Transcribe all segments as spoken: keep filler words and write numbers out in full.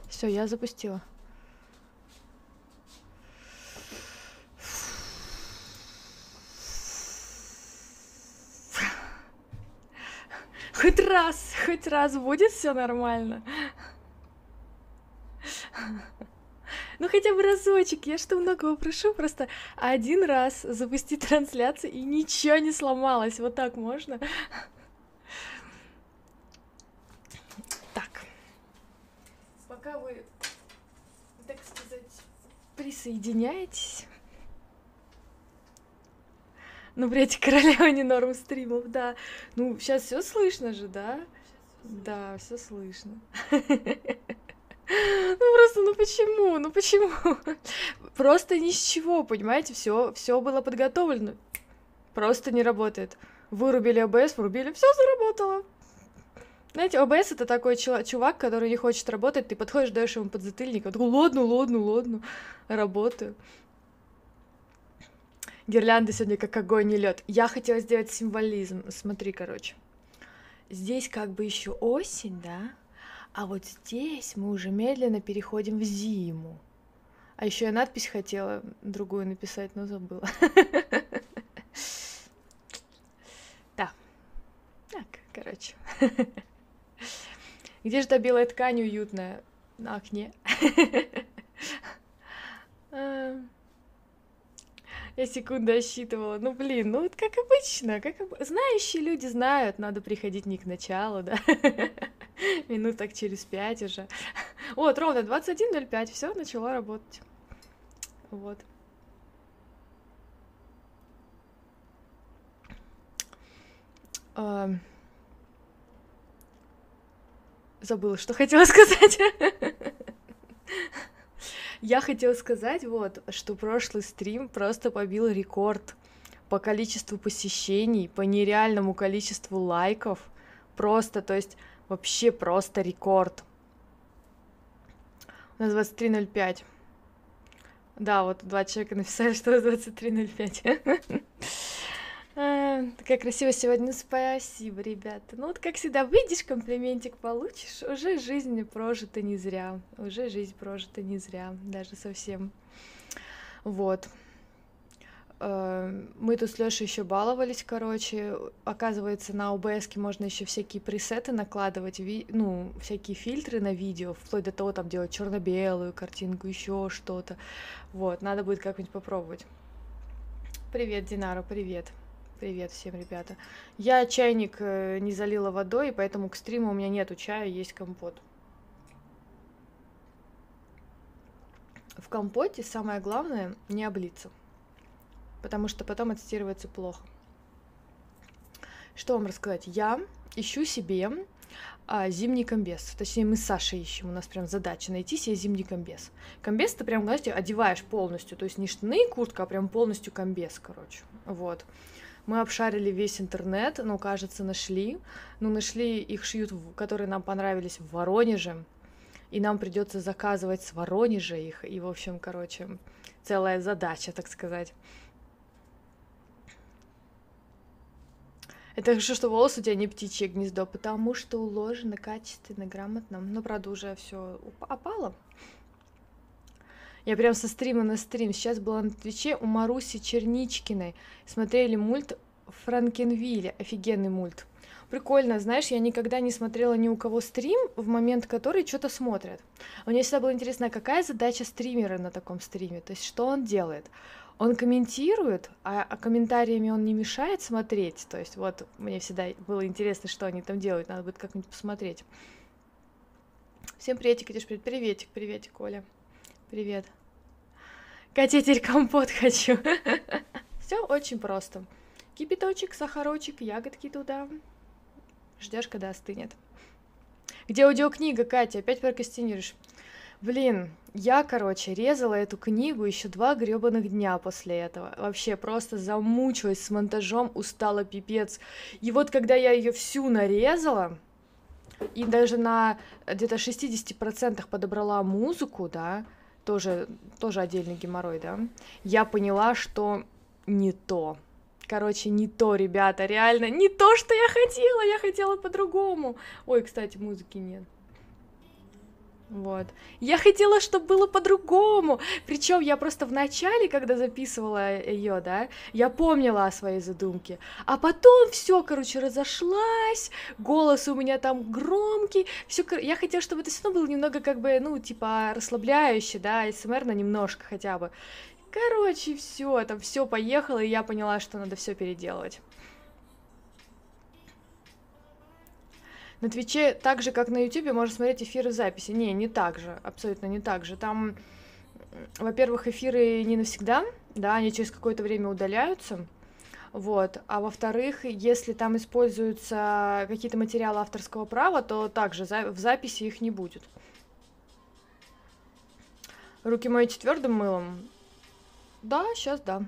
Все, я запустила. Хоть раз, хоть раз будет все нормально. Ну хотя бы разочек, я что многого прошу, просто один раз запустить трансляцию и ничего не сломалось. Вот так можно? Так. Пока вы, так сказать, присоединяетесь. Ну, блядь, королева не норм стримов, да. Ну, сейчас все слышно же, да? Да, все слышно. Ну просто, ну почему? Ну почему? Просто ни с чего, понимаете? Все, все было подготовлено. Просто не работает. Вырубили ОБС, врубили, все заработало. Знаете, ОБС это такой чувак, который не хочет работать, ты подходишь, даешь ему подзатыльник, он такой, ладно, ладно, ладно, работаю. Гирлянды сегодня как огонь и лед. Я хотела сделать символизм. Смотри, короче. Здесь как бы еще осень, да? А вот здесь мы уже медленно переходим в зиму. А еще я надпись хотела другую написать, но забыла. Да. Так, короче. Где же та белая ткань уютная? На окне. Я секунду отсчитывала. Ну, блин, ну вот как обычно. Как об... Знающие люди знают, надо приходить не к началу, да? Минут так через пять уже. Вот, ровно двадцать один ноль пять, все начало работать. Вот. А... Забыла, что хотела сказать. Я хотела сказать, вот, что прошлый стрим просто побил рекорд по количеству посещений, по нереальному количеству лайков. Просто, то есть, вообще просто рекорд. У нас двадцать три ноль пять. Да, вот два человека написали, что у нас двадцать три ноль пять. Такая красивая сегодня. Ну, спасибо, ребята. Ну, вот как всегда, выйдешь, комплиментик получишь. Уже жизнь прожита не зря. Уже жизнь прожита не зря. Даже совсем. Вот. Мы тут с Лёшей еще баловались, короче. Оказывается, на ОБСке можно еще всякие пресеты накладывать, ви... ну, всякие фильтры на видео, вплоть до того, там делать черно-белую картинку, еще что-то. Вот, надо будет как-нибудь попробовать. Привет, Динара, привет. Привет всем, ребята. Я чайник не залила водой, и поэтому к стриму у меня нету чая, есть компот. В компоте самое главное не облиться, потому что потом отстирывается плохо. Что вам рассказать? Я ищу себе а, зимний комбез. Точнее, мы с Сашей ищем. У нас прям задача найти себе зимний комбез. Комбез ты прям, знаете, одеваешь полностью. То есть не штаны и куртка, а прям полностью комбез, короче. Вот. Мы обшарили весь интернет, ну, кажется, нашли. Ну, нашли, их шьют, которые нам понравились в Воронеже. И нам придется заказывать с Воронежа их. И, в общем, короче, целая задача, так сказать. Это хорошо, что волос у тебя не птичье гнездо, потому что уложено качественно, грамотно. Но, правда, уже все опало. Я прям со стрима на стрим. Сейчас была на Твиче у Маруси Черничкиной. Смотрели мульт Франкенвилля. Офигенный мульт. Прикольно, знаешь, я никогда не смотрела ни у кого стрим, в момент который что-то смотрят. Мне всегда было интересно, какая задача стримера на таком стриме, то есть что он делает. Он комментирует, а, а комментариями он не мешает смотреть. То есть вот мне всегда было интересно, что они там делают, надо будет как-нибудь посмотреть. Всем приветик, Катюш, привет, приветик, приветик, Коля. Привет. Катя, я теперь компот хочу. Все очень просто. Кипяточек, сахарочек, ягодки туда. Ждешь, когда остынет. Где аудиокнига, Катя? Опять прокрастинируешь. Блин, я, короче, резала эту книгу еще два гребаных дня после этого. Вообще просто замучилась с монтажом, устала пипец. И вот когда я ее всю нарезала, и даже на где-то шестьдесят процентов подобрала музыку, да, тоже, тоже отдельный геморрой, да, я поняла, что не то. Короче, не то, ребята, реально, не то, что я хотела, я хотела по-другому. Ой, кстати, музыки нет. Вот. Я хотела, чтобы было по-другому. Причем я просто в начале, когда записывала ее, да, я помнила о своей задумке. А потом все, короче, разошлась, голос у меня там громкий. Все, я хотела, чтобы это все равно было немного как бы, ну, типа, расслабляюще, да, а эс эм эр на немножко хотя бы. Короче, все, там все поехало, и я поняла, что надо все переделывать. На Твиче так же, как на Ютубе, можно смотреть эфиры в записи. Не, не так же, абсолютно не так же. Там, во-первых, эфиры не навсегда, да, они через какое-то время удаляются, вот. А во-вторых, если там используются какие-то материалы авторского права, то также в записи их не будет. Руки моете твердым мылом? Да, сейчас да.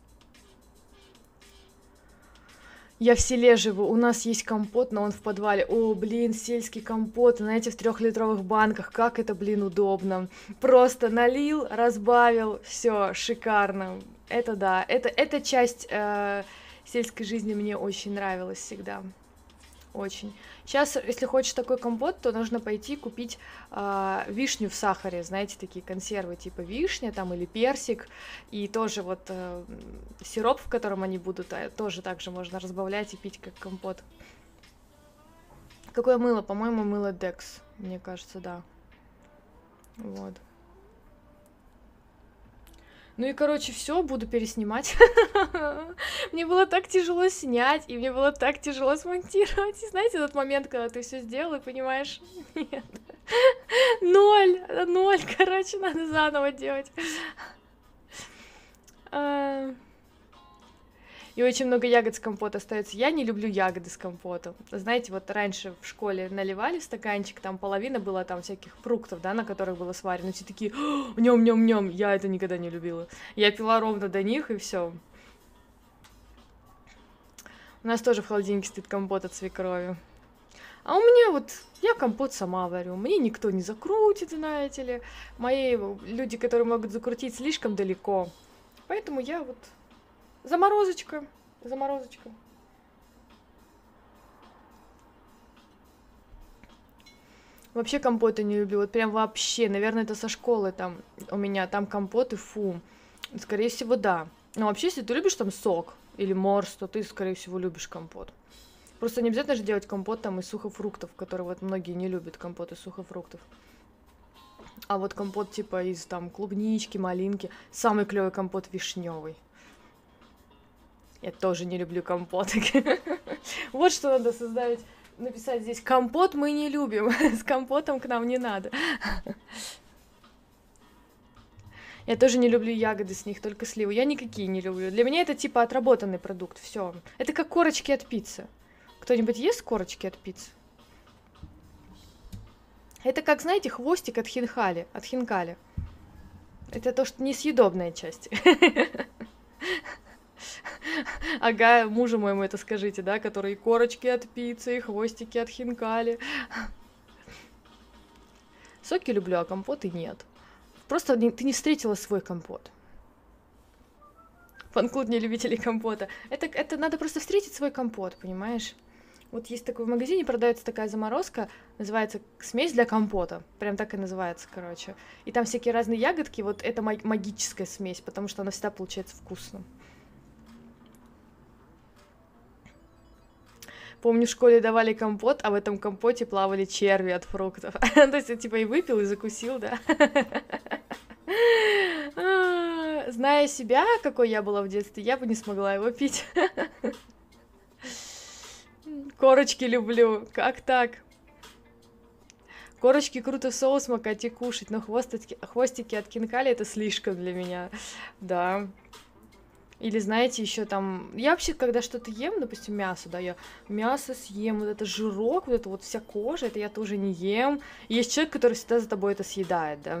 Я в селе живу, у нас есть компот, но он в подвале. О, блин, сельский компот, знаете, в трехлитровых банках, как это, блин, удобно. Просто налил, разбавил, все, шикарно. Это да, это, эта часть э, сельской жизни мне очень нравилась всегда. Очень. Сейчас, если хочешь такой компот, то нужно пойти купить э, вишню в сахаре, знаете, такие консервы типа вишня там или персик, и тоже вот э, сироп, в котором они будут, э, тоже также можно разбавлять и пить как компот. Какое мыло? По-моему, мыло Dex, мне кажется, да. Вот. Ну и, короче, все, буду переснимать. Мне было так тяжело снять, и мне было так тяжело смонтировать. И знаете, тот момент, когда ты все сделал и понимаешь, нет, ноль, ноль, короче, надо заново делать. И очень много ягод с компота остается. Я не люблю ягоды с компотом. Знаете, вот раньше в школе наливали стаканчик, там половина была там всяких фруктов, да, на которых было сварено. Все такие, нем, нем, нем. Я это никогда не любила. Я пила ровно до них, и все. У нас тоже в холодильнике стоит компот от свекрови. А у меня вот, я компот сама варю. Мне никто не закрутит, знаете ли. Мои люди, которые могут закрутить, слишком далеко. Поэтому я вот... Заморозочка, заморозочка. Вообще компоты не люблю, вот прям вообще. Наверное, это со школы там у меня, там компоты, фу. Скорее всего, да. Но вообще, если ты любишь там сок или морс, то ты, скорее всего, любишь компот. Просто не обязательно же делать компот там из сухофруктов, которые вот многие не любят, компот из сухофруктов. А вот компот типа из там клубнички, малинки. Самый клевый компот вишневый. Я тоже не люблю компоты. Вот что надо создать, написать здесь. Компот мы не любим. С компотом к нам не надо. Я тоже не люблю ягоды с них, только сливы. Я никакие не люблю. Для меня это типа отработанный продукт. Все. Это как корочки от пиццы. Кто-нибудь ест корочки от пиццы? Это как, знаете, хвостик от хинкали. От хинкали. Это то, что несъедобная часть. Ага, мужу моему это скажите, да, который и корочки от пиццы, и хвостики от хинкали. Соки люблю, а компоты нет. Просто ты не встретила свой компот. Фан-клуб нелюбителей компота. Это, это надо просто встретить свой компот, понимаешь? Вот есть такой в магазине, продается такая заморозка, называется смесь для компота. Прям так и называется, короче. И там всякие разные ягодки, вот это магическая смесь, потому что она всегда получается вкусным. Помню, в школе давали компот, а в этом компоте плавали черви от фруктов. То есть, типа, и выпил, и закусил, да? Зная себя, какой я была в детстве, я бы не смогла его пить. Корочки люблю. Как так? Корочки круто в соус макать и кушать, но хвостики, хвостики от хинкали это слишком для меня. Да. Или, знаете, еще там... Я вообще, когда что-то ем, допустим, мясо, да, я мясо съем, вот это жирок, вот это вот вся кожа, это я тоже не ем. И есть человек, который всегда за тобой это съедает, да.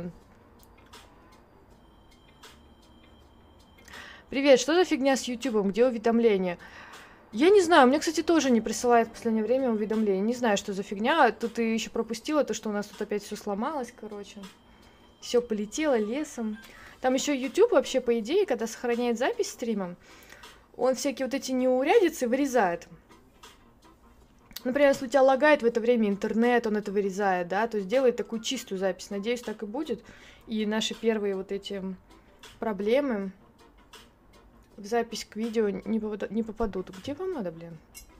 Привет, что за фигня с ютубом? Где уведомления? Я не знаю, мне, кстати, тоже не присылает в последнее время уведомления. Не знаю, что за фигня. Тут ты еще пропустила то, что у нас тут опять все сломалось, короче. Все полетело лесом. Там еще YouTube вообще, по идее, когда сохраняет запись стрима, он всякие вот эти неурядицы вырезает. Например, если у тебя лагает в это время интернет, он это вырезает, да, то есть делает такую чистую запись. Надеюсь, так и будет. И наши первые вот эти проблемы в запись к видео не попадут. Не попадут. Где вам надо, блин?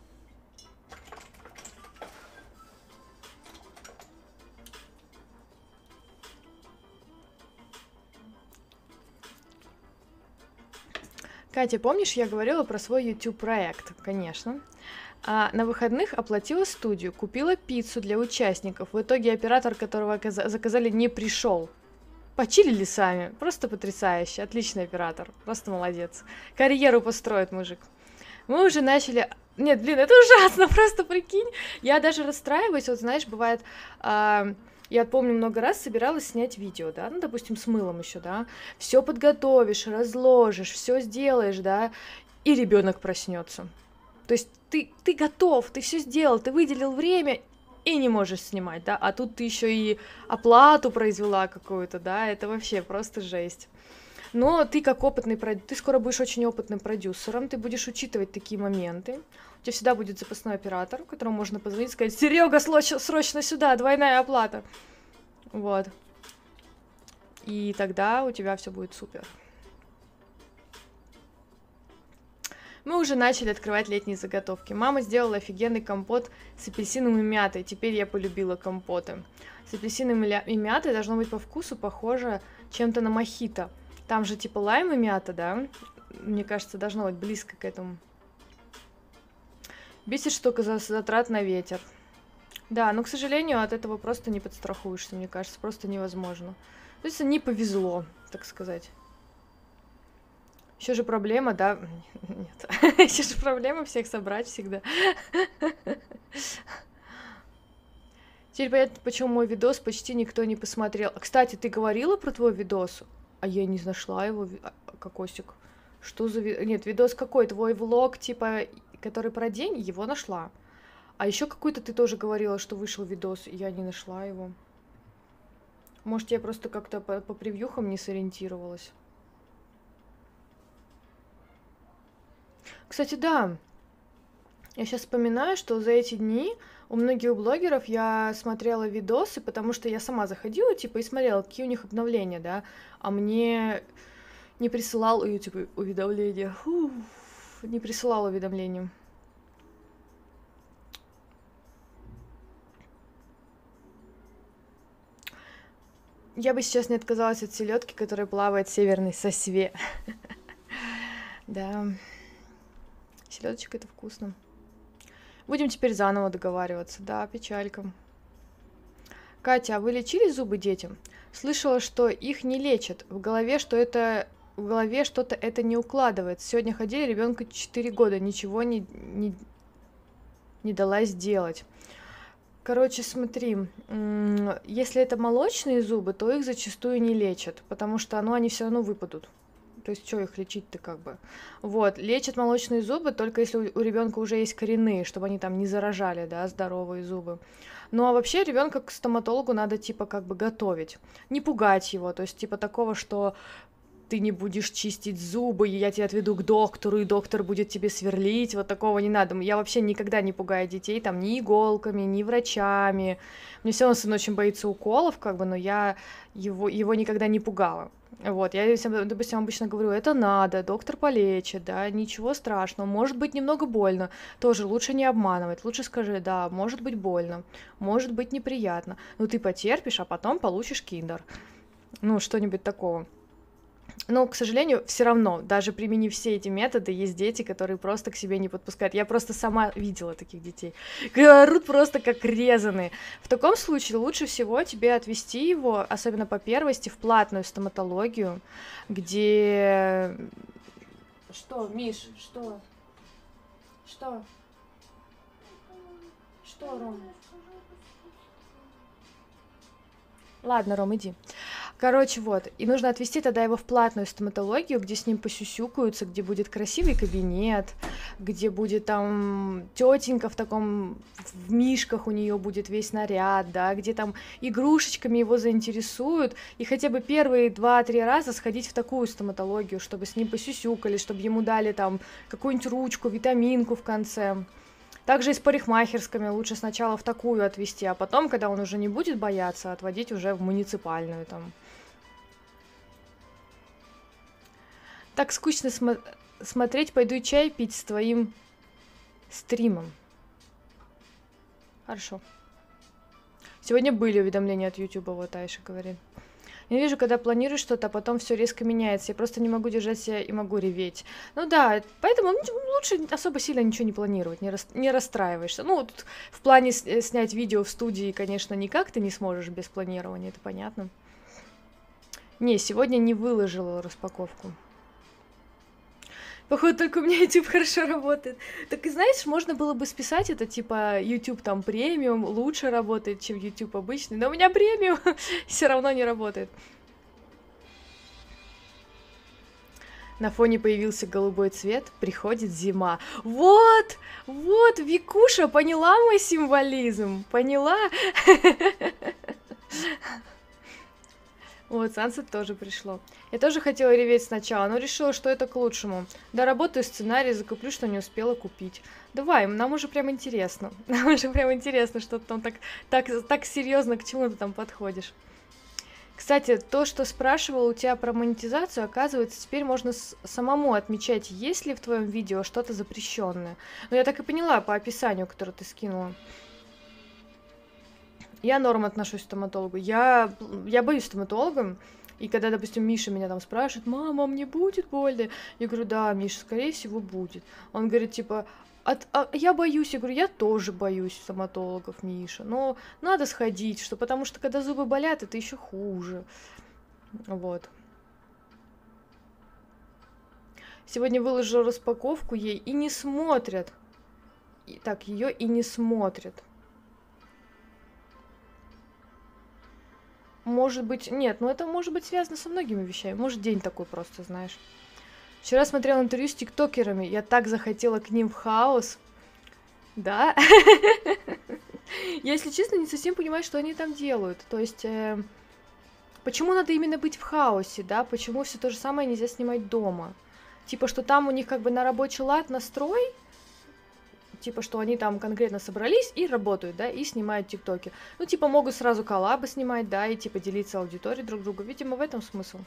Катя, помнишь, я говорила про свой YouTube-проект? Конечно. А на выходных оплатила студию, купила пиццу для участников. В итоге оператор, которого заказали, не пришел. Почилили сами. Просто потрясающе. Отличный оператор. Просто молодец. Карьеру построит мужик. Мы уже начали... Нет, блин, это ужасно. Просто прикинь. Я даже расстраиваюсь. Вот знаешь, бывает... А... Я помню, много раз собиралась снять видео, да, ну, допустим, с мылом еще, да, все подготовишь, разложишь, все сделаешь, да, и ребенок проснется. То есть ты, ты готов, ты все сделал, ты выделил время и не можешь снимать, да, а тут ты еще и оплату произвела какую-то, да, это вообще просто жесть. Но ты как опытный, ты скоро будешь очень опытным продюсером, ты будешь учитывать такие моменты. У тебя всегда будет запасной оператор, которому можно позвонить и сказать: Серега, срочно сюда, двойная оплата. Вот. И тогда у тебя все будет супер. Мы уже начали открывать летние заготовки. Мама сделала офигенный компот с апельсином и мятой. Теперь я полюбила компоты. С апельсином и мятой должно быть по вкусу похоже чем-то на мохито. Там же типа лайм и мята, да? Мне кажется, должно быть близко к этому. Бесит штука за затрат на ветер. Да, но, к сожалению, от этого просто не подстрахуешься, мне кажется, просто невозможно. То есть не повезло, так сказать. Еще же проблема, да? Нет. Еще же проблема всех собрать всегда. Теперь понятно, почему мой видос почти никто не посмотрел. Кстати, ты говорила про твой видос? А я не нашла его, кокосик. Что за видос? Нет, видос какой? Твой влог, типа, который про день, его нашла. А еще какой-то ты тоже говорила, что вышел видос, и я не нашла его. Может, я просто как-то по, по превьюхам не сориентировалась. Кстати, да. Я сейчас вспоминаю, что за эти дни у многих блогеров я смотрела видосы, потому что я сама заходила, типа, и смотрела, какие у них обновления, да, а мне не присылал YouTube уведомления. Фу, не присылал уведомления. Я бы сейчас не отказалась от селедки, которая плавает в северной сосве. Да. Селедочка — это вкусно. Будем теперь заново договариваться. Да, печалька. Катя, а вы лечили зубы детям? Слышала, что их не лечат. В голове, что это... В голове что-то это не укладывается. Сегодня ходили, ребенку четыре года, ничего не, не, не дала сделать. Короче, смотри, если это молочные зубы, то их зачастую не лечат, потому что, ну, они все равно выпадут. То есть, что их лечить-то как бы? Вот, лечат молочные зубы только если у ребенка уже есть коренные, чтобы они там не заражали, да, здоровые зубы. Ну, а вообще ребенка к стоматологу надо, типа, как бы готовить, не пугать его, то есть, типа, такого, что ты не будешь чистить зубы, и я тебя отведу к доктору, и доктор будет тебе сверлить, вот такого не надо. Я вообще никогда не пугаю детей, там, ни иголками, ни врачами. Мне все равно сын очень боится уколов, как бы, но я его, его никогда не пугала. Вот, я, допустим, обычно говорю, это надо, доктор полечит, да, ничего страшного, может быть немного больно, тоже лучше не обманывать, лучше скажи, да, может быть больно, может быть неприятно, но ты потерпишь, а потом получишь киндер, ну, что-нибудь такого. Но, к сожалению, все равно, даже применив все эти методы, есть дети, которые просто к себе не подпускают. Я просто сама видела таких детей. Орут просто как резаные. В таком случае лучше всего тебе отвести его, особенно по первости, в платную стоматологию, где... Что, Миш, что? Что? Что, Ром? Ладно, Ром, иди. Короче, вот, и нужно отвезти тогда его в платную стоматологию, где с ним посюсюкаются, где будет красивый кабинет, где будет там тетенька в таком, в мишках у нее будет весь наряд, да, где там игрушечками его заинтересуют, и хотя бы первые два-три раза сходить в такую стоматологию, чтобы с ним посюсюкали, чтобы ему дали там какую-нибудь ручку, витаминку в конце. Также и с парикмахерскими лучше сначала в такую отвести, а потом, когда он уже не будет бояться, отводить уже в муниципальную там. Так скучно смо- смотреть, пойду чай пить с твоим стримом. Хорошо. Сегодня были уведомления от Ютуба, вот Айша говорит. Я вижу, когда планирую что-то, а потом все резко меняется. Я просто не могу держать себя и могу реветь. Ну да, поэтому лучше особо сильно ничего не планировать, не, рас... не расстраиваешься. Ну, вот в плане с... снять видео в студии, конечно, никак ты не сможешь без планирования, это понятно. Не, сегодня не выложила распаковку. Походу, только у меня YouTube хорошо работает. Так и знаешь, можно было бы списать это, типа, YouTube там премиум лучше работает, чем YouTube обычный, но у меня премиум все равно не работает. На фоне появился голубой цвет, приходит зима. Вот, вот, Викуша поняла мой символизм, поняла? Вот, Сансет тоже пришло. Я тоже хотела реветь сначала, но решила, что это к лучшему. Доработаю сценарий, закуплю, что не успела купить. Давай, нам уже прям интересно. Нам уже прям интересно, что ты там так, так, так серьезно к чему ты там подходишь. Кстати, то, что спрашивал у тебя про монетизацию, оказывается, теперь можно самому отмечать, есть ли в твоем видео что-то запрещенное. Но я так и поняла по описанию, которое ты скинула. Я норм отношусь к стоматологу. Я, я боюсь стоматолога. И когда, допустим, Миша меня там спрашивает, мама, мне будет больно? Я говорю, да, Миша, скорее всего, будет. Он говорит, типа, от, а, я боюсь. Я говорю, я тоже боюсь стоматологов, Миша. Но надо сходить, что, потому что когда зубы болят, это еще хуже. Вот. Сегодня выложила распаковку ей и не смотрят. И, так, ее и не смотрят. Может быть, нет, ну это может быть связано со многими вещами. Может, день такой просто, знаешь. Вчера смотрела интервью с тиктокерами, я так захотела к ним в хаос. Да? Я, если честно, не совсем понимаю, что они там делают. То есть, э, почему надо именно быть в хаосе, да? Почему все то же самое нельзя снимать дома? Типа, что там у них как бы на рабочий лад настрой, типа, что они там конкретно собрались и работают, да, и снимают тиктоки. Ну, типа, могут сразу коллабы снимать, да, и, типа, делиться аудиторией друг другу. Видимо, в этом смысл.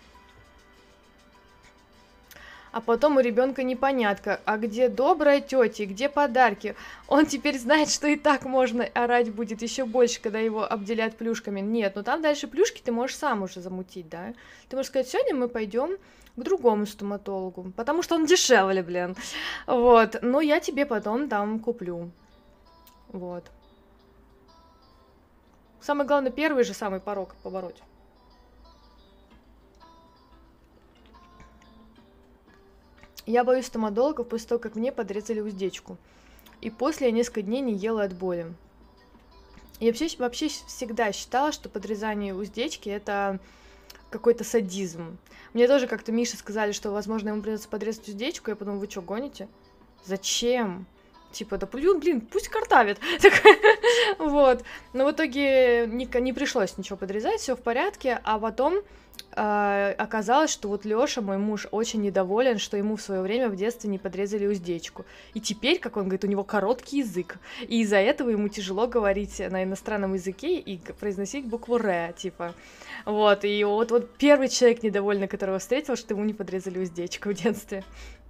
А потом у ребенка непонятка, а где добрая тетя, где подарки? Он теперь знает, что и так можно орать будет еще больше, когда его обделят плюшками. Нет, ну там дальше плюшки ты можешь сам уже замутить, да? Ты можешь сказать, сегодня мы пойдем к другому стоматологу, потому что он дешевле, блин. Вот, но я тебе потом там куплю. Вот. Самое главное, первый же самый порог побороть. Я боюсь стоматологов после того, как мне подрезали уздечку. И после я несколько дней не ела от боли. Я вообще, вообще всегда считала, что подрезание уздечки это какой-то садизм. Мне тоже как-то Мише сказали, что, возможно, ему придется подрезать уздечку. Я подумала, вы что, гоните? Зачем? Типа, да блин, блин, пусть картавит. Вот. Но в итоге не, не пришлось ничего подрезать, все в порядке. А потом э, оказалось, что вот Лёша, мой муж, очень недоволен, что ему в свое время в детстве не подрезали уздечку. И теперь, как он говорит, у него короткий язык. И из-за этого ему тяжело говорить на иностранном языке и произносить букву Р, типа. Вот. И вот, вот первый человек недовольный, которого встретил, что ему не подрезали уздечку в детстве.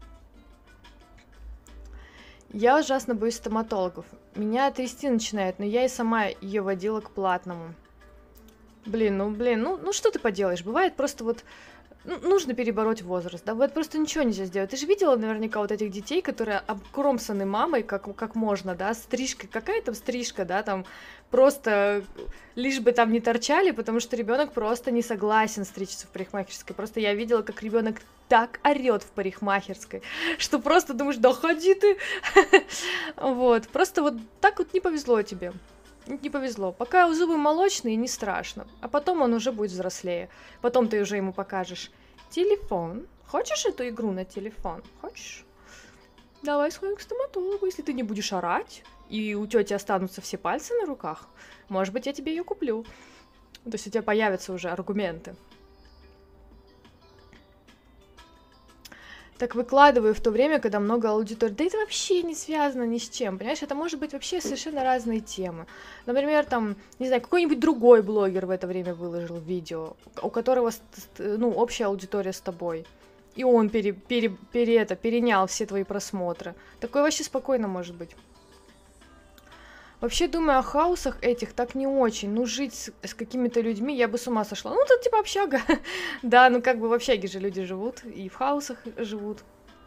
Я ужасно боюсь стоматологов. Меня трясти начинает, но я и сама ее водила к платному. Блин, ну блин, ну, ну что ты поделаешь? Бывает просто вот ну, нужно перебороть возраст, да, вот просто ничего нельзя сделать. Ты же видела наверняка вот этих детей, которые обкромсаны мамой, как, как можно, да, стрижка, какая там стрижка, да, там просто лишь бы там не торчали, потому что ребенок просто не согласен стричься в парикмахерской. Просто я видела, как ребенок так орет в парикмахерской, что просто думаешь, да ходи ты, вот, просто вот так вот не повезло тебе. Не повезло. Пока зубы молочные, не страшно. А потом он уже будет взрослее. Потом ты уже ему покажешь телефон. Хочешь эту игру на телефон? Хочешь? Давай сходим к стоматологу. Если ты не будешь орать, и у тети останутся все пальцы на руках, может быть, я тебе ее куплю. То есть у тебя появятся уже аргументы. так выкладываю в то время, когда много аудитории. Да это вообще не связано ни с чем, понимаешь? Это может быть вообще совершенно разные темы. Например, там, не знаю, какой-нибудь другой блогер в это время выложил видео, у которого, ну, общая аудитория с тобой. И он пере, пере, пере, это, перенял все твои просмотры. Такое вообще спокойно может быть. Вообще, думаю, о хаусах этих так не очень. Ну, жить с, с какими-то людьми я бы с ума сошла. Ну, тут типа общага. Да, ну как бы в общаге же люди живут, и в хаусах живут.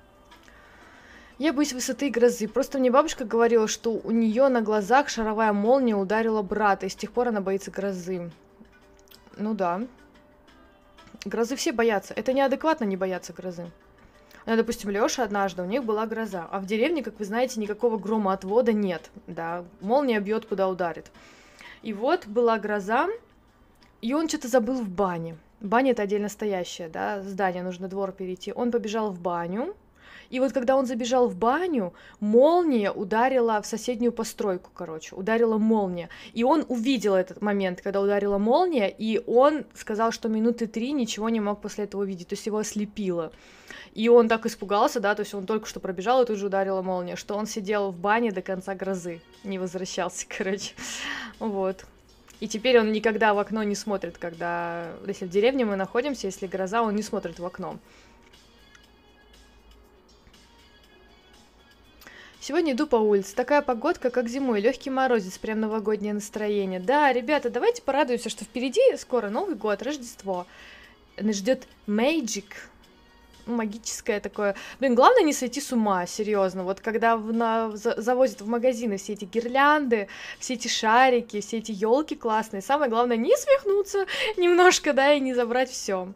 Я боюсь высоты и грозы. Просто мне бабушка говорила, что у нее на глазах шаровая молния ударила брата, и с тех пор она боится грозы. Ну да. Грозы все боятся. Это неадекватно не бояться грозы. Ну, допустим, Лёша однажды, у них была гроза, а в деревне, как вы знаете, никакого громоотвода нет, да, молния бьет, куда ударит. И вот была гроза, и он что-то забыл в бане. Баня — это отдельно стоящее, да, здание, нужно двор перейти. Он побежал в баню, и вот когда он забежал в баню, молния ударила в соседнюю постройку, короче, ударила молния. И он увидел этот момент, когда ударила молния, и он сказал, что минуты три ничего не мог после этого увидеть, то есть его ослепило. И он так испугался, да, то есть он только что пробежал, и тут же ударила молния, что он сидел в бане до конца грозы, не возвращался, короче, вот. И теперь он никогда в окно не смотрит, когда, если в деревне мы находимся, если гроза, он не смотрит в окно. Сегодня иду по улице, такая погодка, как зимой, легкий морозец, прям новогоднее настроение. Да, ребята, давайте порадуемся, что впереди скоро Новый год, Рождество. Нас ждет Magic. Магическое такое. Блин, главное не сойти с ума, серьезно. Вот когда в, на, за, завозят в магазины все эти гирлянды, все эти шарики, все эти елки классные, самое главное не свихнуться немножко, да, и не забрать все.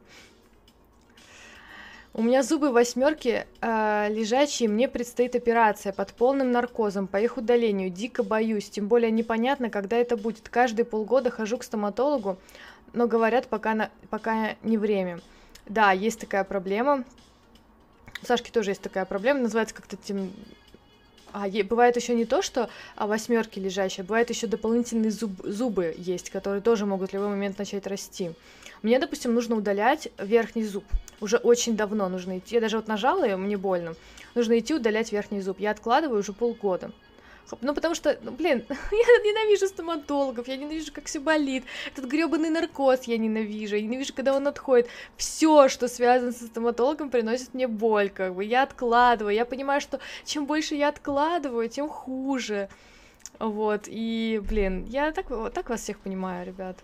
У меня зубы восьмерки э, лежачие, мне предстоит операция под полным наркозом по их удалению. Дико боюсь, тем более непонятно, когда это будет. Каждые полгода хожу к стоматологу, но говорят, пока, на, пока не время. Да, есть такая проблема. У Сашки тоже есть такая проблема, называется как-то тем... А, бывает еще не то, что а, восьмерки лежащие, бывает еще дополнительные зуб, зубы есть, которые тоже могут в любой момент начать расти. Мне, допустим, нужно удалять верхний зуб. Уже очень давно нужно идти. Я даже вот нажала, и мне больно. Нужно идти удалять верхний зуб. Я откладываю уже полгода. Ну, потому что, ну, блин, я ненавижу стоматологов, я ненавижу, как все болит. Этот гребаный наркоз я ненавижу. Я ненавижу, когда он отходит. Все, что связано со стоматологом, приносит мне боль, как бы. Я откладываю. Я понимаю, что чем больше я откладываю, тем хуже. Вот, и, блин, я так, вот так вас всех понимаю, ребят.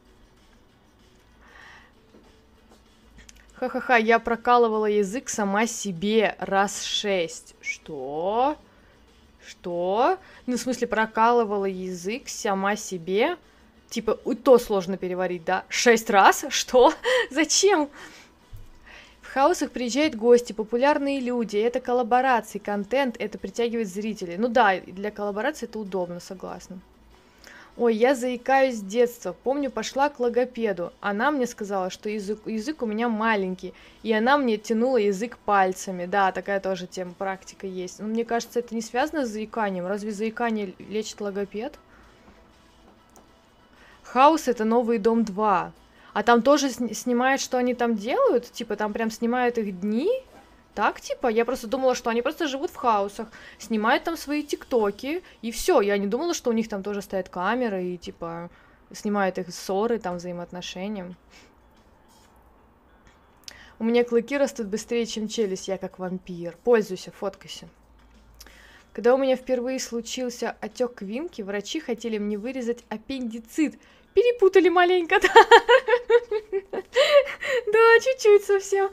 Ха-ха-ха, я прокалывала язык сама себе раз шесть. Что? Что? Ну, в смысле, прокалывала язык сама себе? Типа, и то сложно переварить, да? Шесть раз? Что? Зачем? В хаусах приезжают гости, популярные люди, это коллаборации, контент, это притягивает зрителей. Ну да, для коллаборации это удобно, согласна. Ой, я заикаюсь с детства. Помню, пошла к логопеду. Она мне сказала, что язык, язык у меня маленький. И она мне тянула язык пальцами. Да, такая тоже тема, практика есть. Но мне кажется, это не связано с заиканием. Разве заикание лечит логопед? Хаус — это новый дом два. А там тоже снимают, что они там делают? Типа там прям снимают их дни? Так, типа, я просто думала, что они просто живут в хаусах, снимают там свои тиктоки, и все. Я не думала, что у них там тоже стоят камеры, и, типа, снимают их ссоры, там, взаимоотношения. У меня клыки растут быстрее, чем челюсть, я как вампир. Пользуйся, фоткайся. Когда у меня впервые случился отек квинки, врачи хотели мне вырезать аппендицит. Перепутали маленько, да? Да, чуть-чуть совсем.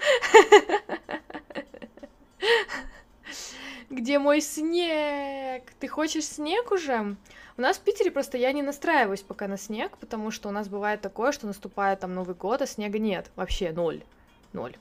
Где мой снег? Ты хочешь снег уже? У нас в Питере просто я не настраиваюсь пока на снег, потому что у нас бывает такое, что наступает там Новый год, а снега нет. Вообще ноль. Ноль.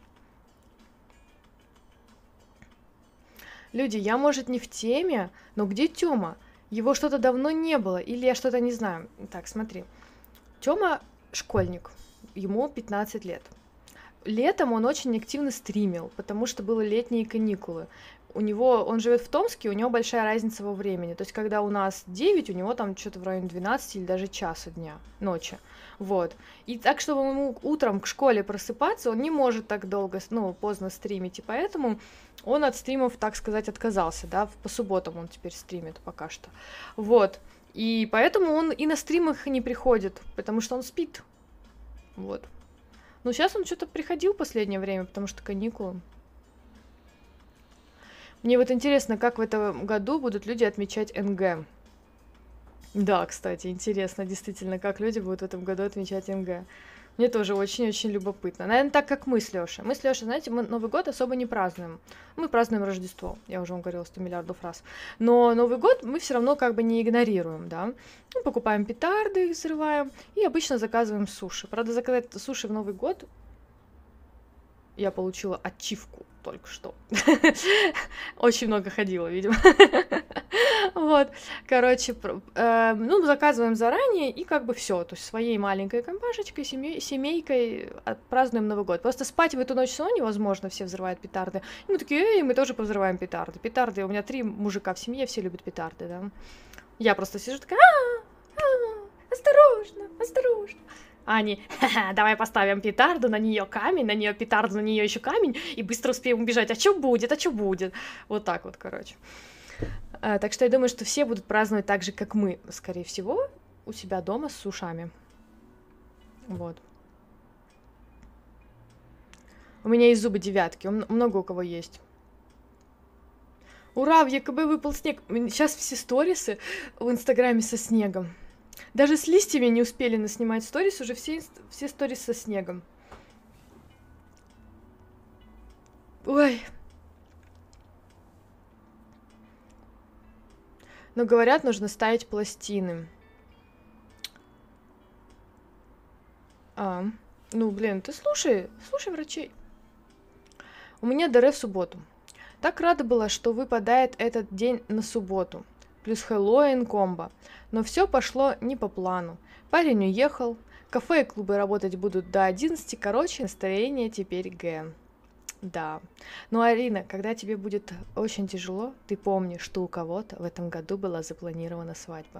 Люди, я, может, не в теме, но где Тёма? Его что-то давно не было, или я что-то не знаю. Так, смотри. Тёма школьник, ему пятнадцать лет. Летом он очень активно стримил, потому что было летние каникулы. у него, он живет в Томске, у него большая разница во времени. То есть, когда у нас девять, у него там что-то в районе двенадцати или даже часа дня, ночи. Вот. И так, чтобы ему утром к школе просыпаться, он не может так долго, ну, поздно стримить, и поэтому он от стримов, так сказать, отказался, да, по субботам он теперь стримит пока что. Вот. И поэтому он и на стримах не приходит, потому что он спит. Вот. Ну, сейчас он что-то приходил в последнее время, потому что каникулы. Мне вот интересно, как в этом году будут люди отмечать эн гэ. Да, кстати, интересно, действительно, как люди будут в этом году отмечать эн гэ. Мне тоже очень-очень любопытно. Наверное, так, как мы с Лёшей. Мы с Лёшей, знаете, мы Новый год особо не празднуем. Мы празднуем Рождество, я уже вам говорила сто миллиардов раз. Но Новый год мы все равно как бы не игнорируем, да. Мы покупаем петарды, их взрываем, и обычно заказываем суши. Правда, заказать суши в Новый год я получила ачивку только что. Очень много ходила, видимо. Вот, короче, э, ну, заказываем заранее, и как бы все, то есть своей маленькой компашечкой, семей, семейкой отпразднуем Новый год. Просто спать в эту ночь все равно невозможно, все взрывают петарды. И мы такие, эй, мы тоже повзрываем петарды. Петарды, у меня три мужика в семье, все любят петарды, да. Я просто сижу такая, а, а, осторожно, осторожно. А они, ха-ха, давай поставим петарду, на нее камень, на нее петарду, на нее еще камень, и быстро успеем убежать. А что будет, а что будет? Вот так вот, короче. А, так что я думаю, что все будут праздновать так же, как мы, скорее всего, у себя дома с сушами. Вот. У меня есть зубы девятки, много у кого есть. Ура, в е ка бэ выпал снег. Сейчас все сторисы в Инстаграме со снегом. Даже с листьями не успели наснимать сторис, уже все, все сторис со снегом. Ой. Но говорят, нужно ставить пластины. А, ну, блин, ты слушай, слушай врачей. У меня дэ эр в субботу. Так рада была, что выпадает этот день на субботу. Плюс Хэллоуин комбо. Но все пошло не по плану. Парень уехал, кафе и клубы работать будут до одиннадцати, короче, настроение теперь Г. Да. Ну, Арина, когда тебе будет очень тяжело, ты помни, что у кого-то в этом году была запланирована свадьба.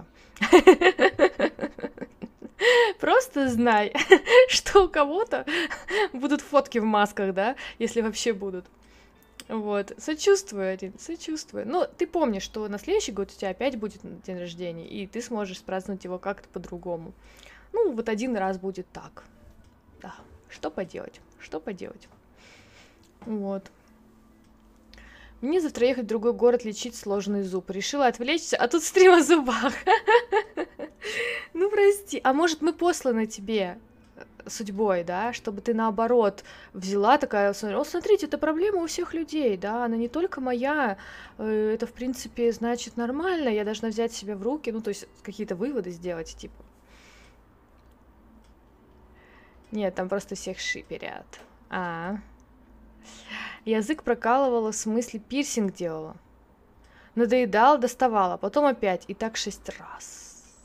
Просто знай, что у кого-то будут фотки в масках, да, если вообще будут. Вот, сочувствую, Арин, сочувствую. Но ты помнишь, что на следующий год у тебя опять будет день рождения, и ты сможешь праздновать его как-то по-другому. Ну, вот один раз будет так. Да, что поделать, что поделать. Вот. Мне завтра ехать в другой город лечить сложный зуб. Решила отвлечься, а тут стрим о зубах. Ну, прости. А может, мы посланы тебе судьбой, да, чтобы ты наоборот взяла такая, о, смотрите, это проблема у всех людей, да, она не только моя, это, в принципе, значит нормально, я должна взять себя в руки, ну, то есть какие-то выводы сделать, типа. Нет, там просто всех шиперят. А, язык прокалывала, в смысле пирсинг делала. Надоедала, доставала, потом опять, и так шесть раз.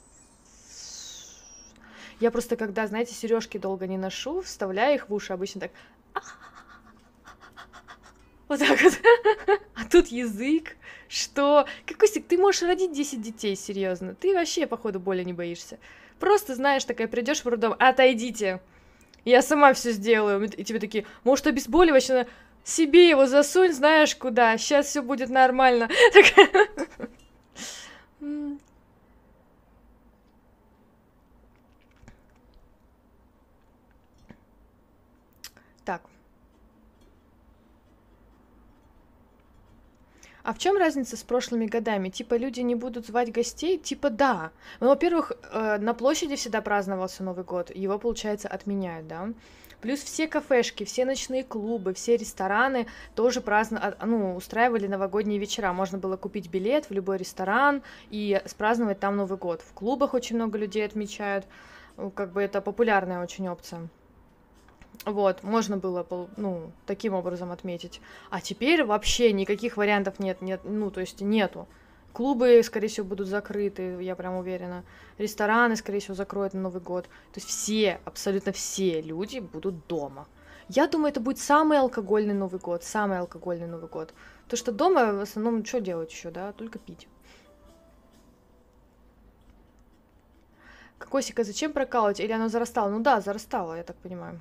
Я просто, когда, знаете, сережки долго не ношу, вставляю их в уши, обычно так... Вот так вот. А тут язык. Что? Костик, ты можешь родить десять детей, серьезно. Ты вообще, походу, боли не боишься. Просто, знаешь, такая, придешь в роддом, отойдите. Я сама все сделаю. И тебе такие, может, обезболивающее? Себе его засунь, знаешь куда. Сейчас все будет нормально. Так. А в чем разница с прошлыми годами? Типа люди не будут звать гостей? Типа да. Ну, во-первых, э, на площади всегда праздновался Новый год. Его, получается, отменяют, да? Плюс все кафешки, все ночные клубы, все рестораны тоже праздно... ну, устраивали новогодние вечера. Можно было купить билет в любой ресторан и спраздновать там Новый год. В клубах очень много людей отмечают. Как бы это популярная очень опция. Вот, можно было, ну, таким образом отметить. А теперь вообще никаких вариантов нет, нет, ну, то есть нету. Клубы, скорее всего, будут закрыты, я прям уверена. Рестораны, скорее всего, закроют на Новый год. То есть все, абсолютно все люди будут дома. Я думаю, это будет самый алкогольный Новый год, самый алкогольный Новый год. То То, что дома в основном что делать еще, да? Только пить. Кокосика зачем прокалывать? Или оно зарастало? Ну да, зарастало, я так понимаю.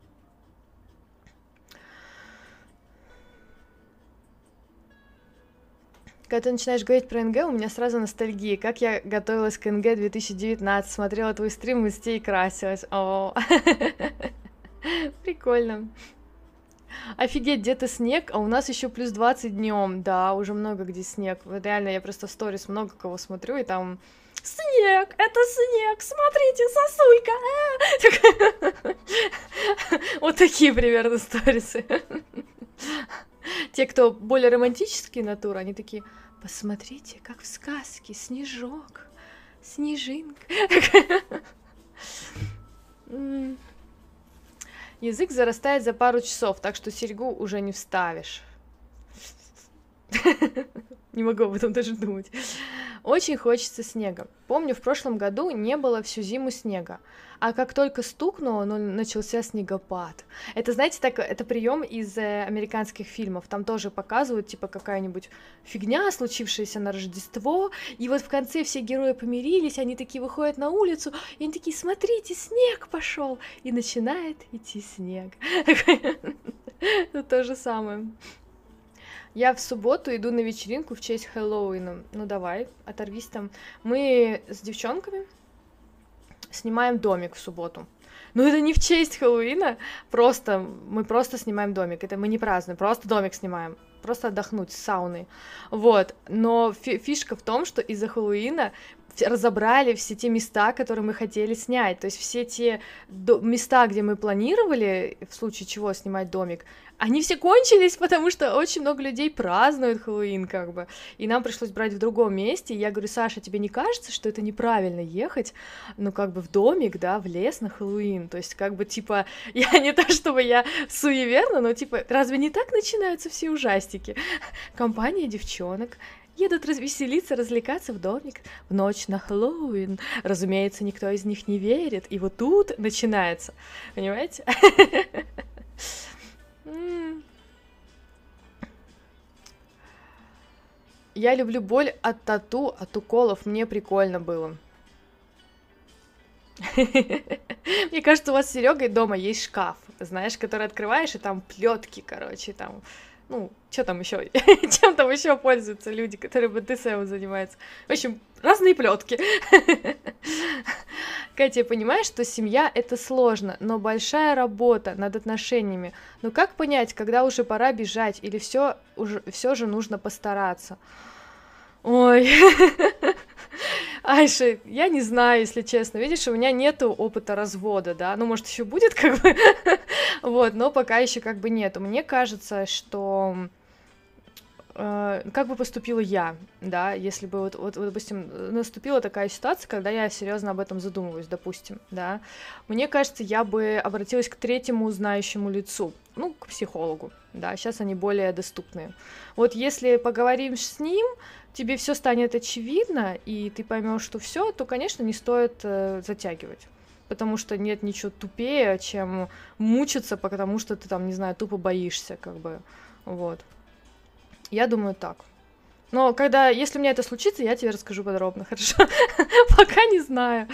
Когда ты начинаешь говорить про эн гэ, у меня сразу ностальгия. Как я готовилась к эн гэ две тысячи девятнадцать, смотрела твой стрим, из и красилась. О, прикольно. Офигеть, где-то снег, а у нас еще плюс двадцать днем. Да, уже много где снег. Вот реально, я просто в сторис много кого смотрю, и там снег, это снег, смотрите, сосулька. Вот такие примерно сторисы. Те, кто более романтические натуры, они такие: посмотрите, как в сказке, снежок, снежинка. Язык зарастает за пару часов, так что серьгу уже не вставишь. Не могу об этом даже думать. Очень хочется снега. Помню, в прошлом году не было всю зиму снега, а как только стукнуло, ну, начался снегопад. Это, знаете, так, это прием из э, американских фильмов. Там тоже показывают, типа, какая-нибудь фигня, случившаяся на Рождество, и вот в конце все герои помирились, они такие выходят на улицу, и они такие: смотрите, снег пошел, и начинает идти снег. Это то же самое. Я в субботу иду на вечеринку в честь Хэллоуина. Ну давай, оторвись там. Мы с девчонками снимаем домик в субботу. Но это не в честь Хэллоуина, просто мы просто снимаем домик. Это мы не празднуем, просто домик снимаем. Просто отдохнуть с сауной. Вот. Но фи- фишка в том, что из-за Хэллоуина разобрали все те места, которые мы хотели снять. То есть все те до- места, где мы планировали, в случае чего снимать домик, они все кончились, потому что очень много людей празднуют Хэллоуин, как бы. И нам пришлось брать в другом месте. И я говорю: Саша, тебе не кажется, что это неправильно ехать, ну, как бы в домик, да, в лес на Хэллоуин? То есть, как бы, типа, я не то чтобы я суеверна, но, типа, разве не так начинаются все ужастики? Компания девчонок едут развеселиться, развлекаться в домик в ночь на Хэллоуин. Разумеется, никто из них не верит. И вот тут начинается, понимаете? Я люблю боль от тату, от уколов, мне прикольно было. Мне кажется, у вас с Серегой дома есть шкаф, знаешь, который открываешь, и там плетки, короче, там, ну, что там еще, чем там еще пользуются люди, которые бэ дэ эс эм занимаются. В общем, разные плетки. Катя, понимаешь, что семья — это сложно, но большая работа над отношениями. Ну как понять, когда уже пора бежать, или все уже все же нужно постараться? Ой, Айша, я не знаю, если честно. Видишь, у меня нету опыта развода, да, ну, может, еще будет, как бы, вот, но пока еще как бы нету. Мне кажется, что э, как бы поступила я, да, если бы вот, вот, вот, допустим, наступила такая ситуация, когда я серьезно об этом задумываюсь, допустим, да, мне кажется, я бы обратилась к третьему знающему лицу, ну, к психологу, да, сейчас они более доступны. Вот если поговорим с ним, тебе все станет очевидно, и ты поймешь, что все, то, конечно, не стоит э, затягивать. Потому что нет ничего тупее, чем мучиться, потому что ты там, не знаю, тупо боишься, как бы. Вот. Я думаю так. Но когда, если у меня это случится, я тебе расскажу подробно, хорошо? Пока не знаю.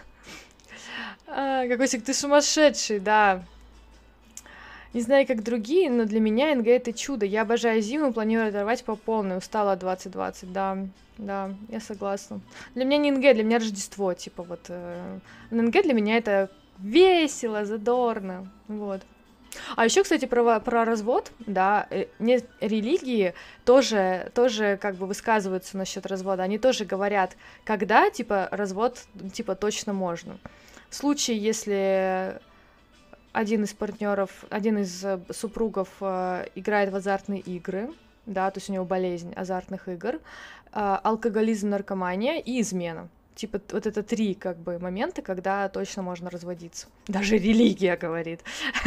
А, Кокосик, ты сумасшедший, да. Не знаю, как другие, но для меня эн гэ — это чудо. Я обожаю зиму, планирую оторвать по полной. Устала от двадцать двадцать, да. Да, я согласна. Для меня не эн гэ, для меня Рождество, типа вот. Э, эн гэ для меня это весело, задорно, вот. А еще, кстати, про, про развод, да, э, не, религии тоже, тоже как бы высказываются насчет развода. Они тоже говорят, когда, типа, развод, типа, точно можно. В случае, если один из партнеров, один из э, супругов э, играет в азартные игры, да, то есть у него болезнь азартных игр, э, алкоголизм, наркомания и измена. Типа т- вот это три как бы момента, когда точно можно разводиться. Даже религия говорит.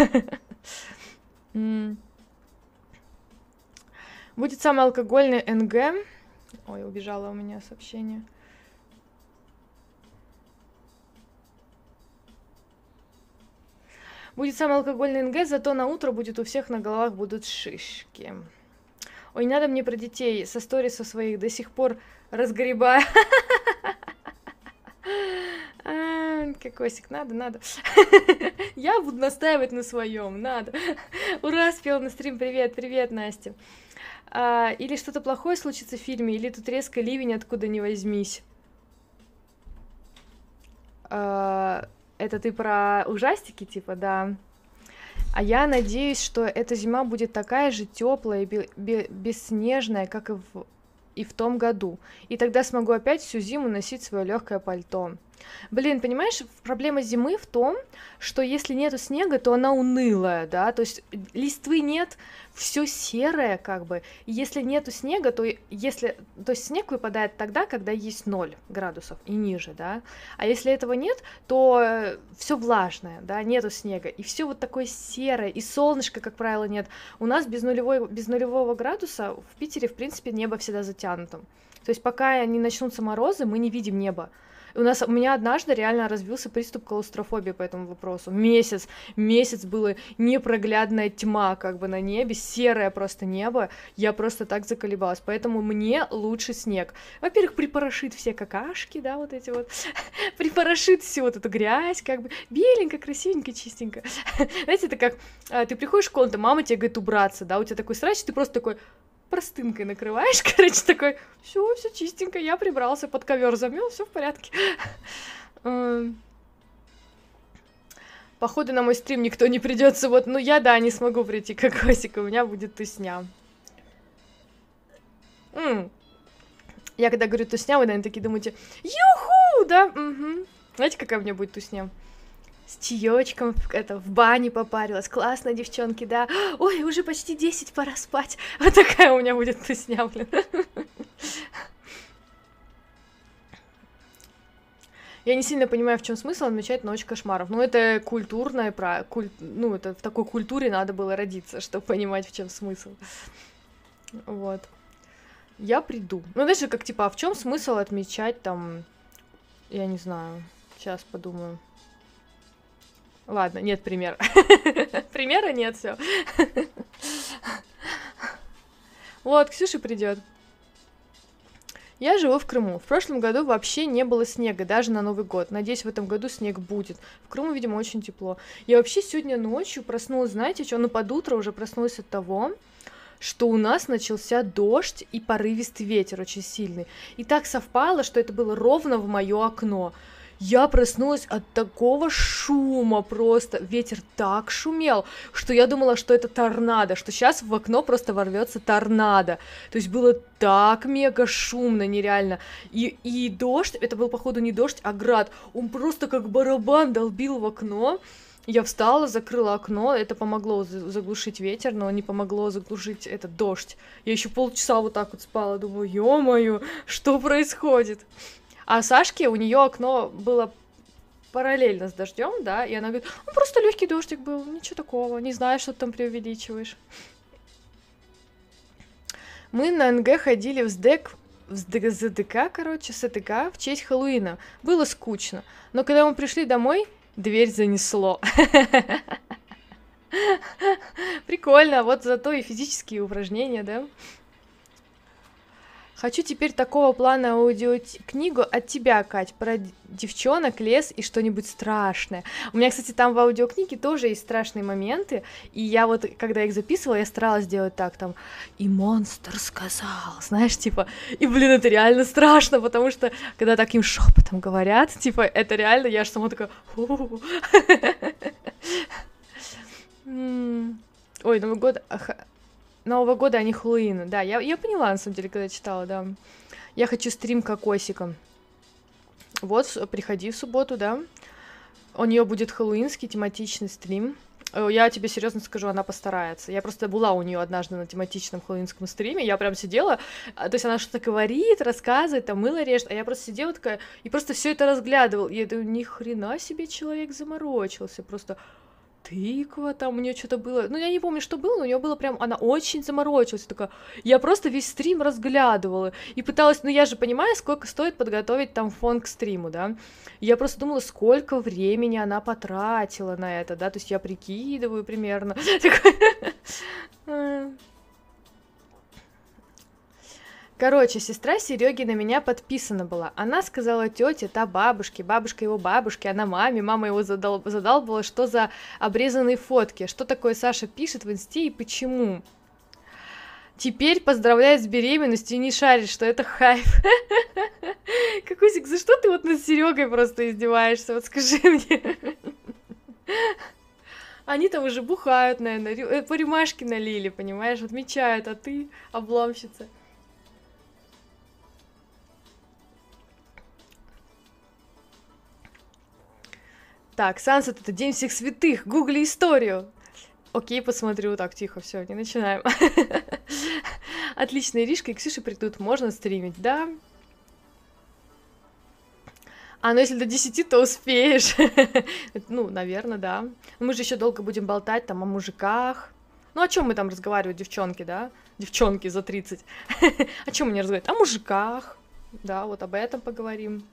М. Будет самый алкогольный эн гэ. Ой, убежало у меня сообщение. Будет самый алкогольный эн гэ, зато на утро будет у всех на головах будут шишки. Ой, не надо мне про детей, со сторисов своих до сих пор разгребаю. А, Кокосик, надо, надо. Я буду настаивать на своем, надо. Ура, спел на стрим, привет, привет, Настя. А, или что-то плохое случится в фильме, или тут резко ливень откуда ни возьмись. А, это ты про ужастики, типа, да. А я надеюсь, что эта зима будет такая же теплая и бе- бе- бесснежная, как и в, и в том году. И тогда смогу опять всю зиму носить свое легкое пальто. Блин, понимаешь, проблема зимы в том, что если нету снега, то она унылая, да, то есть листвы нет, все серое как бы. И если нету снега, то если, то есть снег выпадает тогда, когда есть ноль градусов и ниже, да. А если этого нет, то все влажное, да, нету снега, и все вот такое серое, и солнышко, как правило, нет. У нас без нулевой, без нулевого градуса в Питере, в принципе, небо всегда затянуто. То есть пока не начнутся морозы, мы не видим небо. У нас, у меня однажды реально развился приступ клаустрофобии по этому вопросу. Месяц, месяц была непроглядная тьма как бы на небе, серое просто небо, я просто так заколебалась, поэтому мне лучше снег. Во-первых, припорошит все какашки, да, вот эти вот, припорошит всю вот эту грязь, как бы беленько, красивенько, чистенько. Знаете, это как, а, ты приходишь в комнату, мама тебе говорит убраться, да, у тебя такой срач, ты просто такой... простынкой накрываешь, короче, такой, все, все чистенько, я прибрался, под ковер замел, все в порядке. Походу на мой стрим никто не придется, вот, ну я, да, не смогу прийти, кокосик, у меня будет тусня. М. Я когда говорю тусня, вы, наверное, такие думаете, юху, да, угу. Знаете, какая у меня будет тусня? С чаечком, это, в бане попарилась. Классно, девчонки, да. Ой, уже почти десять, пора спать. Вот такая у меня будет тусня, блин. Я не сильно понимаю, в чем смысл отмечать Ночь кошмаров. Ну, это культурное, про... Куль... ну, это в такой культуре надо было родиться, чтобы понимать, в чем смысл. Вот. Я приду. Ну, знаешь, как, типа, а в чем смысл отмечать там... Я не знаю. Сейчас подумаю. Ладно, нет примера. Примера нет, все. Вот, Ксюша придет. Я живу в Крыму. В прошлом году вообще не было снега, даже на Новый год. Надеюсь, в этом году снег будет. В Крыму, видимо, очень тепло. Я вообще сегодня ночью проснулась, знаете, что? Ну, под утро уже проснулась от того, что у нас начался дождь и порывистый ветер очень сильный. И так совпало, что это было ровно в мое окно. Я проснулась от такого шума просто. Ветер так шумел, что я думала, что это торнадо, что сейчас в окно просто ворвется торнадо. То есть было так мега шумно, нереально. И, и дождь, это был, походу, не дождь, а град. Он просто как барабан долбил в окно. Я встала, закрыла окно, это помогло заглушить ветер, но не помогло заглушить этот дождь. Я еще полчаса вот так вот спала, думаю, ё-моё, что происходит? А Сашке, у нее окно было параллельно с дождем, да, и она говорит, ну просто легкий дождик был, ничего такого, не знаю, что ты там преувеличиваешь. Мы на эн гэ ходили в СДЭК, в ЗДК, короче, СТК в честь Хэллоуина. Было скучно, но когда мы пришли домой, дверь занесло. Прикольно, вот зато и физические упражнения, да. Хочу теперь такого плана аудиокнигу от тебя, Кать, про девчонок, лес и что-нибудь страшное. У меня, кстати, там в аудиокниге тоже есть страшные моменты, и я вот, когда их записывала, я старалась делать так, там, и монстр сказал, знаешь, типа, и, блин, это реально страшно, потому что, когда таким шепотом говорят, типа, это реально, я же сама такая, ой, Новый год... Нового года, а не Хэллоуина. Да, я, я поняла, на самом деле, когда читала, да. Я хочу стрим кокосиком. Вот, приходи в субботу, да. У нее будет хэллоуинский тематичный стрим. Я тебе серьезно скажу, она постарается. Я просто была у нее однажды на тематичном хэллоуинском стриме, я прям сидела, то есть она что-то говорит, рассказывает, там мыло режет, а я просто сидела такая и просто все это разглядывала. И я думаю, ни хрена себе человек заморочился, просто... тыква там, у нее что-то было, ну, я не помню, что было, но у нее было прям, она очень заморочилась, такая, я просто весь стрим разглядывала и пыталась, ну, я же понимаю, сколько стоит подготовить там фон к стриму, да, я просто думала, сколько времени она потратила на это, да, то есть я прикидываю примерно, Короче, сестра Сереги на меня подписана была. Она сказала тете, та бабушке, бабушка его бабушке, она маме, мама его задал, задалбала, что за обрезанные фотки, что такое Саша пишет в инсте и почему. Теперь поздравляет с беременностью и не шарит, что это хайп. Какусик, за что ты вот над Серегой просто издеваешься? Вот скажи мне. Они там уже бухают, наверное, по рюмашке налили, понимаешь, отмечают, а ты обломщица. Так, Сансет — это День всех святых, гугли историю. Окей, посмотрю, так, тихо, все, не начинаем. Отлично, Иришка и Ксюша придут, можно стримить, да? А, ну если до десяти, то успеешь. Ну, наверное, да. Мы же еще долго будем болтать там о мужиках. Ну, о чем мы там разговариваем, девчонки, да? Девчонки за тридцать. О чем мы не разговариваем? О мужиках. Да, вот об этом поговорим.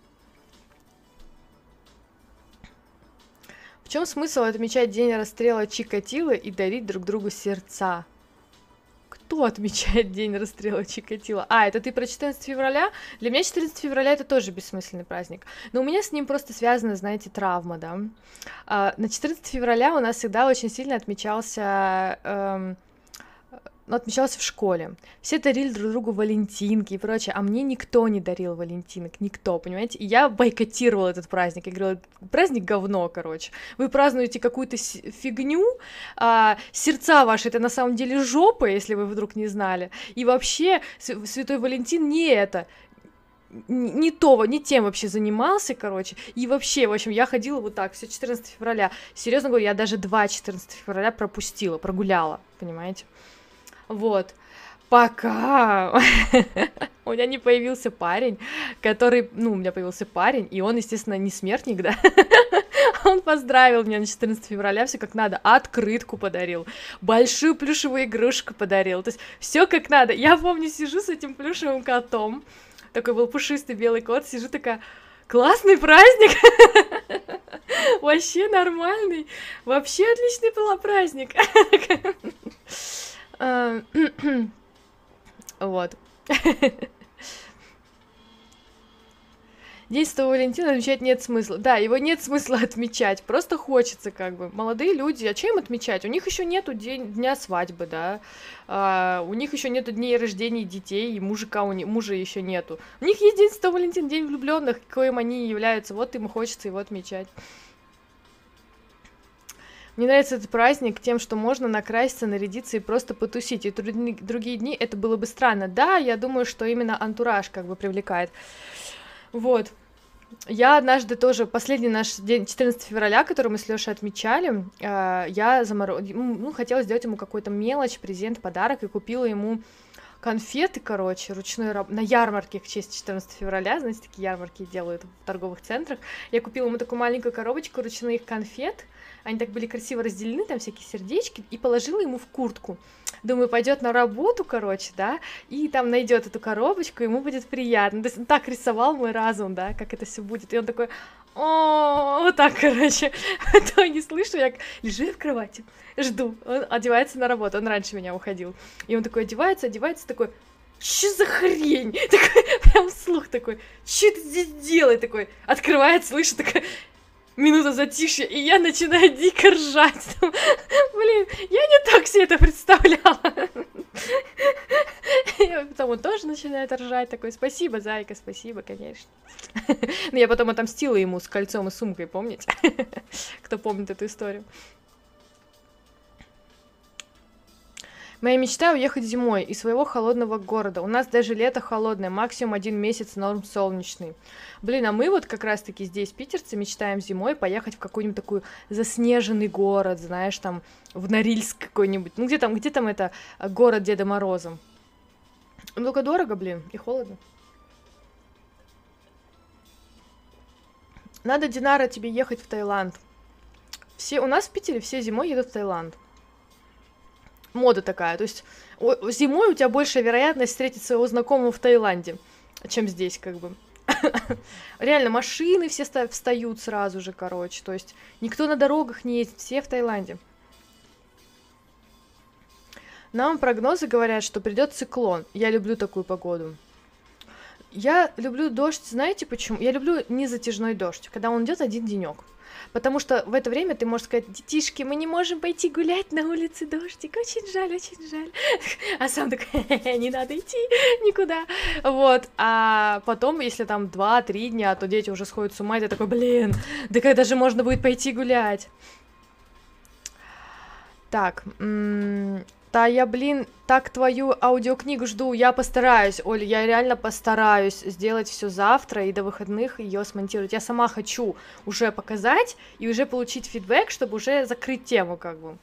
В чем смысл отмечать день расстрела Чикатило и дарить друг другу сердца? Кто отмечает день расстрела Чикатило? А, это ты про четырнадцатое февраля? Для меня четырнадцатое февраля это тоже бессмысленный праздник. Но у меня с ним просто связана, знаете, травма, да. А, на четырнадцатое февраля у нас всегда очень сильно отмечался... Эм, ну, отмечался в школе. Все дарили друг другу валентинки и прочее, а мне никто не дарил валентинок, никто, понимаете? И я бойкотировала этот праздник. Я говорила, праздник говно, короче. Вы празднуете какую-то фигню, а сердца ваши — это на самом деле жопа, если вы вдруг не знали. И вообще Святой Валентин не это... не то, не тем вообще занимался, короче, и вообще, в общем, я ходила вот так, все четырнадцатое февраля, серьезно говорю, я даже два четырнадцатого февраля пропустила, прогуляла, понимаете? Вот, пока у меня не появился парень, который, ну, у меня появился парень, и он, естественно, не смертник, да, он поздравил меня на четырнадцатое февраля, все как надо, открытку подарил, большую плюшевую игрушку подарил, то есть все как надо. Я помню, сижу с этим плюшевым котом, такой был пушистый белый кот, сижу такая, классный праздник, вообще нормальный, вообще отличный был праздник. Вот. День Святого Валентина отмечать нет смысла. Да, его нет смысла отмечать, просто хочется как бы. Молодые люди, а что им отмечать? У них еще нету день, дня свадьбы, да, а, у них еще нету дней рождения детей, и мужика у них, мужа еще нету. У них есть День Святого Валентина, День влюбленных, коим они являются, вот им хочется его отмечать. Мне нравится этот праздник тем, что можно накраситься, нарядиться и просто потусить. И другие дни это было бы странно. Да, я думаю, что именно антураж как бы привлекает. Вот. Я однажды тоже, последний наш день, четырнадцатое февраля, который мы с Лёшей отмечали, э, я заморо... ну, хотела сделать ему какую-то мелочь, презент, подарок, и купила ему конфеты, короче, ручной раб... на ярмарке в честь четырнадцатого февраля, знаете, такие ярмарки делают в торговых центрах. Я купила ему такую маленькую коробочку ручных конфет, они так были красиво разделены, там всякие сердечки, и положила ему в куртку. Думаю, пойдет на работу, короче, да, и там найдет эту коробочку, ему будет приятно. То есть он так рисовал мой разум, да, как это все будет. И он такой, о, вот так, короче. То не слышу, я лежу я в кровати, жду. Он одевается на работу, он раньше меня уходил. И он такой одевается, одевается, такой, что за хрень? Такой, прям вслух такой, что ты здесь делаешь? Такой, открывает, слышу, такой... Минута затишья, и я начинаю дико ржать. Блин, я не так себе это представляла. И потом он тоже начинает ржать, такой, спасибо, зайка, спасибо, конечно. Но я потом отомстила ему с кольцом и сумкой, помните? Кто помнит эту историю. Моя мечта — уехать зимой из своего холодного города. У нас даже лето холодное, максимум один месяц норм солнечный. Блин, а мы вот как раз-таки здесь, питерцы, мечтаем зимой поехать в какой-нибудь такой заснеженный город, знаешь, там, в Норильск какой-нибудь. Ну, где там, где там это город Деда Мороза? Только дорого, блин, и холодно. Надо, Динара, тебе ехать в Таиланд. Все, у нас в Питере все зимой едут в Таиланд. Мода такая, то есть зимой у тебя большая вероятность встретить своего знакомого в Таиланде, чем здесь, как бы. Реально, машины все встают сразу же, короче, то есть никто на дорогах не ездит, все в Таиланде. Нам прогнозы говорят, что придет циклон. Я люблю такую погоду. Я люблю дождь, знаете почему? Я люблю незатяжной дождь, когда он идет один денек. Потому что в это время ты можешь сказать: детишки, мы не можем пойти гулять на улице, дождик, очень жаль, очень жаль. А сам такой: не надо идти никуда. Вот, а потом, если там два-три дня, то дети уже сходят с ума, и ты такой: блин, да когда же можно будет пойти гулять? Так, м- да, я, блин, так твою аудиокнигу жду. Я постараюсь, Оля, я реально постараюсь сделать все завтра и до выходных ее смонтировать. Я сама хочу уже показать и уже получить фидбэк, чтобы уже закрыть тему, как бы.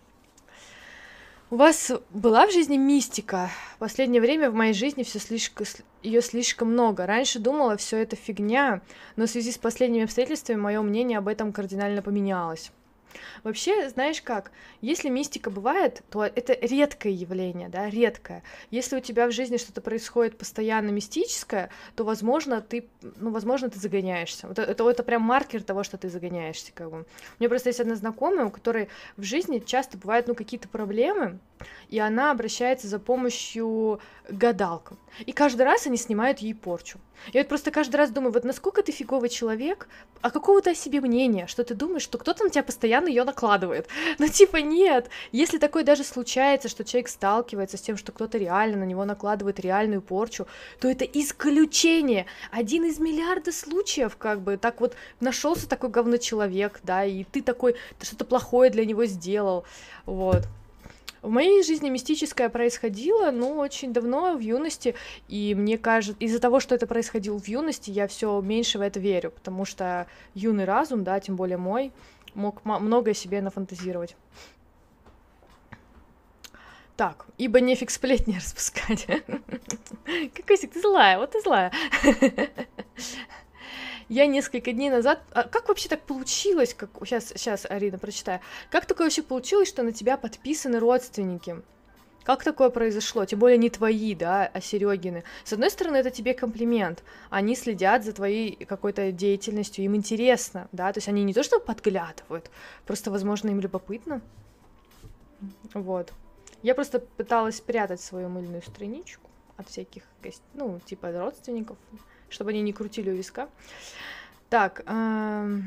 У вас была в жизни мистика? В последнее время в моей жизни все слишком, ее слишком много. Раньше думала, все это фигня, но в связи с последними обстоятельствами мое мнение об этом кардинально поменялось. Вообще, знаешь как, если мистика бывает, то это редкое явление, да, редкое. Если у тебя в жизни что-то происходит постоянно мистическое, то, возможно, ты, ну, возможно, ты загоняешься. Вот это, это прям маркер того, что ты загоняешься, как бы. У меня просто есть одна знакомая, у которой в жизни часто бывают, ну, какие-то проблемы, и она обращается за помощью к гадалкам. И каждый раз они снимают ей порчу. Я вот просто каждый раз думаю, вот насколько ты фиговый человек, а какого ты о себе мнения, что ты думаешь, что кто-то на тебя постоянно ее накладывает. Ну типа нет, если такое даже случается, что человек сталкивается с тем, что кто-то реально на него накладывает реальную порчу, то это исключение, один из миллиарда случаев, как бы, так вот нашелся такой говночеловек, да, и ты такой, ты что-то плохое для него сделал, вот. В моей жизни мистическое происходило, ну, очень давно, в юности, и мне кажется, из-за того, что это происходило в юности, я все меньше в это верю, потому что юный разум, да, тем более мой, мог многое себе нафантазировать. Так, ибо нефиг сплетни распускать. Кокосик, ты злая, вот ты злая. Я несколько дней назад... А как вообще так получилось? Как... Сейчас, сейчас, Арина, прочитаю. Как такое вообще получилось, что на тебя подписаны родственники? Как такое произошло? Тем более не твои, да, а Серёгины. С одной стороны, это тебе комплимент. Они следят за твоей какой-то деятельностью, им интересно, да, то есть они не то что подглядывают, просто, возможно, им любопытно. Вот. Я просто пыталась спрятать свою мыльную страничку от всяких, ну, типа родственников, чтобы они не крутили у виска. Так, эм...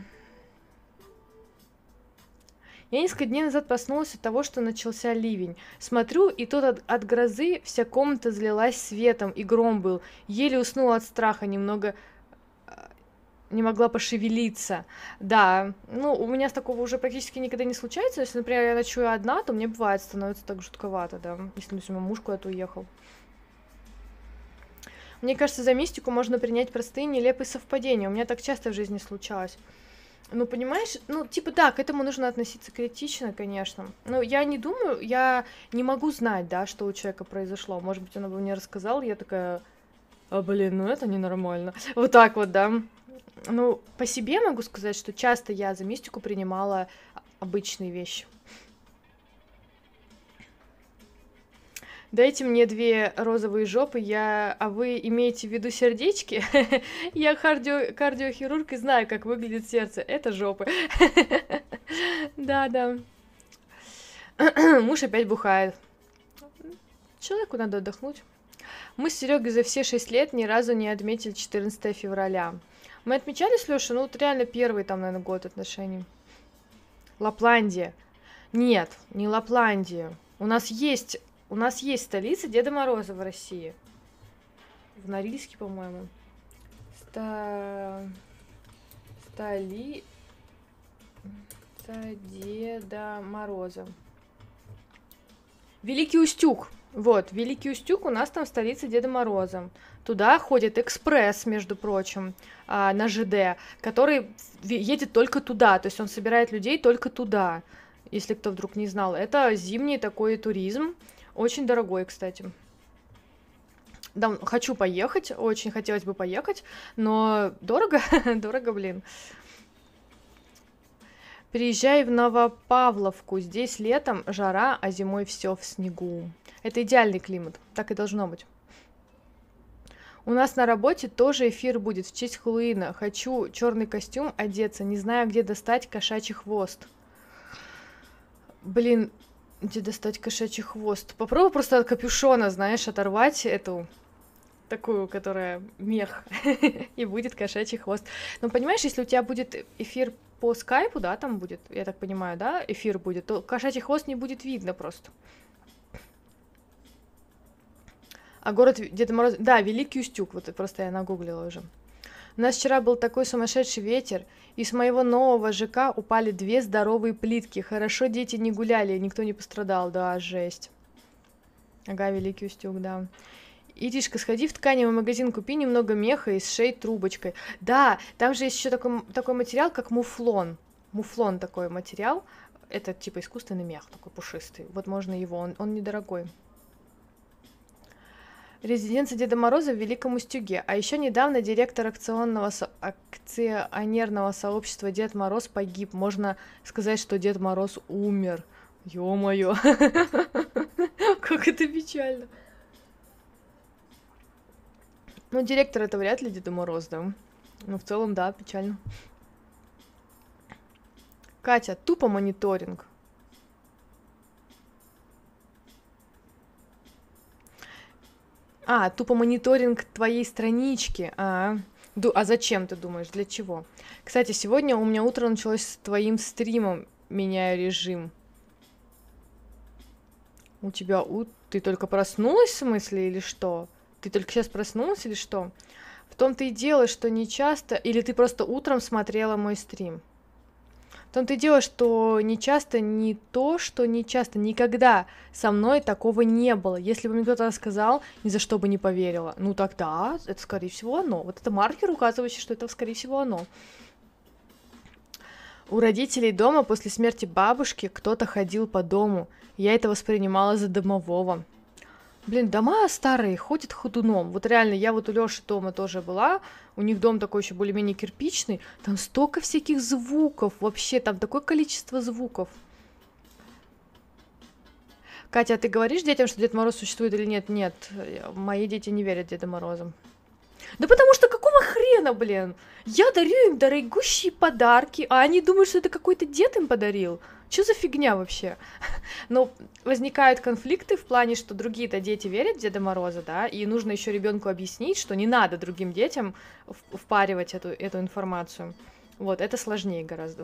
я несколько дней назад проснулась от того, что начался ливень. Смотрю, и тут от, от грозы вся комната залилась светом, и гром был. Еле уснула от страха, немного не могла пошевелиться. Да, ну, у меня с такого уже практически никогда не случается. Если, например, я ночую одна, то мне бывает становится так жутковато, да, если, например, муж куда-то уехал. Мне кажется, за мистику можно принять простые нелепые совпадения. У меня так часто в жизни случалось. Ну, понимаешь, ну, типа, да, к этому нужно относиться критично, конечно. Но я не думаю, я не могу знать, да, что у человека произошло. Может быть, он бы мне рассказал, я такая: а, блин, ну это ненормально. Вот так вот, да. Ну, по себе могу сказать, что часто я за мистику принимала обычные вещи. Дайте мне две розовые жопы, я... А вы имеете в виду сердечки? Я кардио... кардиохирург и знаю, как выглядит сердце. Это жопы. Да-да. Муж опять бухает. Человеку надо отдохнуть. Мы с Серегой за все шесть лет ни разу не отметили четырнадцатое февраля. Мы отмечали с Лешей, ну вот реально первый там, наверное, год отношений. Лапландия. Нет, не Лапландия. У нас есть... У нас есть столица Деда Мороза в России. В Норильске, по-моему. Ста... Столи... Деда Мороза. Великий Устюг. Вот, Великий Устюг, у нас там столица Деда Мороза. Туда ходит экспресс, между прочим, на ЖД, который едет только туда. То есть он собирает людей только туда, если кто вдруг не знал. Это зимний такой туризм. Очень дорогой, кстати. Да, хочу поехать, очень хотелось бы поехать, но дорого, дорого, блин. Приезжай в Новопавловку, здесь летом жара, а зимой все в снегу. Это идеальный климат, так и должно быть. У нас на работе тоже эфир будет в честь Хэллоуина. Хочу черный костюм одеться, не знаю, где достать кошачий хвост. Блин, где достать кошачий хвост? Попробуй просто от капюшона, знаешь, оторвать эту такую, которая мех, и будет кошачий хвост. Но понимаешь, если у тебя будет эфир по скайпу, да, там будет, я так понимаю, да, эфир будет, то кошачий хвост не будет видно просто. А город Деда Мороз... Да, Великий Устюг, вот просто я нагуглила уже. У нас вчера был такой сумасшедший ветер, и с моего нового ЖК упали две здоровые плитки. Хорошо, дети не гуляли, никто не пострадал, да, жесть. Ага, Великий Устюг, да. Иришка, сходи в тканевый магазин, купи немного меха и сшей трубочкой. Да, там же есть еще такой, такой материал, как муфлон. Муфлон такой материал. Это типа искусственный мех, такой пушистый. Вот можно его, он, он недорогой. Резиденция Деда Мороза в Великом Устюге. А еще недавно директор акционного со... акционерного сообщества Дед Мороз погиб. Можно сказать, что Дед Мороз умер. Ё-моё. Как это печально. Ну, директор это вряд ли Деда Мороз, да? Ну, в целом, да, печально. Катя, тупо мониторинг. А, тупо мониторинг твоей странички. А, Ду- а зачем ты думаешь? Для чего? Кстати, сегодня у меня утро началось с твоим стримом. Меняю режим. У тебя у... Ты только проснулась, в смысле, или что? Ты только сейчас проснулась, или что? В том-то и дело, что не часто... Или ты просто утром смотрела мой стрим? В том-то и дело, что не часто не то, что не часто, никогда со мной такого не было. Если бы мне кто-то рассказал, ни за что бы не поверила. Ну тогда это, скорее всего, оно. Вот это маркер, указывающий, что это, скорее всего, оно. У родителей дома после смерти бабушки кто-то ходил по дому. Я это воспринимала за домового. Блин, дома старые, ходят ходуном. Вот реально, я вот у Лёши дома тоже была. У них дом такой еще более-менее кирпичный. Там столько всяких звуков. Вообще, там такое количество звуков. Катя, а ты говоришь детям, что Дед Мороз существует или нет? Нет, мои дети не верят Деда Мороза. Да потому что какого хрена, блин? Я дарю им дорогущие подарки, а они думают, что это какой-то дед им подарил. Что за фигня вообще? Но возникают конфликты в плане, что другие-то дети верят в Деда Мороза, да, и нужно еще ребенку объяснить, что не надо другим детям впаривать эту, эту информацию. Вот, это сложнее гораздо.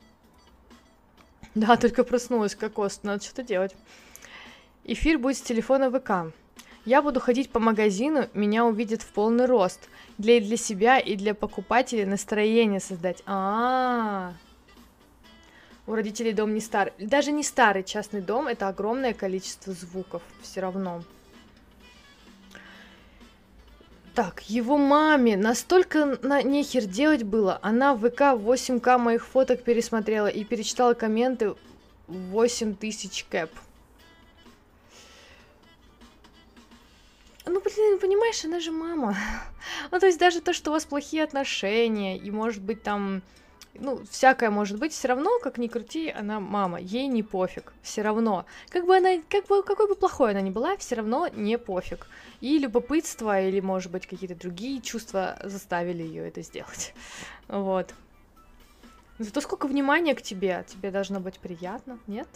Да, только проснулась, кокос, надо что-то делать. Эфир будет с телефона ВК. Я буду ходить по магазину, меня увидят в полный рост. Для, для себя и для покупателей настроение создать. А-а-а. У родителей дом не старый. Даже не старый частный дом, это огромное количество звуков все равно. Так, его маме настолько на нехер делать было. Она в ВК восемь ка моих фоток пересмотрела и перечитала комменты восемь тысяч кэп. Ну, блин, понимаешь, она же мама. Ну, то есть даже то, что у вас плохие отношения, и может быть там... Ну, всякое может быть, все равно, как ни крути, она мама, ей не пофиг, все равно. Как бы она, как бы, какой бы плохой она ни была, все равно не пофиг. И любопытство, или, может быть, какие-то другие чувства заставили ее это сделать. Вот. Зато сколько внимания к тебе, тебе должно быть приятно, нет?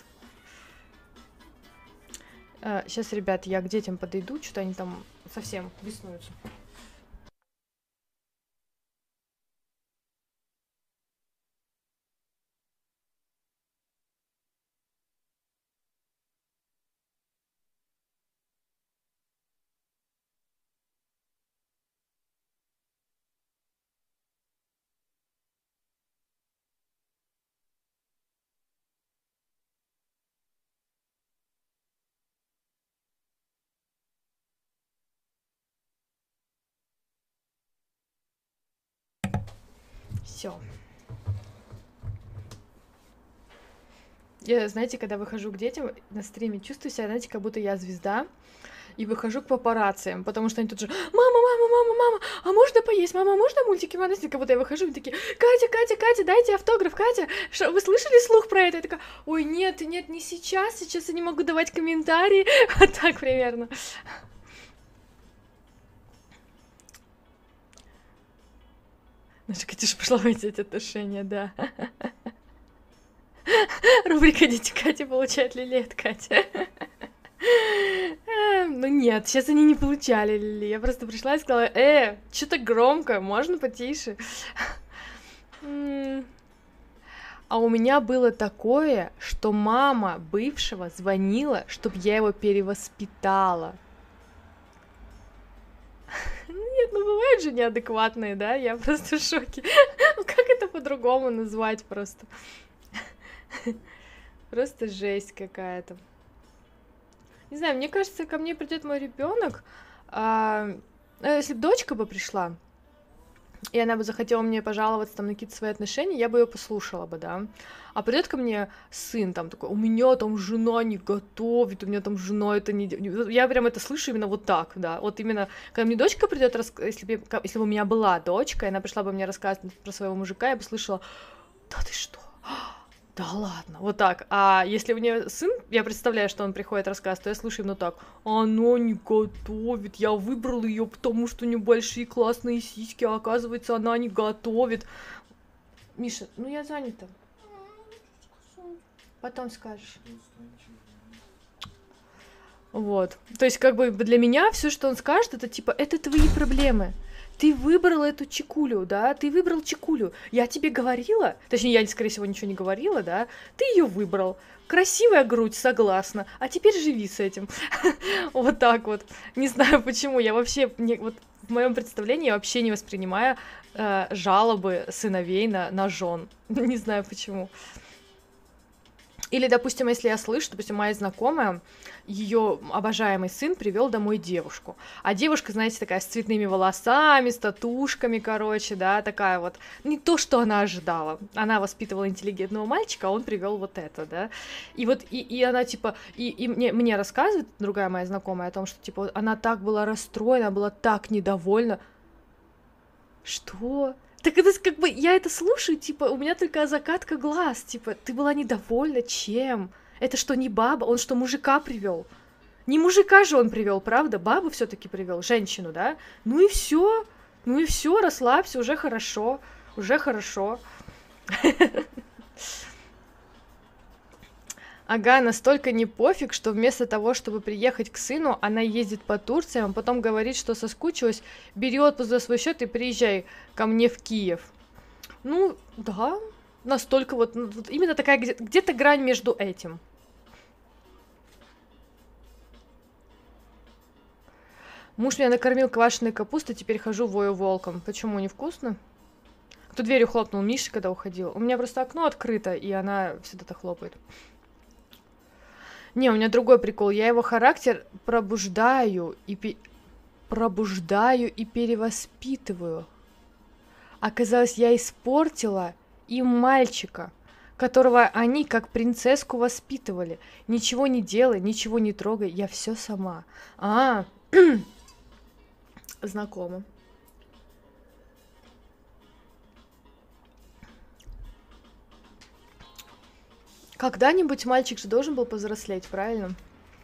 Сейчас, ребят, я к детям подойду, что-то они там совсем беснуются. Все. Я, знаете, когда выхожу к детям на стриме, чувствую себя, знаете, как будто я звезда, и выхожу к папарацциям, потому что они тут же: мама, мама, мама, мама, а можно поесть? Мама, можно мультики? Мама, как будто я выхожу, и такие: Катя, Катя, Катя, дайте автограф, Катя, что, вы слышали слух про это? Я такая: ой, нет, нет, не сейчас, сейчас я не могу давать комментарии, вот так примерно. Наша Катюша пошла в эти отношения, да. Рубрика «Дети Кати» получает лилей от Кати. ну нет, сейчас они не получали Лили. Я просто пришла и сказала, э, что-то громко, можно потише? А у меня было такое, что мама бывшего звонила, чтобы я его перевоспитала. Нет, ну бывают же неадекватные, да? Я просто в шоке. Ну как это по-другому назвать просто? Просто жесть какая-то. Не знаю, мне кажется, ко мне придет мой ребенок, а, если бы дочка бы пришла, и она бы захотела мне пожаловаться там на какие-то свои отношения, я бы ее послушала бы, да. А придет ко мне сын там такой, у меня там жена не готовит, у меня там жена это не делает. Я прям это слышу именно вот так, да. Вот именно, когда мне дочка придет, если бы, если бы у меня была дочка, и она пришла бы мне рассказывать про своего мужика, я бы слышала, да ты что? Да ладно, вот так. А если у нее сын, я представляю, что он приходит рассказывать, то я слышу именно так. Она не готовит, я выбрал ее, потому что у нее большие классные сиськи, а оказывается, она не готовит. Миша, ну я занята. Потом скажешь. Вот. То есть, как бы для меня все, что он скажет, это типа, это твои проблемы. Ты выбрал эту чекулю, да, ты выбрал чекулю. Я тебе говорила, точнее, я, скорее всего, ничего не говорила, да, ты ее выбрал. Красивая грудь, согласна. А теперь живи с этим. Вот так вот. Не знаю почему. Я вообще, вот в моем представлении я вообще не воспринимаю э, жалобы сыновей на, на жен. Не знаю почему. Или, допустим, если я слышу, допустим, моя знакомая, ее обожаемый сын привел домой девушку. А девушка, знаете, такая с цветными волосами, с татушками, короче, да, такая вот. Не то, что она ожидала. Она воспитывала интеллигентного мальчика, а он привел вот это, да. И вот, и, и она, типа, и, и мне, мне рассказывает другая моя знакомая о том, что, типа, она так была расстроена, была так недовольна. Что? Так это как бы, я это слушаю, типа, у меня только закатка глаз, типа, ты была недовольна чем? Это что, не баба? Он что, мужика привел? Не мужика же он привел, правда? Бабу все-таки привел, женщину, да? Ну и все, ну и все, расслабься, уже хорошо, уже хорошо. Ага, настолько не пофиг, что вместо того, чтобы приехать к сыну, она ездит по Турциям, потом говорит, что соскучилась, бери отпуск за свой счет и приезжай ко мне в Киев. Ну, да, настолько вот, вот именно такая где- где-то грань между этим. Муж меня накормил квашеной капустой, теперь хожу вою волком. Почему, невкусно? Кто дверью хлопнул? Миша, когда уходил. У меня просто окно открыто, и она всегда-то хлопает. Не, у меня другой прикол. Я его характер пробуждаю и пе... пробуждаю и перевоспитываю. Оказалось, я испортила им мальчика, которого они как принцесску воспитывали. Ничего не делай, ничего не трогай, я все сама. А, знакомо. Когда-нибудь мальчик же должен был повзрослеть, правильно?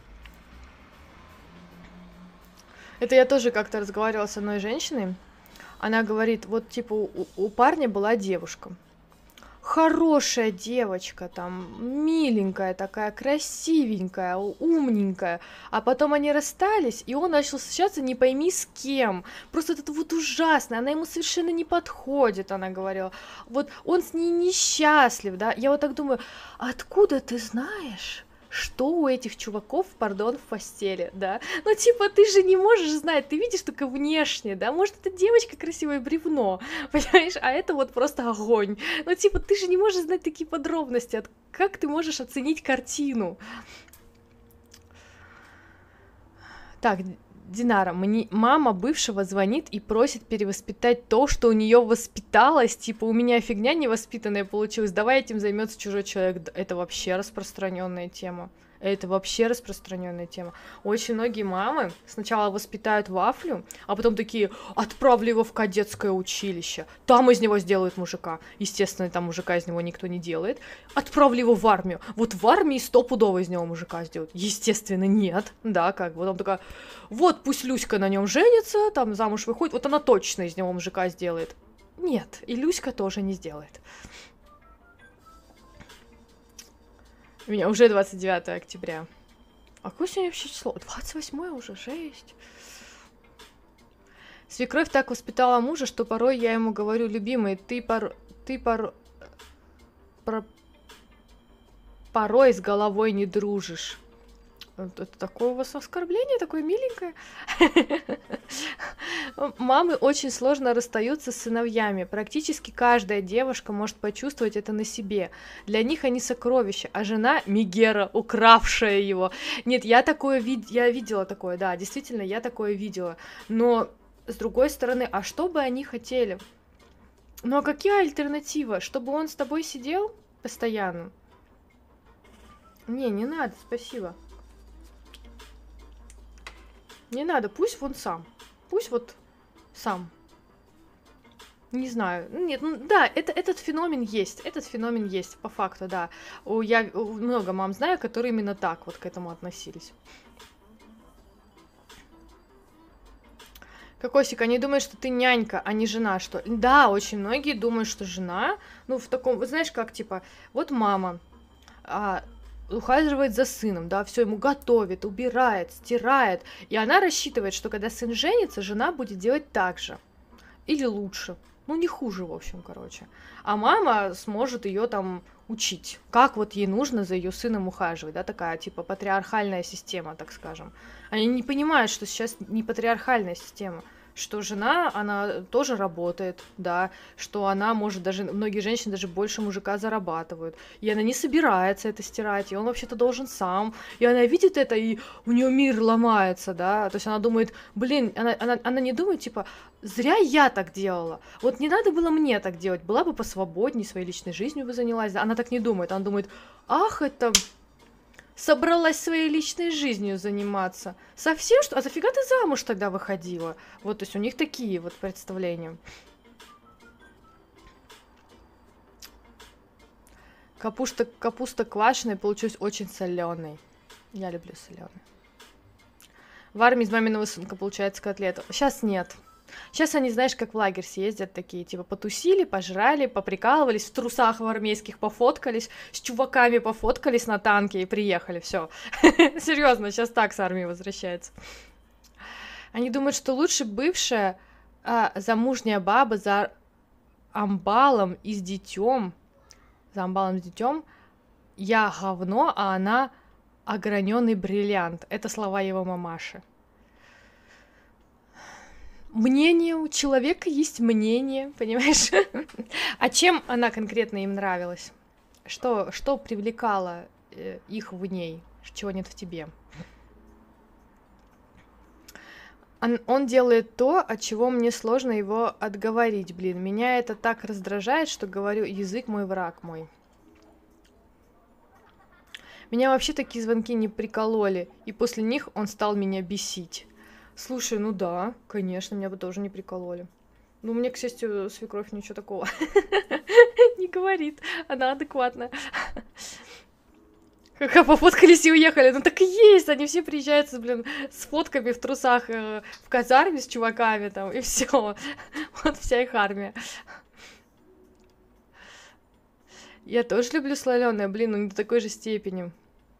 Это я тоже как-то разговаривала с одной женщиной. Она говорит, вот типа у, у парня была девушка. Хорошая девочка, там, миленькая такая, красивенькая, умненькая. А потом они расстались, и он начал встречаться не пойми с кем. Просто это вот ужасно, она ему совершенно не подходит, она говорила. Вот он с ней несчастлив, да. Я вот так думаю, откуда ты знаешь, что у этих чуваков, пардон, в постели, да? Ну, типа, ты же не можешь знать, ты видишь только внешне, да? Может, это девочка красивое бревно, понимаешь? А это вот просто огонь. Ну, типа, ты же не можешь знать такие подробности. Как ты можешь оценить картину? Так, Динара, мне мама бывшего звонит и просит перевоспитать то, что у нее воспиталось. Типа, у меня фигня невоспитанная получилась. Давай этим займется чужой человек. Это вообще распространенная тема. Это вообще распространенная тема. Очень многие мамы сначала воспитают вафлю, а потом такие: отправлю его в кадетское училище. Там из него сделают мужика. Естественно, там мужика из него никто не делает. Отправлю его в армию. Вот в армии стопудово из него мужика сделают. Естественно, нет. Да, как бы. Там такая: вот пусть Люська на нем женится, там замуж выходит, вот она точно из него мужика сделает. Нет, и Люська тоже не сделает. У меня уже двадцать девятое октября. А какое сегодня вообще число? двадцать восьмое уже, жесть. Свекровь так воспитала мужа, что порой я ему говорю: любимый, ты пор... ты пор... Про... порой с головой не дружишь. Это такое у вас оскорбление, такое миленькое. Мамы очень сложно расстаются с сыновьями. Практически каждая девушка может почувствовать это на себе. Для них они сокровища, а жена Мегера, укравшая его. Нет, я такое вид... я видела такое, да, действительно, я такое видела. Но, с другой стороны, а что бы они хотели? Ну а какая альтернатива? Чтобы он с тобой сидел постоянно? Не, не надо, спасибо. Не надо, пусть вон сам. Пусть вот сам. Не знаю. Нет, ну да, это, этот феномен есть. Этот феномен есть, по факту, да. У, я у, много мам знаю, которые именно так вот к этому относились. Кокосик, они думают, что ты нянька, а не жена, что... Да, очень многие думают, что жена... Ну, в таком... Знаешь, как, типа, вот мама... А, ухаживает за сыном, да, все ему готовит, убирает, стирает, и она рассчитывает, что когда сын женится, жена будет делать так же, или лучше, ну не хуже, в общем, короче, а мама сможет ее там учить, как вот ей нужно за ее сыном ухаживать, да, такая типа патриархальная система, так скажем. Они не понимают, что сейчас не патриархальная система, что жена, она тоже работает, да, что она может даже, многие женщины даже больше мужика зарабатывают, и она не собирается это стирать, и он вообще-то должен сам, и она видит это, и у нее мир ломается, да, то есть она думает, блин, она, она, она не думает, типа, зря я так делала, вот не надо было мне так делать, была бы посвободнее, своей личной жизнью бы занялась, да? Она так не думает, она думает, ах, это... собралась своей личной жизнью заниматься. Совсем что? А зафига ты замуж тогда выходила? Вот, то есть у них такие вот представления. Капуста, капуста квашеная получилась очень соленой. Я люблю соленый. В армии из маминого сынка получается котлета. Сейчас нет. Сейчас они, знаешь, как в лагерь съездят такие, типа, потусили, пожрали, поприкалывались, в трусах в армейских пофоткались, с чуваками пофоткались на танке и приехали, все. Серьезно, сейчас так с армии возвращается. Они думают, что лучше бывшая а, замужняя баба за амбалом и с детем, за амбалом с детем, я говно, а она ограненный бриллиант. Это слова его мамаши. Мнение у человека есть мнение, понимаешь? А чем она конкретно им нравилась? Что, что привлекало э, их в ней, чего нет в тебе? Он, он делает то, от чего мне сложно его отговорить, блин. Меня это так раздражает, что говорю, язык мой, враг мой. Меня вообще такие звонки не прикололи, и после них он стал меня бесить. Слушай, ну да, конечно, меня бы тоже не прикололи. Ну, мне, к счастью, свекровь ничего такого не говорит. Она адекватная. Ха-ха, пофоткались и уехали. Ну так и есть, они все приезжают, блин, с фотками в трусах э, в казарме с чуваками там, и все. Вот вся их армия. Я тоже люблю слоёное, блин, но не до такой же степени.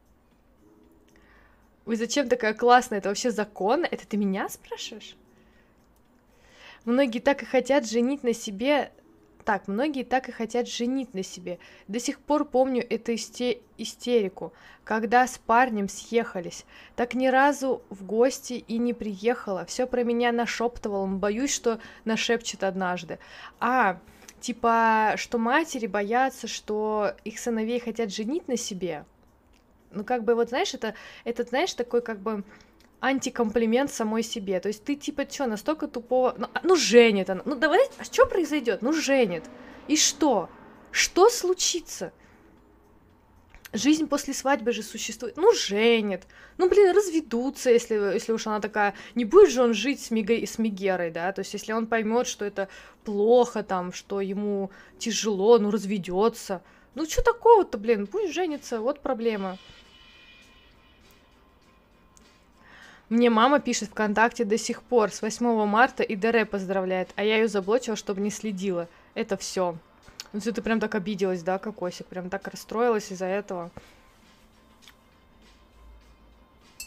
Ой, зачем такая классная? Это вообще законно? Это ты меня спрашиваешь? Многие так и хотят женить на себе... Так, многие так и хотят женить на себе. До сих пор помню эту исте... истерику, когда с парнем съехались. Так ни разу в гости и не приехала. Все про меня нашептывал, боюсь, что нашепчет однажды. А, типа, что матери боятся, что их сыновей хотят женить на себе. Ну, как бы, вот, знаешь, это, это, знаешь, такой, как бы, антикомплимент самой себе. То есть ты, типа, что, настолько тупого... Ну, ну женит она. Ну, давай, а что произойдет? Ну, женит. И что? Что случится? Жизнь после свадьбы же существует. Ну, женит. Ну, блин, разведутся, если, если уж она такая... Не будет же он жить с, Мега... с Мегерой, да? То есть если он поймет, что это плохо, там, что ему тяжело, ну, разведется. Ну, что такого-то, блин? Пусть женится, вот проблема. Мне мама пишет ВКонтакте до сих пор, с восьмого марта, и Дере поздравляет, а я ее заблочила, чтобы не следила. Это все. Ну ты прям так обиделась, да, Кокосик? Прям так расстроилась из-за этого.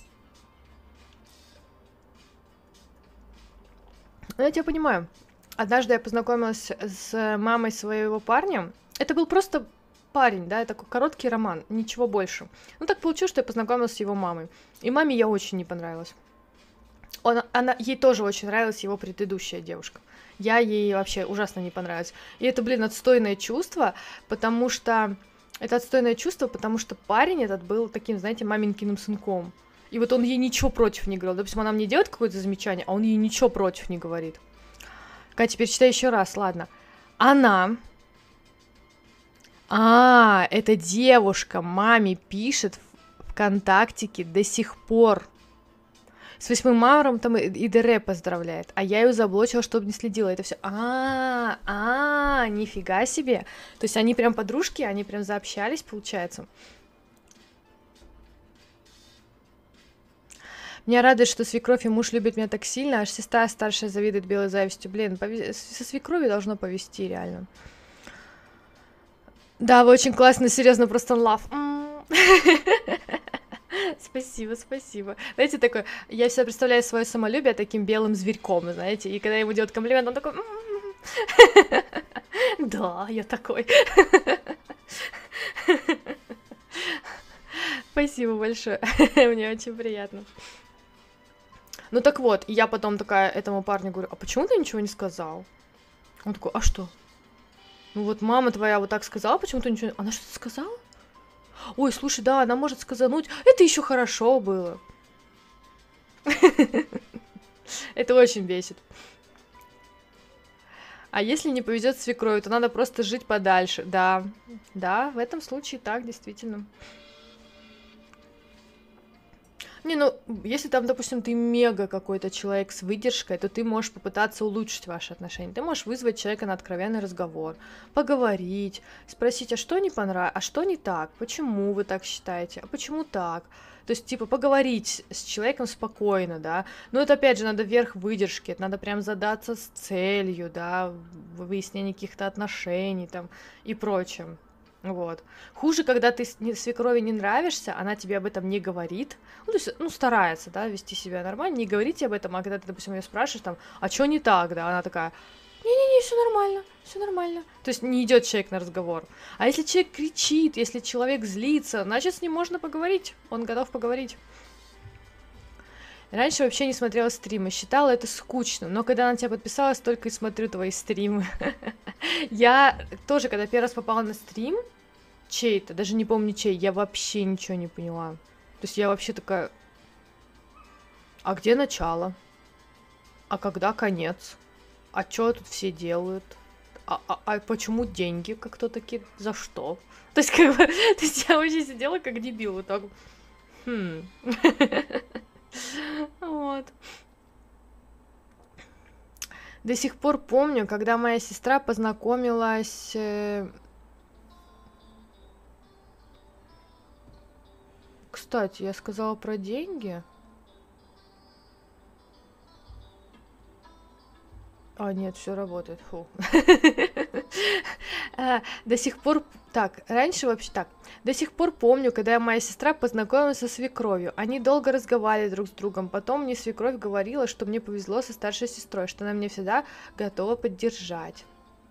Ну, я тебя понимаю. Однажды я познакомилась с мамой своего парня. Это был просто парень, да, такой короткий роман, ничего больше. Ну, так получилось, что я познакомилась с его мамой. И маме я очень не понравилась. Он, она, ей тоже очень нравилась его предыдущая девушка. Я ей вообще ужасно не понравилась. И это, блин, отстойное чувство, потому что... Это отстойное чувство, потому что парень этот был таким, знаете, маменькиным сынком. И вот он ей ничего против не говорил. Допустим, она мне делает какое-то замечание, а он ей ничего против не говорит. Катя, теперь читай еще раз, ладно. Она... А, эта девушка маме пишет в ВКонтактике до сих пор. С восьмым маром там и ДР поздравляет, а я ее заблочила, чтобы не следила. Это все. А, а, нифига себе. То есть они прям подружки, они прям заобщались, получается. Меня радует, что свекровь и муж любят меня так сильно, аж сестра старшая завидует белой завистью. Блин, пове... со свекровью должно повезти, реально. Да, вы очень классно, серьезно, просто лав. Спасибо, спасибо. Знаете, такой, я всегда представляю свое самолюбие таким белым зверьком, знаете, и когда ему делают комплимент, он такой... Да, я такой. Спасибо большое, мне очень приятно. Ну так вот, я потом такая этому парню говорю, а почему ты ничего не сказал? Он такой, а что? Ну вот мама твоя вот так сказала, почему ты ничего... Она что-то сказала? Ой, слушай, да, она может сказануть, это еще хорошо было. Это очень бесит. А если не повезет свекрови, то надо просто жить подальше. Да, да, в этом случае так, действительно. Не, ну, если там, допустим, ты мега какой-то человек с выдержкой, то ты можешь попытаться улучшить ваши отношения. Ты можешь вызвать человека на откровенный разговор, поговорить, спросить, а что не понравилось, а что не так, почему вы так считаете, а почему так. То есть, типа, поговорить с человеком спокойно, да. Но это, опять же, надо верх выдержки, это надо прям задаться с целью, да, выяснение каких-то отношений там и прочее. Вот. Хуже, когда ты свекрови не нравишься, она тебе об этом не говорит, ну, то есть, ну, старается, да, вести себя нормально, не говорить об этом, а когда ты, допустим, ее спрашиваешь, там, а что не так, да, она такая, не-не-не, все нормально, все нормально. То есть не идет человек на разговор. А если человек кричит, если человек злится, значит, с ним можно поговорить, он готов поговорить. Раньше вообще не смотрела стримы, считала это скучно, но когда на тебя подписалась, только и смотрю твои стримы. Я тоже, когда первый раз попала на стрим, чей-то, даже не помню чей, я вообще ничего не поняла. То есть я вообще такая, а где начало? А когда конец? А что тут все делают? А, а, а почему деньги как-то такие? За что? То есть, как бы, то есть я вообще сидела как дебил, вот так. Хм. Вот. До сих пор помню, когда моя сестра познакомилась... Кстати, я сказала про деньги. А, нет, все работает. Фу. До сих пор... Так, раньше вообще так. До сих пор помню, когда моя сестра познакомилась со свекровью. Они долго разговаривали друг с другом. Потом мне свекровь говорила, что мне повезло со старшей сестрой, что она меня всегда готова поддержать.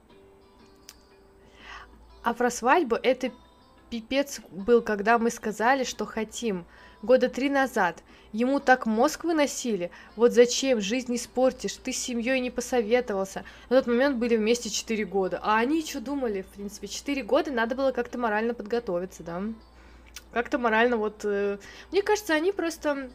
А про свадьбу это пипец был, когда мы сказали, что хотим. Года три назад. Ему так мозг выносили. Вот зачем, жизнь испортишь, ты с семьей не посоветовался. На тот момент были вместе четыре года. А они что думали, в принципе? четыре года надо было как-то морально подготовиться, да? Как-то морально вот... Э, мне кажется, они просто...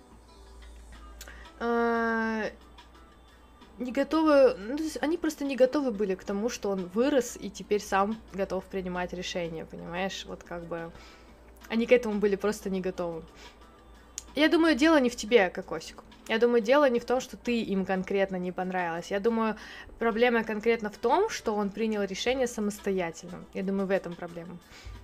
Э, не готовы... Ну, то есть они просто не готовы были к тому, что он вырос и теперь сам готов принимать решения, понимаешь? Вот как бы... Они к этому были просто не готовы. Я думаю, дело не в тебе, Кокосик. Я думаю, дело не в том, что ты им конкретно не понравилась. Я думаю, проблема конкретно в том, что он принял решение самостоятельно. Я думаю, в этом проблема.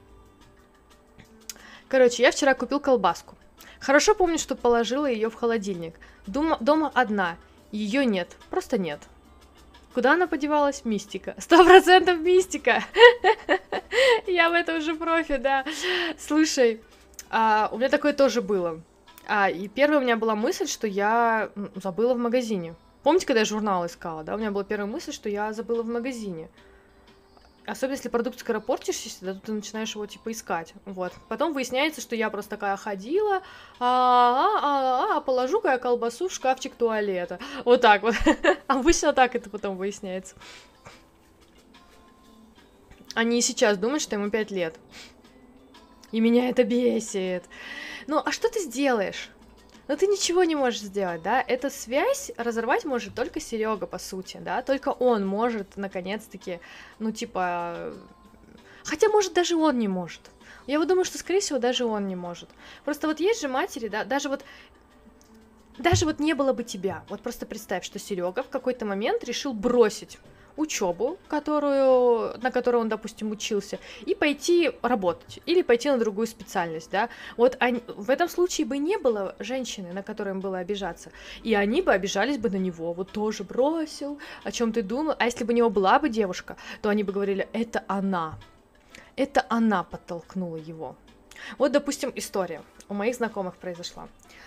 Короче, я вчера купил колбаску. Хорошо помню, что положила ее в холодильник. Дома, дома одна. Ее нет. Просто нет. Куда она подевалась? Мистика. Сто процентов мистика. Я в этом же профи, да. Слушай, у меня такое тоже было. А, и первая у меня была мысль, что я забыла в магазине. Помните, когда я журнал искала, да, у меня была первая мысль, что я забыла в магазине. Особенно если продукт скоропортишься, да, то ты начинаешь его, типа, искать, вот. Потом выясняется, что я просто такая ходила, а, а, а, положу-ка я колбасу в шкафчик туалета. Вот так вот. Обычно так это потом выясняется. Они и сейчас думают, что ему пять лет. И меня это бесит. Ну, а что ты сделаешь? Но ты ничего не можешь сделать, да? Эту связь разорвать может только Серега, по сути, да? Только он может, наконец-таки, ну, типа... Хотя, может, даже он не может. Я вот думаю, что, скорее всего, даже он не может. Просто вот есть же матери, да, даже вот... Даже вот не было бы тебя. Вот просто представь, что Серега в какой-то момент решил бросить учебу, которую, на которой он, допустим, учился, и пойти работать, или пойти на другую специальность, да, вот они, в этом случае бы не было женщины, на которой им было обижаться, и они бы обижались бы на него, вот тоже бросил, о чем ты думал, а если бы у него была бы девушка, то они бы говорили, это она, это она подтолкнула его. Вот, допустим, история у моих знакомых произошла.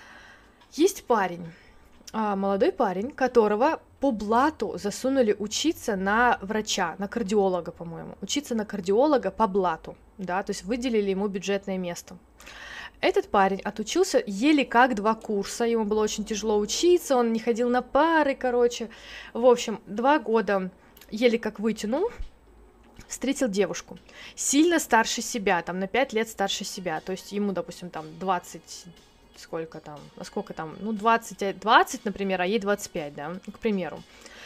Есть парень, молодой парень, которого по блату засунули учиться на врача, на кардиолога, по-моему, учиться на кардиолога по блату, да, то есть выделили ему бюджетное место. Этот парень отучился еле как два курса, ему было очень тяжело учиться, он не ходил на пары, короче, в общем, два года еле как вытянул, встретил девушку, сильно старше себя, там, на пять лет старше себя, то есть ему, допустим, там, двадцать... сколько там, насколько там, ну, двадцать, двадцать, например, а ей двадцать пять, да, к примеру.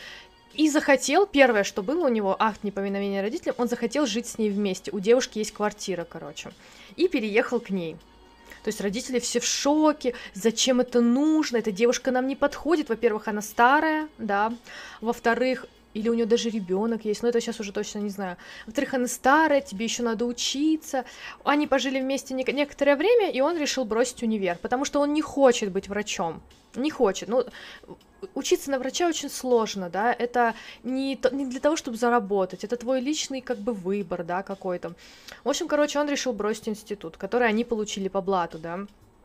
И захотел, первое, что было у него, акт неповиновения родителям, он захотел жить с ней вместе, у девушки есть квартира, короче, и переехал к ней. То есть родители все в шоке, зачем это нужно, эта девушка нам не подходит, во-первых, она старая, да, во-вторых, или у нее даже ребенок есть, но это сейчас уже точно не знаю. Во-вторых, она старая, тебе еще надо учиться. Они пожили вместе не- некоторое время, и он решил бросить универ, потому что он не хочет быть врачом. Не хочет. Ну, учиться на врача очень сложно, да, это не, то- не для того, чтобы заработать, это твой личный, как бы, выбор, да, какой-то. В общем, короче, он решил бросить институт, который они получили по блату, да.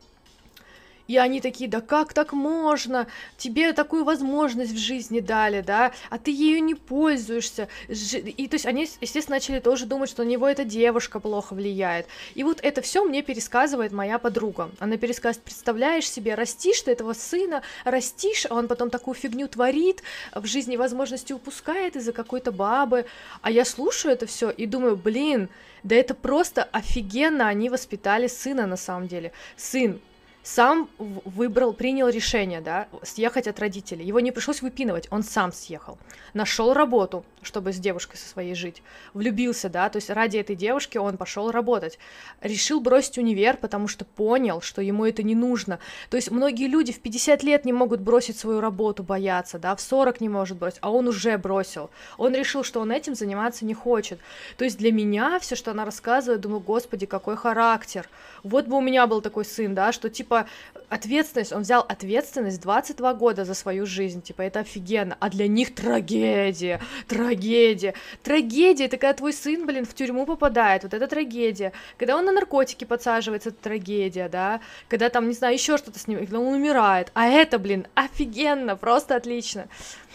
И они такие, да как так можно? Тебе такую возможность в жизни дали, да, а ты ею не пользуешься. Жи- И то есть они, естественно, начали тоже думать, что на него эта девушка плохо влияет. И вот это все мне пересказывает моя подруга. Она пересказывает, представляешь себе, растишь ты этого сына, растишь, а он потом такую фигню творит, в жизни возможности упускает из-за какой-то бабы. А я слушаю это все и думаю, блин, да это просто офигенно они воспитали сына на самом деле. Сын сам в- выбрал, принял решение, да, съехать от родителей. Его не пришлось выпинывать, он сам съехал. Нашел работу, чтобы с девушкой со своей жить. Влюбился, да, то есть ради этой девушки он пошел работать. Решил бросить универ, потому что понял, что ему это не нужно. То есть многие люди в пятьдесят лет не могут бросить свою работу, боятся, да, в сорок не может бросить, а он уже бросил. Он решил, что он этим заниматься не хочет. То есть для меня все, что она рассказывает, думаю, господи, какой характер. Вот бы у меня был такой сын, да, что типа ответственность, он взял ответственность двадцать два года за свою жизнь, типа это офигенно, а для них трагедия, трагедия, трагедия, это когда твой сын, блин, в тюрьму попадает, вот это трагедия, когда он на наркотики подсаживается, это трагедия, да, когда там, не знаю, еще что-то с ним, когда он умирает, а это, блин, офигенно, просто отлично.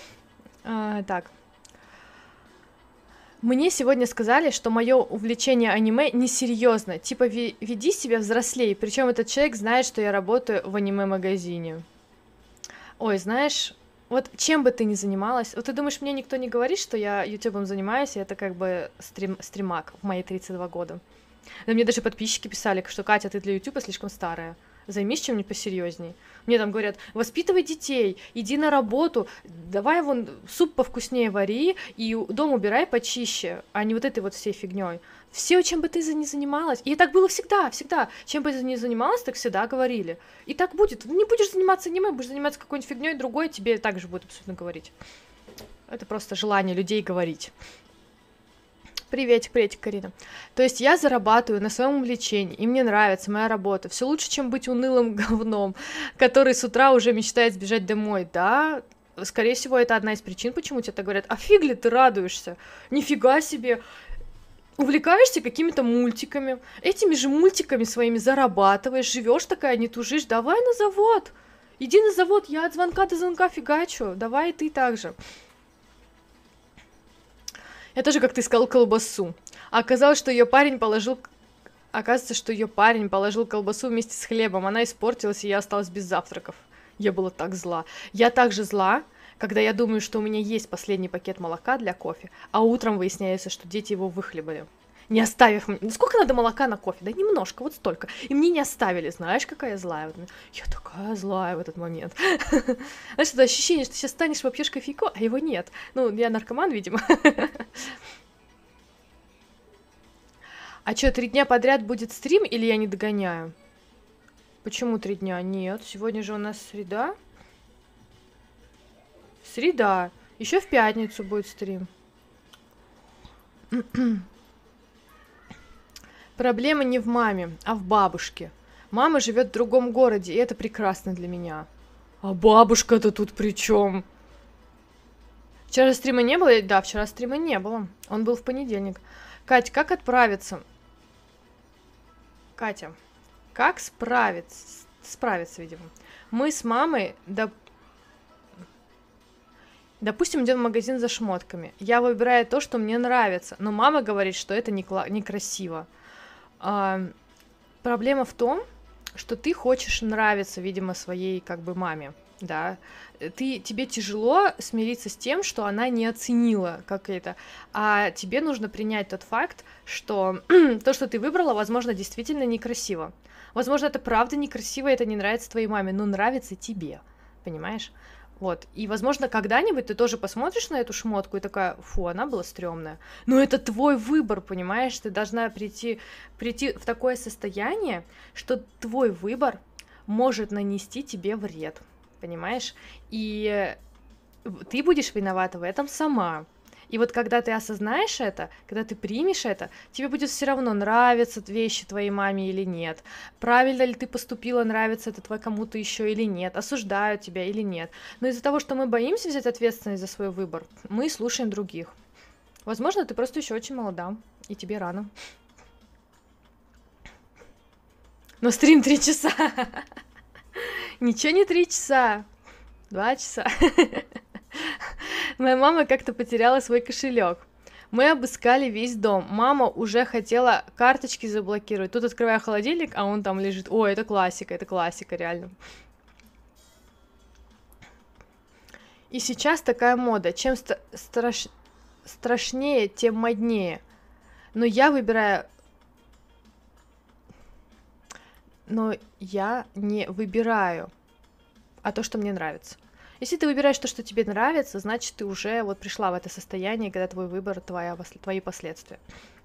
А, так. Мне сегодня сказали, что мое увлечение аниме несерьезно. Типа, ви- веди себя взрослей. Причем этот человек знает, что я работаю в аниме-магазине. Ой, знаешь, вот чем бы ты ни занималась, вот ты думаешь, мне никто не говорит, что я ютубом занимаюсь, и это как бы стрим, стримак в мои тридцать два года. Да мне даже подписчики писали, что Катя, ты для ютуба слишком старая. Займись чем-нибудь посерьезней. Мне там говорят, воспитывай детей, иди на работу, давай вон суп повкуснее вари и у- дом убирай почище, а не вот этой вот всей фигней. Все, чем бы ты за- ни занималась, и так было всегда, всегда, чем бы ты ни занималась, так всегда говорили. И так будет. Не будешь заниматься аниме, будешь заниматься какой-нибудь фигней другой, тебе также будут абсолютно говорить. Это просто желание людей говорить. Приветик, приветик, Карина. То есть я зарабатываю на своем увлечении, и мне нравится моя работа. Все лучше, чем быть унылым говном, который с утра уже мечтает сбежать домой. Да, скорее всего, это одна из причин, почему тебе так говорят. А фиг ли ты радуешься? Нифига себе. Увлекаешься какими-то мультиками, этими же мультиками своими зарабатываешь, живешь такая, не тужишь, давай на завод. Иди на завод, я от звонка до звонка фигачу. Давай и ты так же. Я тоже как-то искал колбасу. А оказалось, что ее парень положил... Оказывается, что ее парень положил колбасу вместе с хлебом. Она испортилась, и я осталась без завтраков. Я была так зла. Я также зла, когда я думаю, что у меня есть последний пакет молока для кофе, а утром выясняется, что дети его выхлебали, не оставив мне... Ну, сколько надо молока на кофе? Да немножко, вот столько. И мне не оставили. Знаешь, какая я злая? Я такая злая в этот момент. Знаешь, это ощущение, что сейчас станешь, попьешь кофейку, а его нет. Ну, я наркоман, видимо. А что, три дня подряд будет стрим или я не догоняю? Почему три дня? Нет, сегодня же у нас среда. Среда. Еще в пятницу будет стрим. Проблема не в маме, а в бабушке. Мама живет в другом городе, и это прекрасно для меня. А бабушка-то тут при чем? Вчера стрима не было? Да, вчера стрима не было. Он был в понедельник. Кать, как отправиться? Катя, как справиться? Справиться, видимо. Мы с мамой, доп... допустим, идем в магазин за шмотками. Я выбираю то, что мне нравится, но мама говорит, что это не кла... некрасиво. А, проблема в том, что ты хочешь нравиться, видимо, своей как бы маме, да. Ты, тебе тяжело смириться с тем, что она не оценила как это, а тебе нужно принять тот факт, что то, что ты выбрала, возможно, действительно некрасиво. Возможно, это правда некрасиво, это не нравится твоей маме, но нравится тебе, понимаешь? Вот, и, возможно, когда-нибудь ты тоже посмотришь на эту шмотку и такая, фу, она была стрёмная. Но это твой выбор, понимаешь? Ты должна прийти, прийти в такое состояние, что твой выбор может нанести тебе вред, понимаешь? И ты будешь виновата в этом сама. И вот когда ты осознаешь это, когда ты примешь это, тебе будет все равно, нравятся вещи твоей маме или нет, правильно ли ты поступила, нравится это твой кому-то еще или нет, осуждают тебя или нет. Но из-за того, что мы боимся взять ответственность за свой выбор, мы слушаем других. Возможно, ты просто еще очень молода, и тебе рано. Но стрим три часа. Ничего не три часа. Два часа. Моя мама как-то потеряла свой кошелек. Мы обыскали весь дом. Мама уже хотела карточки заблокировать. Тут открываю холодильник, а он там лежит. О, это классика, это классика, реально. И сейчас такая мода. Чем ст- страш... страшнее, тем моднее. Но я выбираю... Но я не выбираю, а то, что мне нравится. Если ты выбираешь то, что тебе нравится, значит, ты уже вот пришла в это состояние, когда твой выбор, твоя, твои последствия.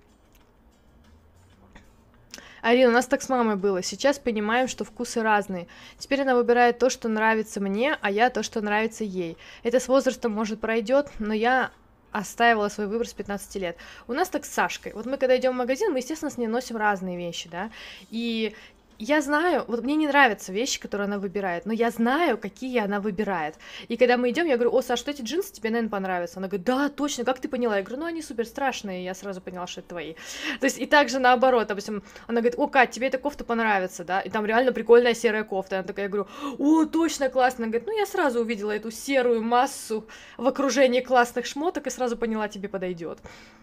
Арина, у нас так с мамой было. Сейчас понимаем, что вкусы разные. Теперь она выбирает то, что нравится мне, а я то, что нравится ей. Это с возрастом, может, пройдет, но я отстаивала свой выбор с пятнадцати лет. У нас так с Сашкой. Вот мы, когда идем в магазин, мы, естественно, с ней носим разные вещи, да, и... Я знаю, вот мне не нравятся вещи, которые она выбирает, но я знаю, какие она выбирает. И когда мы идем, я говорю, о, Саш, что эти джинсы тебе, наверное, понравятся? Она говорит, да, точно, как ты поняла? Я говорю, ну, они супер страшные, и я сразу поняла, что это твои. То есть и также наоборот, допустим, она говорит, о, Кать, тебе эта кофта понравится, да? И там реально прикольная серая кофта. Она такая, я говорю, о, точно, классно. Она говорит, ну, я сразу увидела эту серую массу в окружении классных шмоток и сразу поняла, тебе подойдет.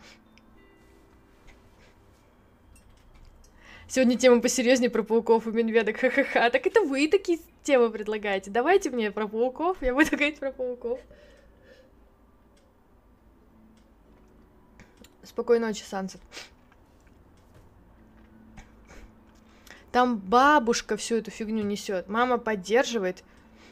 Сегодня тема посерьезнее про пауков и медведок, ха-ха-ха. Так это вы такие темы предлагаете. Давайте мне про пауков, я буду говорить про пауков. Спокойной ночи, Сансет. Там бабушка всю эту фигню несет. Мама поддерживает,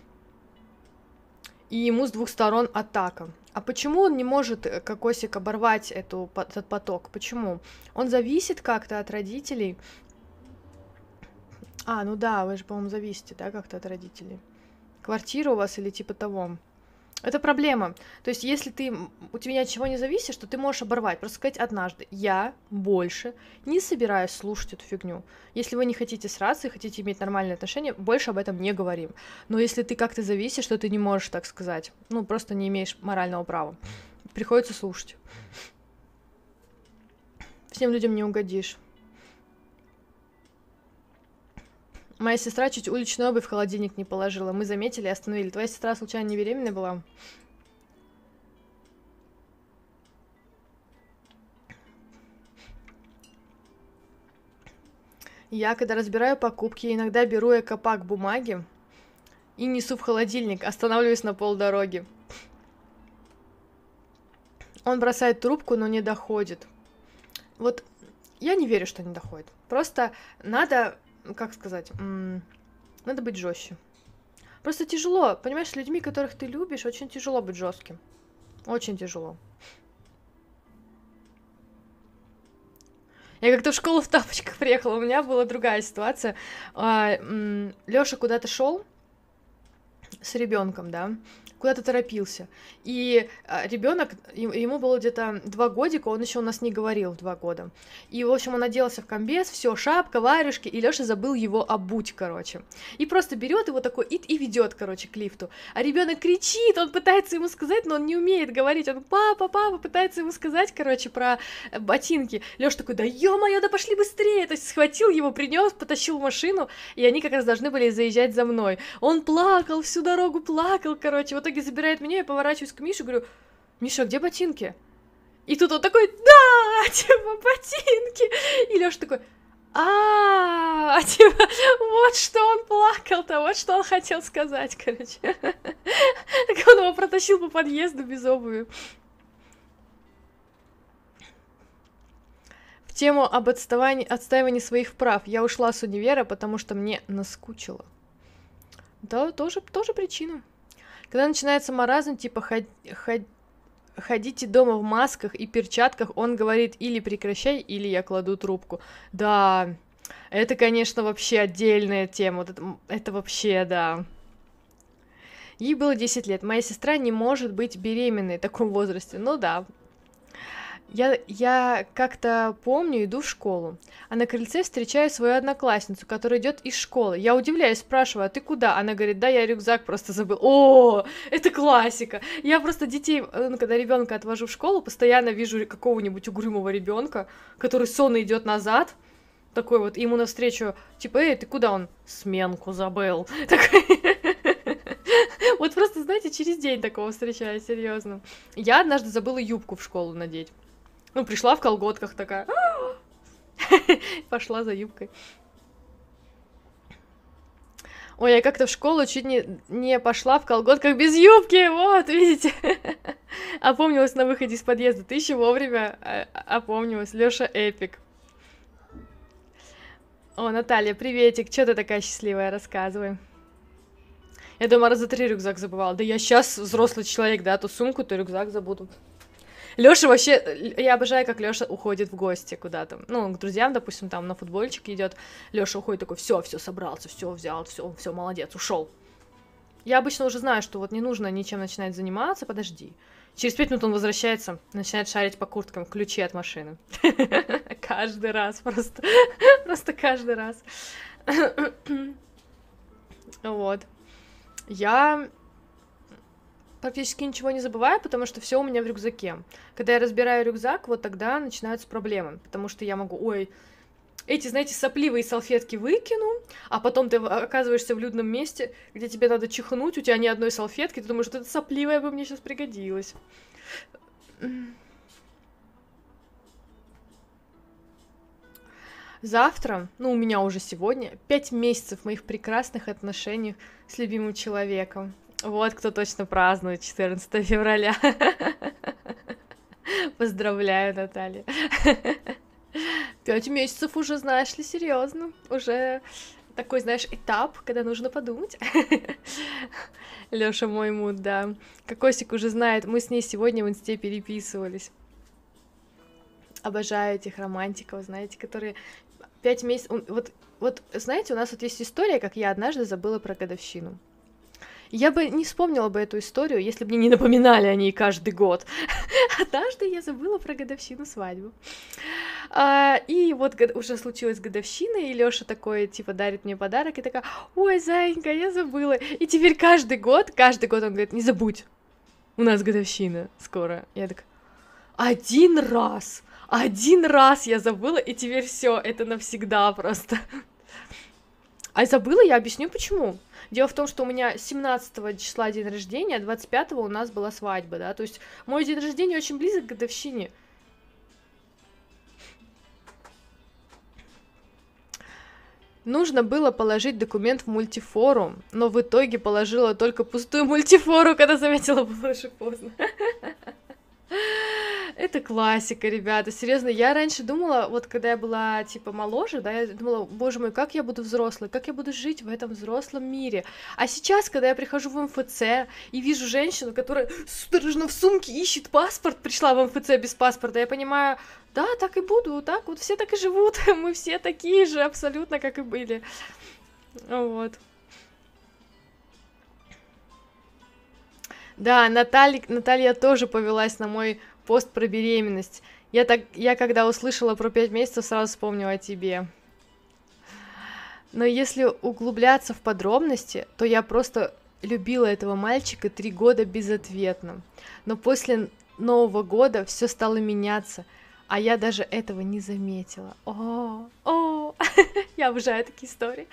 и ему с двух сторон атака. А почему он не может, кокосик, оборвать эту, этот поток? Почему? Он зависит как-то от родителей. А, ну да, вы же, по-моему, зависите, да, как-то от родителей. Квартира у вас или типа того. Это проблема. То есть, если ты, у тебя ни от чего не зависишь, то ты можешь оборвать. Просто сказать однажды, я больше не собираюсь слушать эту фигню. Если вы не хотите сраться и хотите иметь нормальные отношения, больше об этом не говорим. Но если ты как-то зависишь, то ты не можешь так сказать. Ну, просто не имеешь морального права. Приходится слушать. Всем людям не угодишь. Моя сестра чуть уличную обувь в холодильник не положила. Мы заметили и остановили. Твоя сестра случайно не беременная была? Я, когда разбираю покупки, иногда беру экопак бумаги и несу в холодильник, останавливаюсь на полдороги. Он бросает трубку, но не доходит. Вот я не верю, что не доходит. Просто надо, как сказать, м- надо быть жестче. Просто тяжело, понимаешь, с людьми, которых ты любишь, очень тяжело быть жестким. Очень тяжело. Я как-то в школу в тапочках приехала, у меня была другая ситуация. Лёша куда-то шел с ребенком, да, куда-то торопился. И ребенок, ему было где-то два годика, он еще у нас не говорил в два года. И, в общем, он оделся в комбез, все, шапка, варежки, и Лёша забыл его обуть, короче. И просто берет его такой и, и ведет, короче, к лифту. А ребенок кричит, он пытается ему сказать, но он не умеет говорить. Он папа, папа, пытается ему сказать, короче, про ботинки. Лёша такой, да ё-моё, да пошли быстрее. То есть схватил его, принес, потащил в машину, и они как раз должны были заезжать за мной. Он плакал, всю дорогу плакал, короче. В итоге забирает меня, я поворачиваюсь к Мише, говорю, Миша, где ботинки? И тут он такой, да, типа, ботинки. И Лёша такой, а, типа, вот что он плакал-то, вот что он хотел сказать, короче. Так он его протащил по подъезду без обуви. В тему об отставании, отстаивании своих прав. Я ушла с универа, потому что мне наскучило. Да, тоже, тоже причина. Когда начинается маразм, типа ход, ход, ходите дома в масках и перчатках, он говорит или прекращай, или я кладу трубку. Да, это, конечно, вообще отдельная тема. Вот это, это вообще, да. Ей было десять лет. Моя сестра не может быть беременной в таком возрасте. Ну да. Я, я как-то помню, иду в школу, а на крыльце встречаю свою одноклассницу, которая идет из школы. Я удивляюсь, спрашиваю, а ты куда? Она говорит, да, я рюкзак просто забыл. О, это классика. Я просто детей, ну, когда ребенка отвожу в школу, постоянно вижу какого-нибудь угрюмого ребенка, который сонно идет назад, такой вот, ему навстречу, типа, эй, ты куда? Он сменку забыл. Вот просто, знаете, через день такого встречаю, серьезно. Я однажды забыла юбку в школу надеть. Ну, пришла в колготках такая. Пошла за юбкой. Ой, я как-то в школу чуть не, не пошла в колготках без юбки. Вот, видите. Опомнилась на выходе из подъезда. Ты еще вовремя опомнилась. Лёша эпик. О, Наталья, приветик. Чё ты такая счастливая? Рассказывай. Я дома раза три рюкзак забывала. Да я сейчас взрослый человек, да, то сумку, то рюкзак забуду. Лёша вообще, я обожаю, как Лёша уходит в гости куда-то. Ну, к друзьям, допустим, там на футбольчик идет. Лёша уходит такой, все, все собрался, все взял, все, все, молодец, ушел. Я обычно уже знаю, что вот не нужно ничем начинать заниматься, подожди. Через пять минут он возвращается, начинает шарить по курткам ключи от машины. Каждый раз, просто, просто каждый раз. Вот. Я практически ничего не забываю, потому что все у меня в рюкзаке. Когда я разбираю рюкзак, вот тогда начинаются проблемы, потому что я могу, ой, эти, знаете, сопливые салфетки выкину, а потом ты оказываешься в людном месте, где тебе надо чихнуть, у тебя ни одной салфетки, ты думаешь, что это сопливая бы мне сейчас пригодилась. Завтра, ну, у меня уже сегодня, пять месяцев моих прекрасных отношений с любимым человеком. Вот кто точно празднует четырнадцатого февраля. Поздравляю, Наталья. Пять месяцев уже, знаешь ли, серьезно. Уже такой, знаешь, этап, когда нужно подумать. Лёша мой муд, да. Кокосик уже знает, мы с ней сегодня в инсте переписывались. Обожаю этих романтиков, знаете, которые пять месяцев... Вот, вот, знаете, у нас вот есть история, как я однажды забыла про годовщину. Я бы не вспомнила бы эту историю, если бы мне не напоминали о ней каждый год. Однажды я забыла про годовщину свадьбы. А, и вот уже случилась годовщина, и Лёша такой, типа, дарит мне подарок, и такая, ой, зайенька, я забыла. И теперь каждый год, каждый год он говорит, не забудь, у нас годовщина скоро. Я такая, один раз, один раз я забыла, и теперь все, это навсегда просто. А забыла, я объясню почему. Дело в том, что у меня семнадцатого числа день рождения, а двадцать пятого у нас была свадьба, да, то есть мой день рождения очень близок к годовщине. Нужно было положить документ в мультифорум, но в итоге положила только пустую мультифору, когда заметила, было уже поздно. Это классика, ребята, серьезно, я раньше думала, вот когда я была, типа, моложе, да, я думала, боже мой, как я буду взрослой, как я буду жить в этом взрослом мире, а сейчас, когда я прихожу в эм эф цэ и вижу женщину, которая судорожно в сумке ищет паспорт, пришла в эм эф цэ без паспорта, я понимаю, да, так и буду, так, вот все так и живут, мы все такие же, абсолютно, как и были, вот. Да, Наталья, Наталья тоже повелась на мой пост про беременность. Я так, я когда услышала про пять месяцев, сразу вспомнила о тебе. Но если углубляться в подробности, то я просто любила этого мальчика три года безответно. Но после Нового года все стало меняться, а я даже этого не заметила. О, о, я обожаю такие истории.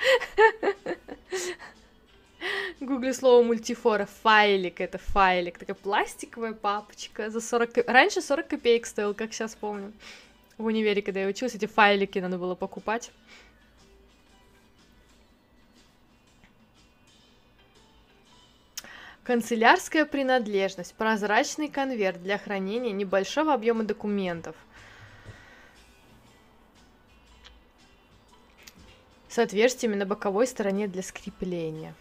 Гуглю слово мультифора, файлик, это файлик, такая пластиковая папочка за сорок копеек. Раньше сорок копеек стоил, как сейчас помню. В универе, когда я училась, эти файлики надо было покупать. Канцелярская принадлежность, прозрачный конверт для хранения небольшого объема документов. С отверстиями на боковой стороне для скрепления.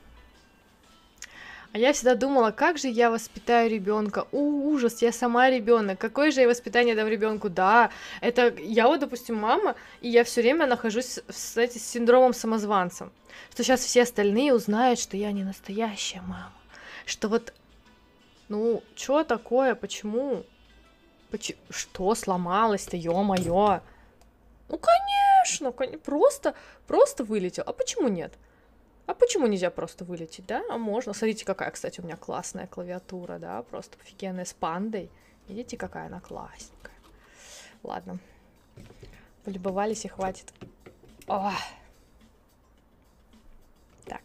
А я всегда думала, как же я воспитаю ребенка. У, ужас, я сама ребенок. Какое же я воспитание дам ребенку? Да, это я вот, допустим, мама, и я все время нахожусь с, с синдромом самозванца. Что сейчас все остальные узнают, что я не настоящая мама. Что вот, ну, что такое, почему? Поч- что сломалось-то, ё-моё? Ну, конечно, кон- просто, просто вылетел. А почему нет? А почему нельзя просто вылететь, да? А можно. Смотрите, какая, кстати, у меня классная клавиатура, да? Просто офигенная, с пандой. Видите, какая она классненькая. Ладно. Полюбовались и хватит. О! Так.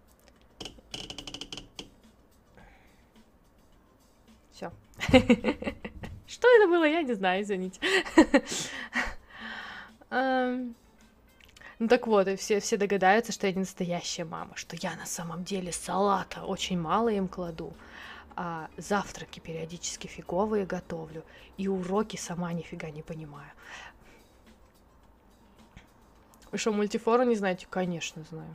Все. Что это было, я не знаю, извините. Ну так вот, и все, все догадаются, что я не настоящая мама, что я на самом деле салата очень мало им кладу, а завтраки периодически фиговые готовлю, и уроки сама нифига не понимаю. Вы что, мультифору не знаете? Конечно, знаю.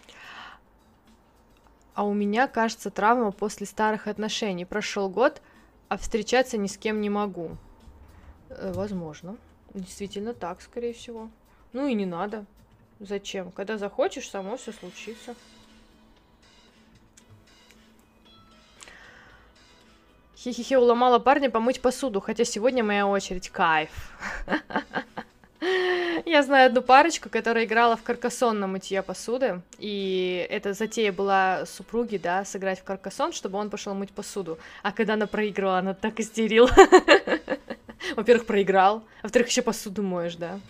А у меня, кажется, травма после старых отношений. Прошел год, а встречаться ни с кем не могу. Э, возможно. Действительно так, скорее всего. Ну и не надо. Зачем? Когда захочешь, само все случится. Хи-хи-хи, уломала парня помыть посуду, хотя сегодня моя очередь. Кайф. Я знаю одну парочку, которая играла в каркасон на мытье посуды, и эта затея была супруги, да, сыграть в каркасон, чтобы он пошел мыть посуду. А когда она проиграла, она так истерила. Во-первых, проиграл, а во-вторых, еще посуду моешь, да.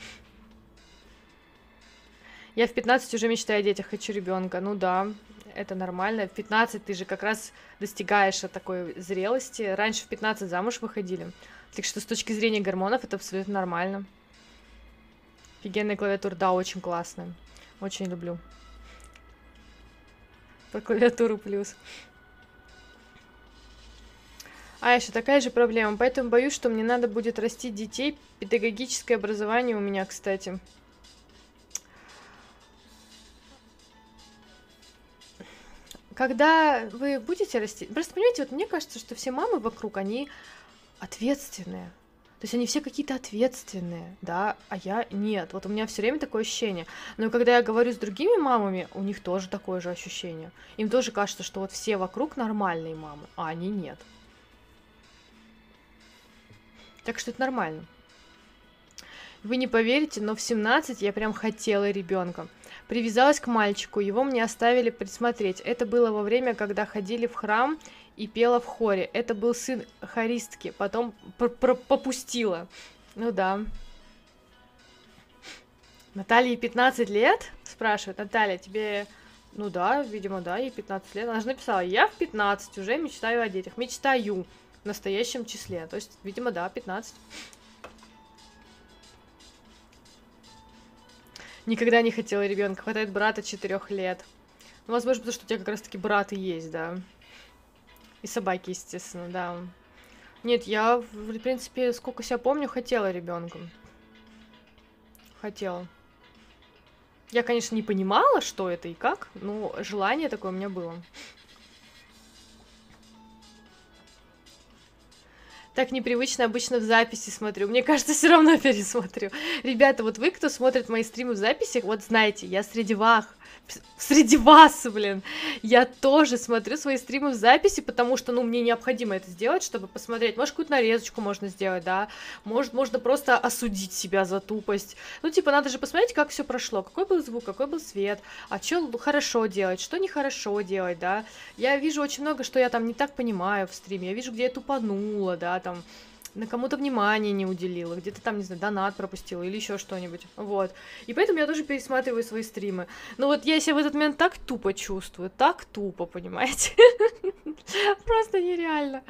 Я в пятнадцать уже мечтаю о детях, хочу ребенка. Ну да, это нормально. В пятнадцать ты же как раз достигаешь такой зрелости. Раньше в пятнадцать замуж выходили. Так что с точки зрения гормонов это абсолютно нормально. Офигенная клавиатура, да, очень классная. Очень люблю. Про клавиатуру плюс. А еще такая же проблема, поэтому боюсь, что мне надо будет растить детей. Педагогическое образование у меня, кстати. Когда вы будете расти... Просто, понимаете, вот мне кажется, что все мамы вокруг, они ответственные. То есть они все какие-то ответственные, да, а я нет. Вот у меня все время такое ощущение. Но когда я говорю с другими мамами, у них тоже такое же ощущение. Им тоже кажется, что вот все вокруг нормальные мамы, а они нет. Так что это нормально. Вы не поверите, но в семнадцать я прям хотела ребенка. Привязалась к мальчику, его мне оставили присмотреть. Это было во время, когда ходили в храм и пела в хоре. Это был сын хористки, потом попустила. Ну да. Наталье пятнадцать лет? спрашивает: Наталья, тебе... Ну да, видимо, да, ей пятнадцать лет. Она же написала: я в пятнадцать уже мечтаю о детях. Мечтаю в настоящем числе. То есть, видимо, да, пятнадцать. Никогда не хотела ребенка. Хватает брата четырех лет. Ну, возможно, потому что у тебя как раз-таки брат и есть, да. И собаки, естественно, да. Нет, я, в принципе, сколько себя помню, хотела ребенка. Хотела. Я, конечно, не понимала, что это и как, но желание такое у меня было. Так непривычно, обычно в записи смотрю. Мне кажется, все равно пересмотрю. Ребята, вот вы, кто смотрит мои стримы в записях, вот знаете, я среди вас, среди вас, блин, я тоже смотрю свои стримы в записи, потому что, ну, мне необходимо это сделать, чтобы посмотреть. Может, какую-то нарезочку можно сделать, да, может, можно просто осудить себя за тупость. Ну, типа, надо же посмотреть, как все прошло, какой был звук, какой был свет, а что хорошо делать, что нехорошо делать, да. Я вижу очень много, что я там не так понимаю в стриме, я вижу, где я тупанула, да, там, на кому-то внимание не уделила, где-то там, не знаю, донат пропустила или еще что-нибудь, вот. И поэтому я тоже пересматриваю свои стримы. Но вот я себя в этот момент так тупо чувствую, так тупо, понимаете? Просто нереально.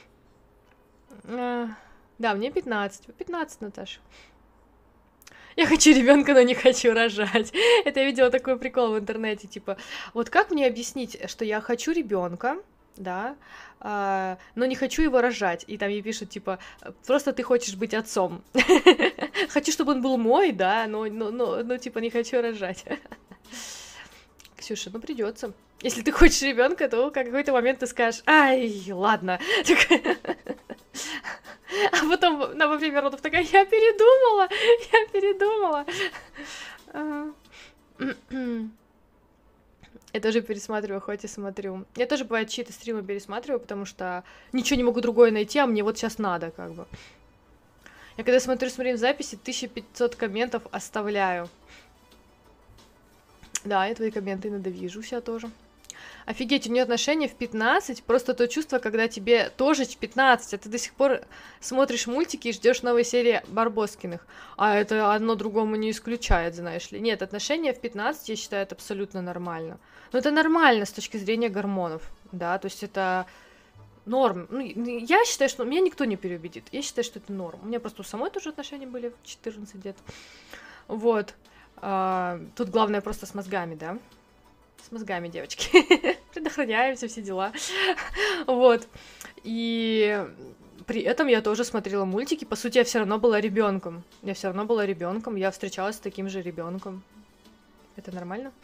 Да, мне пятнадцать. пятнадцать, Наташа. Я хочу ребенка, но не хочу рожать. Это я видела такой прикол в интернете, типа, вот как мне объяснить, что я хочу ребенка, да, а, но не хочу его рожать. И там ей пишут, типа, просто ты хочешь быть отцом. Хочу, чтобы он был мой, да, но, но, но, но типа, не хочу рожать. Ксюша, ну придется. Если ты хочешь ребенка, то в какой-то момент ты скажешь: ай, ладно. А потом на во время родов такая: я передумала, я передумала. Я тоже пересматриваю, хоть и смотрю. Я тоже, бывает, чьи-то стримы пересматриваю, потому что ничего не могу другое найти, а мне вот сейчас надо, как бы. Я когда смотрю смотрю в записи, тысяча пятьсот комментов оставляю. Да, я твои комменты иногда вижу себя тоже. Офигеть, у нее отношения в пятнадцать, просто то чувство, когда тебе тоже пятнадцать, а ты до сих пор смотришь мультики и ждешь новой серии Барбоскиных. А это одно другому не исключает, знаешь ли. Нет, отношения в пятнадцать, я считаю, это абсолютно нормально. Но это нормально с точки зрения гормонов, да, то есть это норм. Ну, я считаю, что меня никто не переубедит. Я считаю, что это норм. У меня просто у самой тоже отношения были в четырнадцать лет. Вот. А, тут главное просто с мозгами, да. С мозгами, девочки. Предохраняемся, все дела. Вот. И при этом я тоже смотрела мультики. По сути, я все равно была ребенком. Я все равно была ребенком. Я встречалась с таким же ребенком. Это нормально?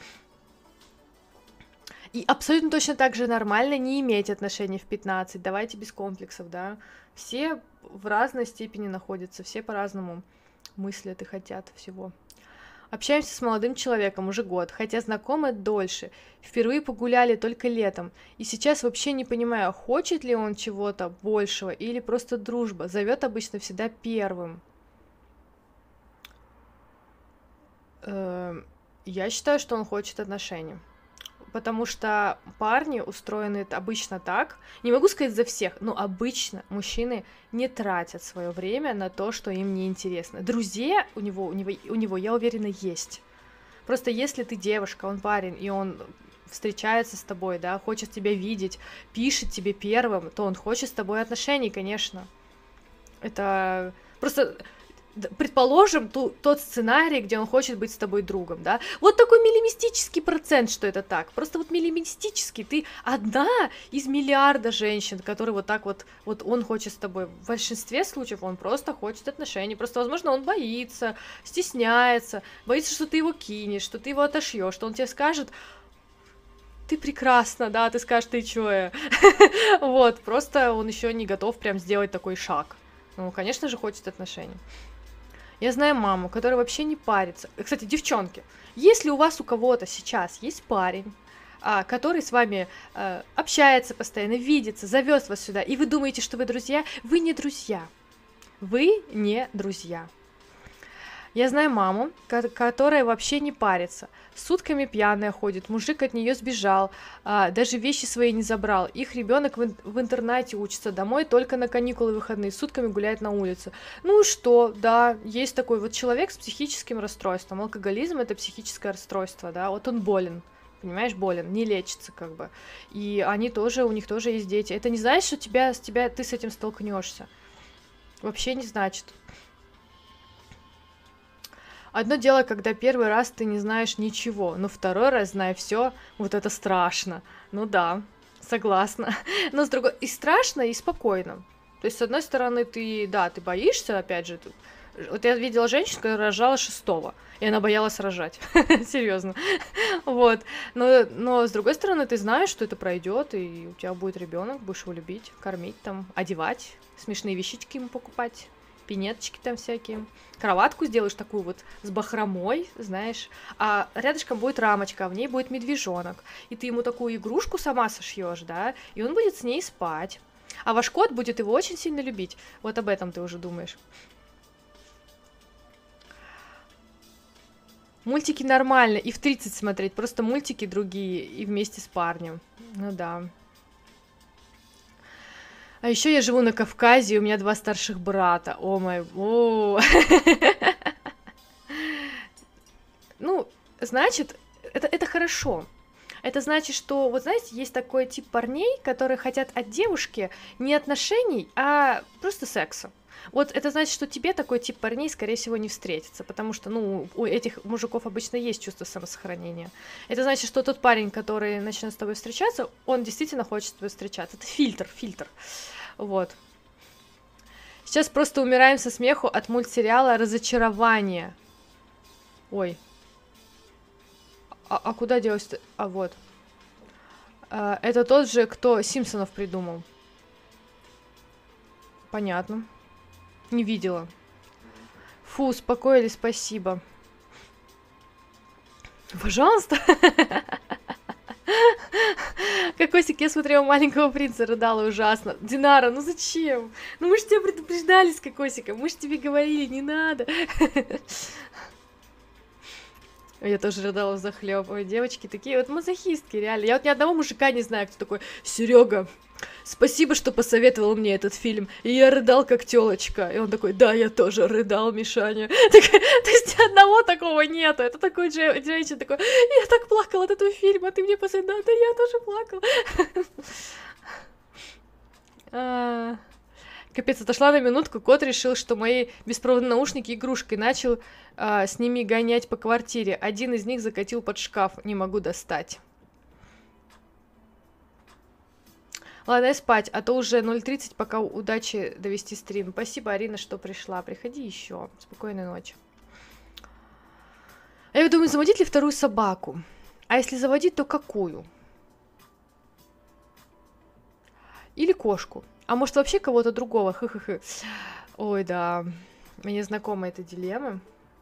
И абсолютно точно так же нормально не иметь отношений в пятнадцать. Давайте без комплексов, да. Все в разной степени находятся, все по-разному мыслят и хотят всего. Общаемся с молодым человеком уже год, хотя знакомы дольше. Впервые погуляли только летом. И сейчас вообще не понимаю, хочет ли он чего-то большего или просто дружба. Зовет обычно всегда первым. Я считаю, что он хочет отношений. Потому что парни устроены обычно так, не могу сказать за всех, но обычно мужчины не тратят свое время на то, что им не интересно. Друзья у него, у него, у него, я уверена, есть. Просто если ты девушка, он парень, и он встречается с тобой, да, хочет тебя видеть, пишет тебе первым, то он хочет с тобой отношений, конечно. Это просто... Предположим, ту, тот сценарий, где он хочет быть с тобой другом, да, вот такой миллимистический процент, что это так, просто вот миллимистический, ты одна из миллиарда женщин, которые вот так вот, вот он хочет с тобой, в большинстве случаев он просто хочет отношений, просто, возможно, он боится, стесняется, боится, что ты его кинешь, что ты его отошьешь, что он тебе скажет: ты прекрасна, да, ты скажешь: ты чё я, вот, просто он еще не готов прям сделать такой шаг, ну, конечно же, хочет отношений. Я знаю маму, которая вообще не парится. Кстати, девчонки, если у вас у кого-то сейчас есть парень, а, который с вами а, общается постоянно, видится, зовет вас сюда, и вы думаете, что вы друзья, вы не друзья. Вы не друзья. Я знаю маму, ко- которая вообще не парится. Сутками пьяная ходит, мужик от нее сбежал, а, даже вещи свои не забрал. Их ребенок в, ин- в интернате учится, домой только на каникулы выходные, сутками гуляет на улице. Ну и что, да, есть такой вот человек с психическим расстройством. Алкоголизм это психическое расстройство, да, вот он болен. Понимаешь, болен, не лечится как бы. И они тоже, у них тоже есть дети. Это не значит, что тебя, с тебя, ты с этим столкнешься. Вообще не значит. Одно дело, когда первый раз ты не знаешь ничего, но второй раз, зная все, вот это страшно. Ну да, согласна. Но с другой... И страшно, и спокойно. То есть, с одной стороны, ты, да, ты боишься, опять же. ты- Вот я видела женщину, которая рожала шестого, и она боялась рожать. Серьезно. Вот. Но, но с другой стороны, ты знаешь, что это пройдет, и у тебя будет ребенок, будешь его любить, кормить там, одевать, смешные вещички ему покупать, пинеточки там всякие. Кроватку сделаешь такую вот с бахромой, знаешь, а рядышком будет рамочка, а в ней будет медвежонок. И ты ему такую игрушку сама сошьешь, да, и он будет с ней спать. А ваш кот будет его очень сильно любить. Вот об этом ты уже думаешь. Мультики нормально, и в тридцать смотреть, просто мультики другие, и вместе с парнем. Ну да. А еще я живу на Кавказе, и у меня два старших брата. О май... О. Ну, значит, это, это хорошо. Это значит, что, вот знаете, есть такой тип парней, которые хотят от девушки не отношений, а просто секса. Вот это значит, что тебе такой тип парней, скорее всего, не встретится, потому что, ну, у этих мужиков обычно есть чувство самосохранения. Это значит, что тот парень, который начнет с тобой встречаться, он действительно хочет с тобой встречаться. Это фильтр, фильтр. Вот. Сейчас просто умираем со смеху от мультсериала «Разочарование». Ой, а, а куда делось? А вот. А, это тот же, кто Симпсонов придумал. Понятно. Не видела. Фу, успокоили, спасибо. Пожалуйста. Кокосик, я смотрела «Маленького принца», рыдала ужасно. Динара, ну зачем? Ну мы же тебя предупреждали с Кокосиком, мы же тебе говорили, не надо. Я тоже рыдала взахлеб. Ой, девочки такие вот мазохистки, реально. Я вот ни одного мужика не знаю, кто такой: Серега, спасибо, что посоветовал мне этот фильм. И я рыдал, как телочка. И он такой: да, я тоже рыдал, Мишаня. Так, то есть ни одного такого нету. Это такой же женщина такой: я так плакал от этого фильма, ты мне посоветовал. Да, я тоже плакал. А, Капец, отошла на минутку, кот решил, что мои беспроводные наушники игрушкой, начал а, с ними гонять по квартире. Один из них закатил под шкаф, не могу достать. Ладно, я спать, а то уже ноль тридцать, пока удачи довести стрим. Спасибо, Арина, что пришла. Приходи еще. Спокойной ночи. А я думаю, заводить ли вторую собаку? А если заводить, то какую? Или кошку? А может вообще кого-то другого? Хы-хы-хы. Ой, да. Мне знакома эта дилемма.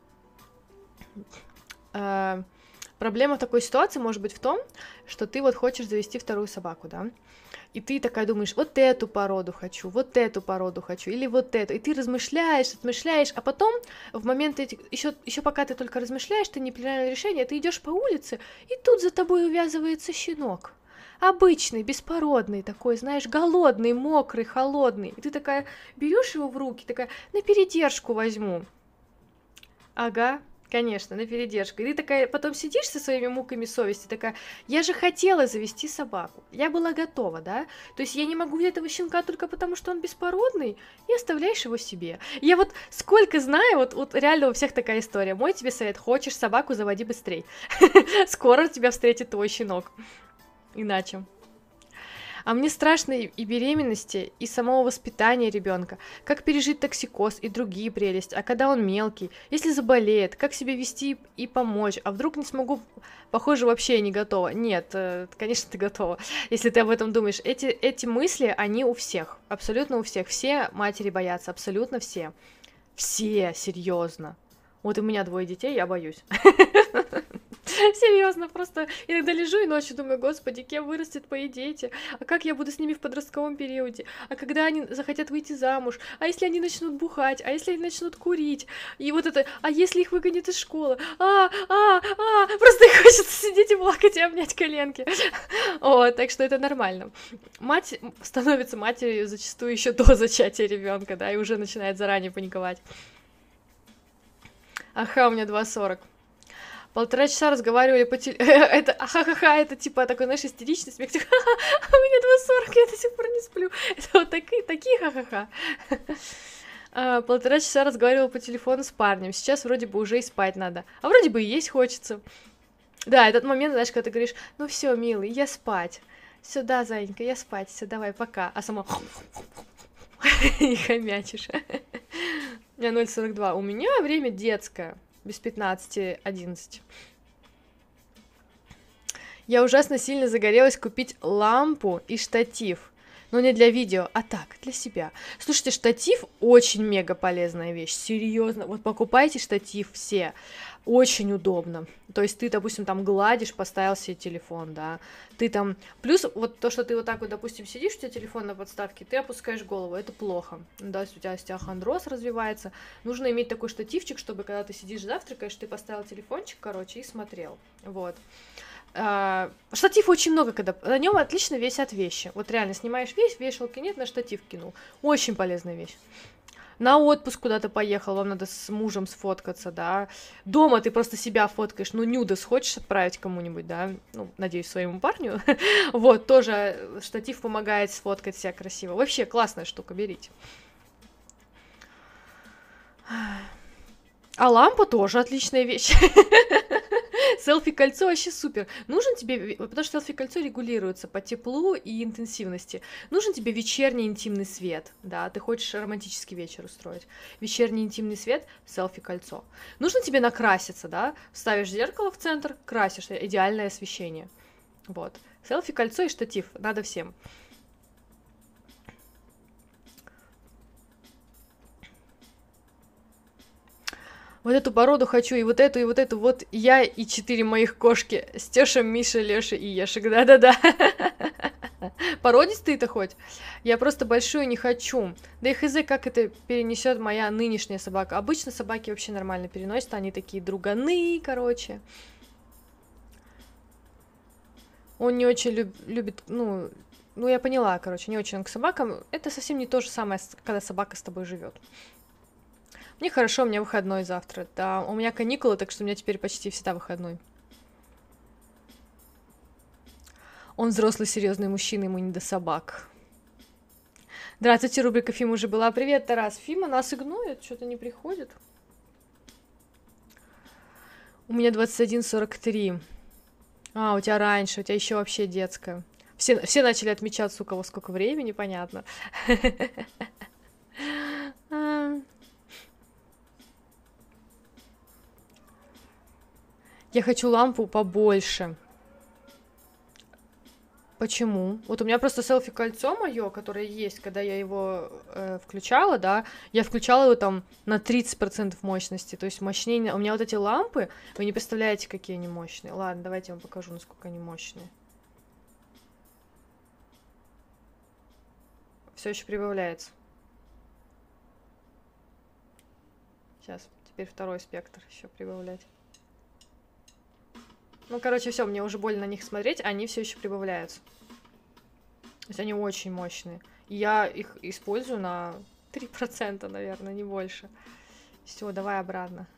А, проблема в такой ситуации может быть в том, что ты вот хочешь завести вторую собаку, да? И ты такая думаешь: вот эту породу хочу, вот эту породу хочу, или вот эту. И ты размышляешь, размышляешь, а потом в момент этих, еще, еще пока ты только размышляешь, ты не принял решение, ты идешь по улице, и тут за тобой увязывается щенок. Обычный, беспородный такой, знаешь, голодный, мокрый, холодный. И ты такая берешь его в руки, такая: на передержку возьму. Ага, конечно, на передержку. И ты такая потом сидишь со своими муками совести, такая: я же хотела завести собаку, я была готова, да? То есть я не могу взять этого щенка только потому, что он беспородный, и оставляешь его себе. Я вот сколько знаю, вот, вот реально у всех такая история. Мой тебе совет: хочешь собаку, заводи быстрей. Скоро тебя встретит твой щенок. Иначе. А мне страшно и беременности, и самого воспитания ребенка. Как пережить токсикоз и другие прелести. А когда он мелкий, если заболеет, как себя вести и помочь. А вдруг не смогу? Похоже, вообще я не готова. Нет, конечно, ты готова, если ты об этом думаешь. Эти, эти мысли, они у всех. Абсолютно у всех. Все матери боятся. Абсолютно все. Все, серьезно. Вот у меня двое детей, я боюсь. Серьезно, просто иногда лежу и ночью думаю, господи, кем вырастет мои дети, а как я буду с ними в подростковом периоде, а когда они захотят выйти замуж, а если они начнут бухать, а если они начнут курить, и вот это, а если их выгонят из школы, а, а, а, просто хочется сидеть и плакать и обнять коленки. Вот, так что это нормально. Мать становится матерью зачастую еще до зачатия ребенка, да, и уже начинает заранее паниковать. Ага, у меня два сорок. Полтора часа разговаривали по телефону. Это ха-ха-ха, это типа такой, знаешь, истеричный смех. Типа, ха-ха, у меня два сорок, я до сих пор не сплю. Это вот такие, такие ха-ха-ха. А, полтора часа разговаривала по телефону с парнем. Сейчас вроде бы уже и спать надо. А вроде бы и есть хочется. Да, этот момент, знаешь, когда ты говоришь, ну все, милый, я спать. Все, да, зайенька, я спать, все, давай, пока. А сама и хомячишь. У меня ноль сорок два. У меня время детское. Без пятнадцати одиннадцать. Я ужасно сильно загорелась купить лампу и штатив. Но не для видео, а так, для себя. Слушайте, штатив очень мега полезная вещь. Серьезно. Вот покупайте штатив все. Очень удобно. То есть ты, допустим, там гладишь, поставил себе телефон, да. Ты там... Плюс вот то, что ты вот так вот, допустим, сидишь, у тебя телефон на подставке, ты опускаешь голову, это плохо. Да, если у тебя остеохондроз развивается, нужно иметь такой штативчик, чтобы когда ты сидишь завтракаешь, ты поставил телефончик, короче, и смотрел. Вот. Uh, штатив очень много, когда на нем отлично висят вещи. Вот реально снимаешь вещь, вешалки нет, на штатив кинул. Очень полезная вещь. На отпуск куда-то поехал, вам надо с мужем сфоткаться, да. Дома ты просто себя фоткаешь, ну, нюдес хочешь отправить кому-нибудь, да, ну, надеюсь, своему парню. Вот, тоже штатив помогает сфоткать себя красиво. Вообще классная штука, берите. А лампа тоже отличная вещь. Селфи-кольцо вообще супер. Нужен тебе, потому что селфи-кольцо регулируется по теплу и интенсивности. Нужен тебе вечерний интимный свет, да, ты хочешь романтический вечер устроить. Вечерний интимный свет, селфи-кольцо. Нужно тебе накраситься, да, ставишь зеркало в центр, красишь, идеальное освещение. Вот. Селфи-кольцо и штатив, надо всем. Вот эту породу хочу, и вот эту, и вот эту, вот я и четыре моих кошки. Стеша, Миша, Леша и Ешек, да-да-да. Породистые-то хоть? Я просто большую не хочу. Да и хз, как это перенесет моя нынешняя собака. Обычно собаки вообще нормально переносят, они такие друганы, короче. Он не очень люб любит, ну, ну, я поняла, короче, не очень он к собакам. Это совсем не то же самое, когда собака с тобой живет. Мне хорошо, у меня выходной завтра. Да, у меня каникулы, так что у меня теперь почти всегда выходной. Он взрослый, серьезный мужчина, ему не до собак. Здравствуйте, рубрика Фима уже была. Привет, Тарас. Фима нас игнорит, что-то не приходит. У меня двадцать один сорок три. А, у тебя раньше, у тебя еще вообще детская. Все, все начали отмечаться, у кого сколько времени, понятно. Я хочу лампу побольше. Почему? Вот у меня просто селфи-кольцо мое, которое есть, когда я его э, включала, да, я включала его там на тридцать процентов мощности, то есть мощнее. У меня вот эти лампы, вы не представляете, какие они мощные. Ладно, давайте я вам покажу, насколько они мощные. Все еще прибавляется. Сейчас, теперь второй спектр еще прибавлять. Ну, короче, все, мне уже больно на них смотреть, а они все еще прибавляются. То есть они очень мощные. И я их использую на три процента, наверное, не больше. Все, давай обратно.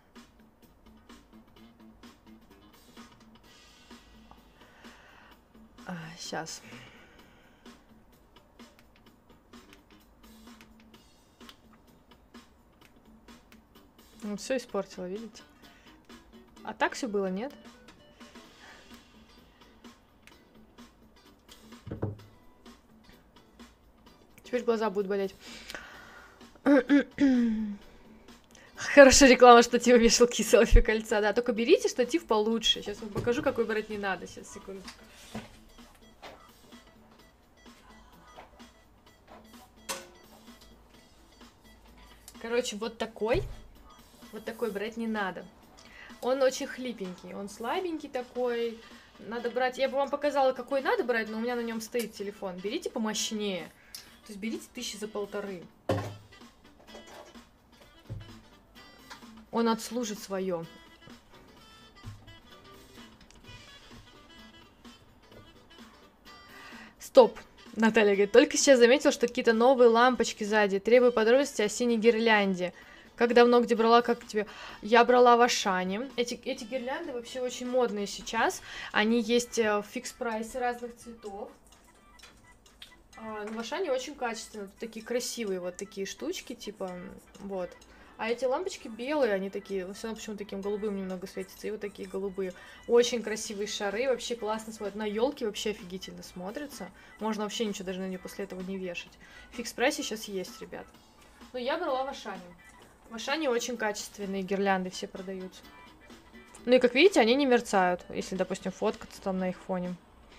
А, сейчас. Ну, все испортила, видите? А так все было, нет? Теперь глаза будут болеть. Хорошая реклама штатива, вешалки, селфи, кольца. Да, только берите штатив получше. Сейчас вам покажу, какой брать не надо. Сейчас, секунду. Короче, вот такой. Вот такой брать не надо. Он очень хлипенький, он слабенький такой. Надо брать... Я бы вам показала, какой надо брать, но у меня на нем стоит телефон. Берите помощнее. То есть берите тысячи за полторы. Он отслужит свое. Стоп. Наталья говорит, только сейчас заметил, что какие-то новые лампочки сзади. Требую подробностей о синей гирлянде. Как давно, где брала, как тебе? Я брала в Ашане. Эти, эти гирлянды вообще очень модные сейчас. Они есть в фикс-прайсе разных цветов. А, ну, в Ашане очень качественно. Тут такие красивые вот такие штучки, типа, вот. А эти лампочки белые, они такие, все равно почему-то таким голубым немного светятся. И вот такие голубые. Очень красивые шары, вообще классно смотрят. На елке вообще офигительно смотрятся. Можно вообще ничего даже на нее после этого не вешать. В фикс-прайсе сейчас есть, ребят. Но я брала в Ашане. В Ашане очень качественные гирлянды все продаются. Ну и как видите, они не мерцают, если, допустим, фоткаться там на их фоне.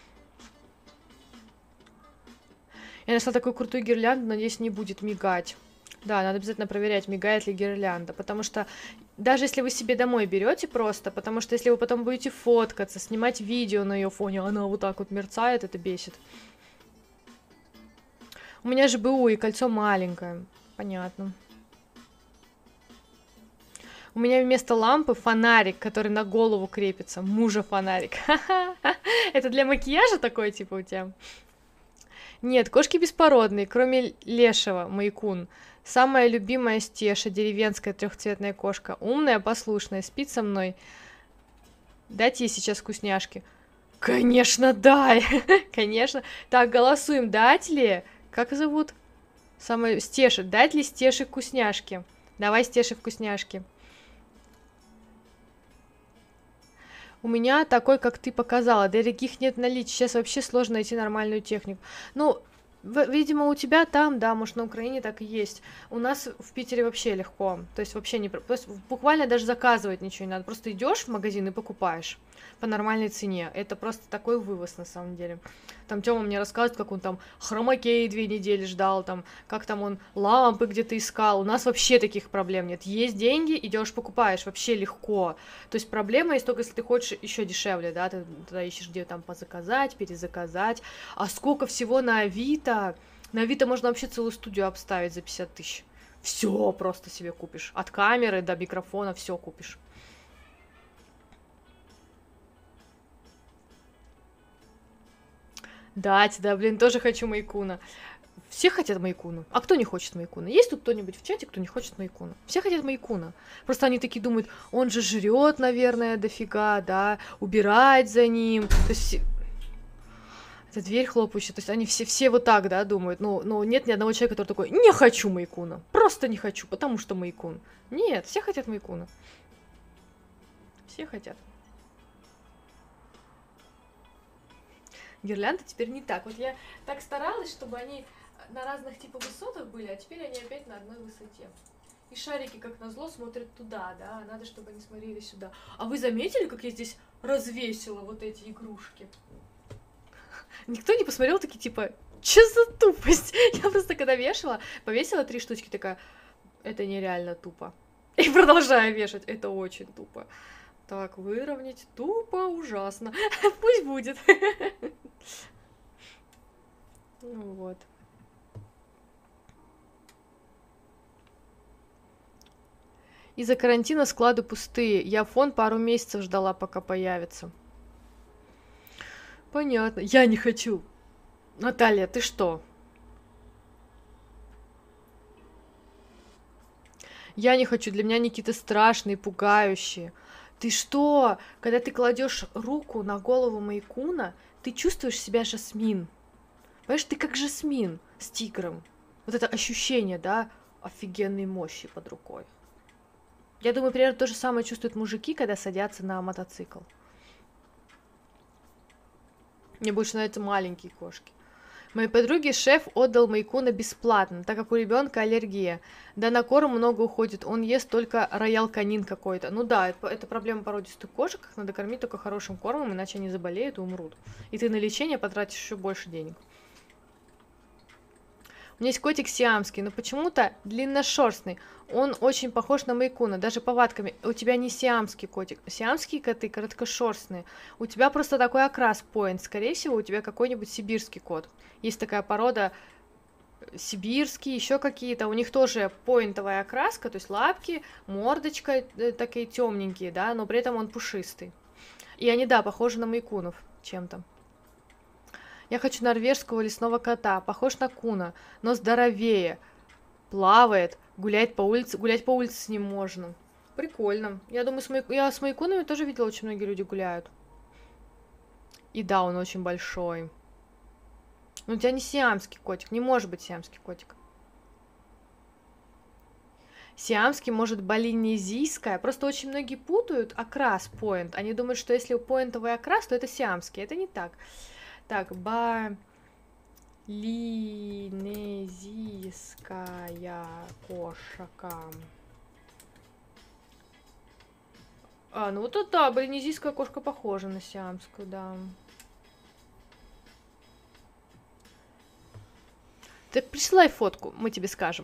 Я нашла такую крутую гирлянду, надеюсь, не будет мигать. Да, надо обязательно проверять, мигает ли гирлянда, потому что даже если вы себе домой берете просто, потому что если вы потом будете фоткаться, снимать видео на ее фоне, она вот так вот мерцает, это бесит. У меня же БУ и кольцо маленькое, понятно. У меня вместо лампы фонарик, который на голову крепится. Мужа фонарик. Это для макияжа такой, типа, у тебя? Нет, кошки беспородные, кроме лешего, Майкун. Самая любимая Стеша, деревенская трехцветная кошка. Умная, послушная, спит со мной. Дать ей сейчас вкусняшки? Конечно, дай! Конечно. Так, голосуем. Дать ли? Как зовут? Самая... Стеша. Дать ли Стеше вкусняшки? Давай, Стеше, вкусняшки. У меня такой, как ты показала, дорогих нет в наличии. Сейчас вообще сложно найти нормальную технику. Ну, видимо, у тебя там, да, может, на Украине так и есть. У нас в Питере вообще легко. То есть вообще не... Буквально даже заказывать ничего не надо. Просто идешь в магазин и покупаешь по нормальной цене. Это просто такой вывоз, на самом деле. Там Тёма мне рассказывает, как он там хромакей две недели ждал, там, как там он лампы где-то искал. У нас вообще таких проблем нет. Есть деньги, идешь покупаешь, вообще легко. То есть проблема есть только, если ты хочешь еще дешевле, да, ты тогда ищешь, где там позаказать, перезаказать. А сколько всего на Авито? На Авито можно вообще целую студию обставить за пятьдесят тысяч. Все просто себе купишь. От камеры до микрофона все купишь. Дать, да, блин, тоже хочу Майкуна. Все хотят Майкуна. А кто не хочет Майкуна? Есть тут кто-нибудь в чате, кто не хочет Майкуна? Все хотят Майкуна. Просто они такие думают, он же жрет, наверное, дофига, да, убирать за ним. То есть... Это дверь хлопающая. То есть они все, все вот так, да, думают. Но, но нет ни одного человека, который такой, не хочу Майкуна. Просто не хочу, потому что Майкун. Нет, все хотят Майкуна. Все хотят. Гирлянды теперь не так. Вот я так старалась, чтобы они на разных типа высотах были, а теперь они опять на одной высоте. И шарики, как назло, смотрят туда, да, надо, чтобы они смотрели сюда. А вы заметили, как я здесь развесила вот эти игрушки? Никто не посмотрел, такие типа, что за тупость? Я просто когда вешала, повесила три штучки, такая, это нереально тупо. И продолжаю вешать, это очень тупо. Так, выровнять тупо, ужасно. Пусть будет. Ну вот. Из-за карантина склады пустые. Я фон пару месяцев ждала, пока появится. Понятно. Я не хочу. Наталья, ты что? Я не хочу. Для меня они какие-то страшные, пугающие. Ты что? Когда ты кладешь руку на голову Майкуна, ты чувствуешь себя Жасмин. Понимаешь, ты как Жасмин с тигром. Вот это ощущение, да, офигенной мощи под рукой. Я думаю, примерно то же самое чувствуют мужики, когда садятся на мотоцикл. Мне больше нравятся маленькие кошки. Моей подруге шеф отдал Майкуна бесплатно, так как у ребенка аллергия. Да на корм много уходит, он ест только роял канин какой-то. Ну да, это, это проблема породистых кошек, их надо кормить только хорошим кормом, иначе они заболеют и умрут. И ты на лечение потратишь еще больше денег. У меня есть котик сиамский, но почему-то длинношерстный. Он очень похож на Майкуна, даже повадками. У тебя не сиамский котик. Сиамские коты короткошерстные. У тебя просто такой окрас поинт. Скорее всего, у тебя какой-нибудь сибирский кот. Есть такая порода сибирские, еще какие-то. У них тоже поинтовая окраска, то есть лапки, мордочка э, такие темненькие, да, но при этом он пушистый. И они, да, похожи на майкунов чем-то. Я хочу норвежского лесного кота, похож на куна, но здоровее. Плавает, гуляет по улице, гулять по улице с ним можно. Прикольно. Я думаю, с май... я с майкунами тоже видела, очень многие люди гуляют. И да, он очень большой. Но у тебя не сиамский котик, не может быть сиамский котик. Сиамский может балинезийская. Просто очень многие путают окрас поинт. Они думают, что если поинтовый окрас, то это сиамский. Это не так. Так, балинезийская кошка. А, ну вот это да, балинезийская кошка похожа на сиамскую, да. Ты присылай фотку, мы тебе скажем.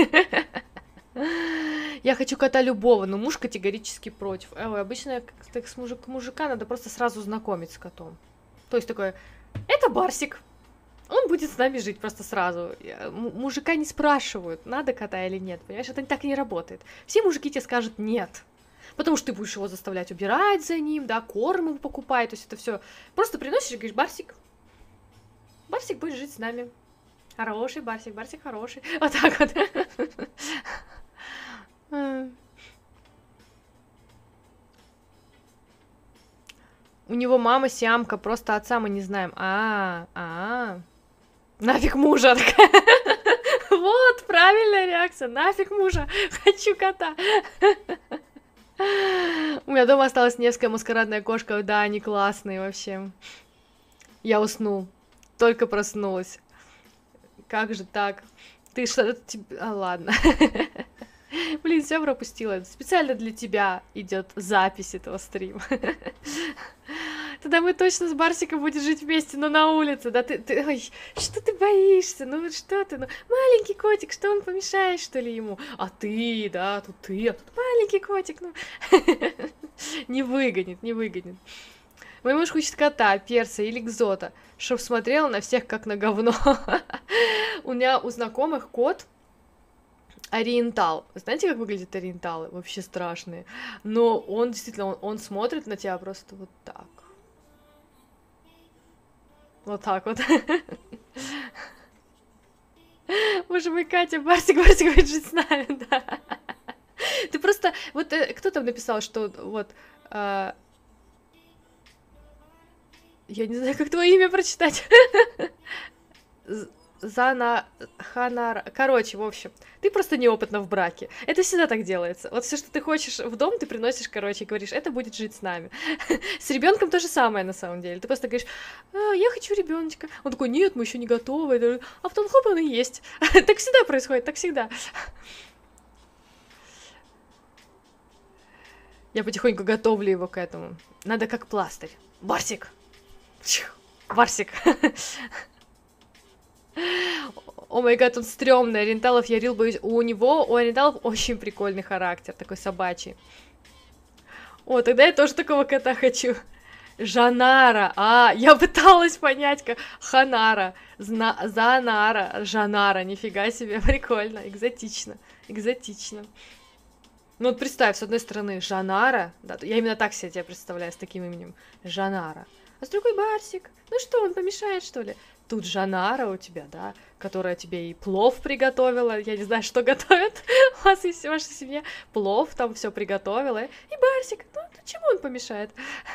Я хочу кота любого, но муж категорически против. Ой, обычно так с мужик, мужика надо просто сразу знакомить с котом. То есть такое, это Барсик, он будет с нами жить просто сразу. Мужика не спрашивают, надо кота или нет, понимаешь? Это так и не работает. Все мужики тебе скажут нет. Потому что ты будешь его заставлять убирать за ним, да, корм ему покупать, то есть это все. Просто приносишь и говоришь, Барсик, Барсик будет жить с нами. Хороший Барсик, Барсик хороший. Вот так вот. У него мама сиамка, просто отца мы не знаем. А, а, нафиг мужа. Вот, правильная реакция. Нафиг мужа. Хочу кота. У меня дома осталась Невская маскарадная кошка. Да, они классные вообще. Я уснул. Только проснулась. Как же так? Ты что-то... А, ладно. Блин, все пропустила. Специально для тебя идет запись этого стрима. Тогда мы точно с Барсиком будем жить вместе, но на улице. Да ты... ты... Ой, что ты боишься? Ну вот что ты? Ну, маленький котик, что он помешает, что ли, ему? А ты, да, тут ты, а тут маленький котик. Ну... Не выгонит, не выгонит. Мой муж хочет кота, перса или экзота, чтоб смотрел на всех как на говно. У меня у знакомых кот ориентал. Знаете, как выглядят ориенталы? Вообще страшные. Но он действительно, он, он смотрит на тебя просто вот так. Вот так вот. Боже мой, Катя, Барсик, Барсик будет жить с нами, да. Ты просто... Вот кто там написал, что вот... Я не знаю, как твое имя прочитать. Зана Ханар. Короче, в общем, ты просто неопытна в браке. Это всегда так делается. Вот все, что ты хочешь в дом, ты приносишь, короче, и говоришь, это будет жить с нами. С ребенком то же самое на самом деле. Ты просто говоришь, а, я хочу ребеночка. Он такой, нет, мы еще не готовы. А потом хоп, он и есть. Так всегда происходит, так всегда. Я потихоньку готовлю его к этому. Надо как пластырь. Барсик! Барсик. О май гад, он стрёмный. Ориенталов я рил боюсь. У него, у ориенталов очень прикольный характер, такой собачий. О, тогда я тоже такого кота хочу. Жанара. А, я пыталась понять, как... Ханара. Зна... Занара. Жанара. Нифига себе, прикольно. Экзотично. Экзотично. Ну вот представь, с одной стороны, Жанара. Да, я именно так себе тебя представляю, с таким именем. Жанара. А с другой Барсик. Ну что, он помешает, что ли? Тут Жанара у тебя, да, которая тебе и плов приготовила. Я не знаю, что готовят у вас и в вашей семье. Плов там все приготовила. И Барсик. Ну, чему он помешает?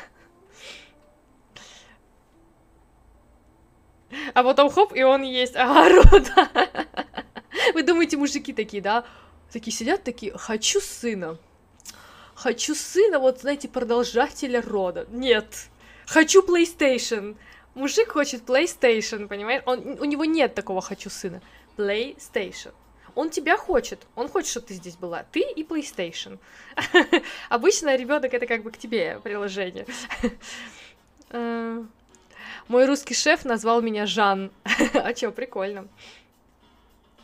А потом хоп, и он есть. Ага, да. Вы думаете, мужики такие, да? Такие сидят, такие, хочу сына. Хочу сына, вот, знаете, продолжателя рода. Нет. Хочу PlayStation. Мужик хочет PlayStation, понимаешь? Он, у него нет такого «хочу сына». PlayStation. Он тебя хочет. Он хочет, чтобы ты здесь была. Ты и PlayStation. Обычно ребенок это как бы к тебе приложение. Мой русский шеф назвал меня Жан. А чё, прикольно.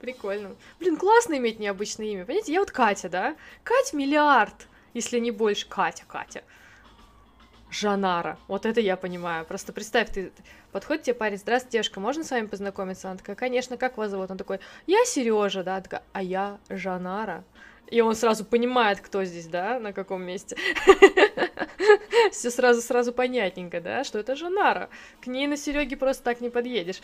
Прикольно. Блин, классно иметь необычное имя. Понимаете, я вот Катя, да? Кать миллиард, если не больше. Катя, Катя. Жанара. Вот это я понимаю. Просто представь, ты подходит тебе парень: здравствуйте, девушка, можно с вами познакомиться? Она такая: конечно, как вас зовут? Он такой: я Сережа, да, такая: а я Жанара. И он сразу понимает, кто здесь, да, на каком месте. Все сразу сразу понятненько, да, что это Жанара. К ней на Сереге просто так не подъедешь.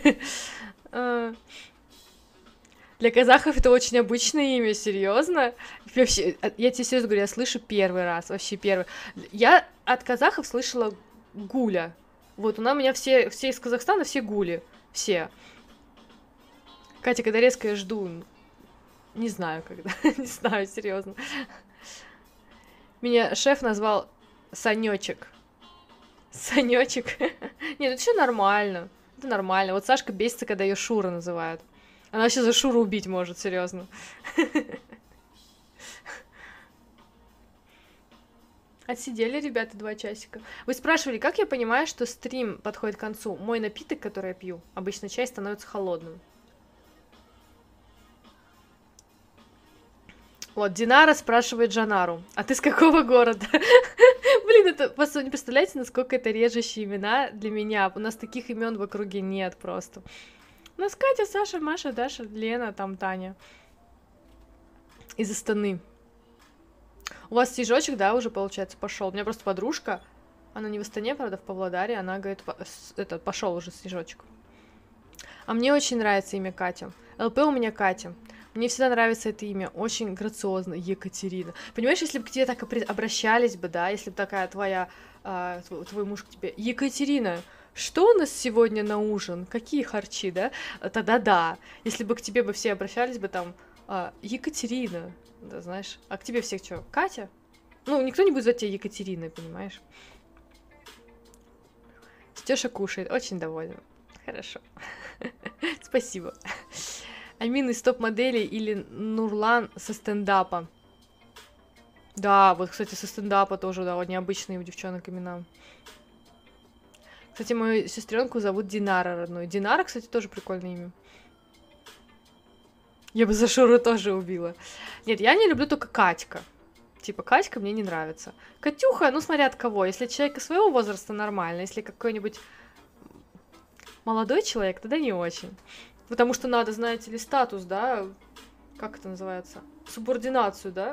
Для казахов это очень обычное имя, серьезно. Вообще, я тебе серьезно говорю, я слышу первый раз, вообще первый. Я от казахов слышала Гуля. Вот у меня все, все из Казахстана, все Гули, все. Катя, когда резко я жду, не знаю когда, не знаю, серьезно. Меня шеф назвал Санечек. Санечек. Нет, это все нормально. Это нормально. Вот Сашка бесится, когда ее Шура называют. Она вообще за Шуру убить может, серьезно. Отсидели, ребята, два часика. Вы спрашивали, как я понимаю, что стрим подходит к концу? Мой напиток, который я пью, обычно чай, становится холодным. Вот, Динара спрашивает Жанару: а ты с какого города? Блин, это просто не представляете, насколько это режущие имена для меня. У нас таких имен в округе нет просто. У нас Катя, Саша, Маша, Даша, Лена, там Таня. Из Астаны. У вас снежочек, да, уже, получается, пошел. У меня просто подружка, она не в Астане, правда, в Павлодаре, она говорит, это, пошел уже снежочек. А мне очень нравится имя Катя. ЛП у меня Катя. Мне всегда нравится это имя, очень грациозно, Екатерина. Понимаешь, если бы к тебе так обращались бы, да, если бы такая твоя, э, твой, твой муж к тебе: Екатерина, что у нас сегодня на ужин? Какие харчи, да? Тогда да. Если бы к тебе бы все обращались бы там: а, Екатерина, да, знаешь, а к тебе всех что, Катя? Ну, никто не будет звать тебя Екатериной, понимаешь? Стёша кушает, очень довольна. Хорошо. Спасибо. Амин из топ-моделей или Нурлан со стендапа? Да, вот, кстати, со стендапа тоже, да, вот необычные у девчонок имена. Кстати, мою сестренку зовут Динара родной. Динара, кстати, тоже прикольное имя. Я бы за Шуру тоже убила. Нет, я не люблю только Катька. Типа, Катька мне не нравится. Катюха, ну, смотря от кого. Если человек своего возраста, нормально. Если какой-нибудь молодой человек, тогда не очень. Потому что надо, знаете ли, статус, да? Как это называется? Субординацию, да?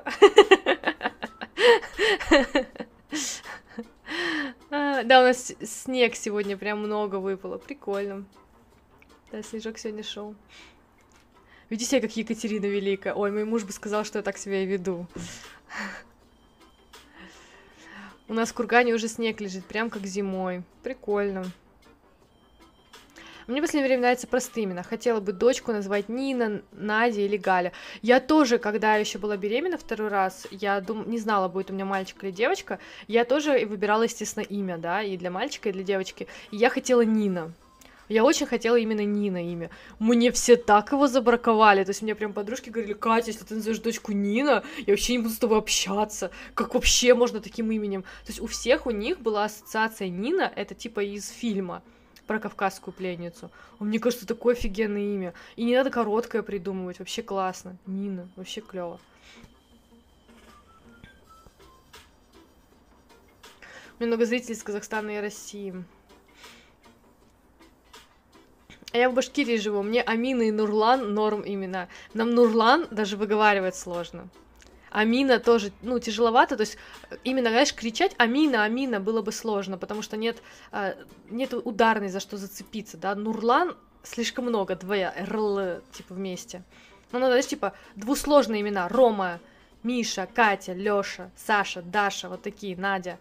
Да, у нас снег сегодня прям много выпало. Прикольно. Да, снежок сегодня шел. Веди себя как Екатерина Великая. Ой, мой муж бы сказал, что я так себя и веду. У нас в Кургане уже снег лежит, прям как зимой. Прикольно. Мне в последнее время нравятся простые имена. Хотела бы дочку назвать Нина, Надя или Галя. Я тоже, когда еще была беременна второй раз, я дум... не знала, будет у меня мальчик или девочка. Я тоже выбирала, естественно, имя, да, и для мальчика, и для девочки. И я хотела Нина. Я очень хотела именно Нина имя. Мне все так его забраковали. То есть мне прям подружки говорили: Катя, если ты назовешь дочку Нина, я вообще не буду с тобой общаться. Как вообще можно таким именем? То есть у всех у них была ассоциация Нина, это типа из фильма про кавказскую пленницу. Мне кажется, такое офигенное имя. И не надо короткое придумывать. Вообще классно. Нина. Вообще клево. У меня много зрителей из Казахстана и России. А я в Башкирии живу. Мне Амина и Нурлан норм имена. Нам Нурлан даже выговаривать сложно. Амина тоже, ну, тяжеловато, то есть именно, знаешь, кричать Амина, Амина было бы сложно, потому что нет, нет ударной, за что зацепиться, да, Нурлан слишком много, двоя, РЛ, типа, вместе. Ну, надо, знаешь, типа, двусложные имена: Рома, Миша, Катя, Лёша, Саша, Даша, вот такие, Надя.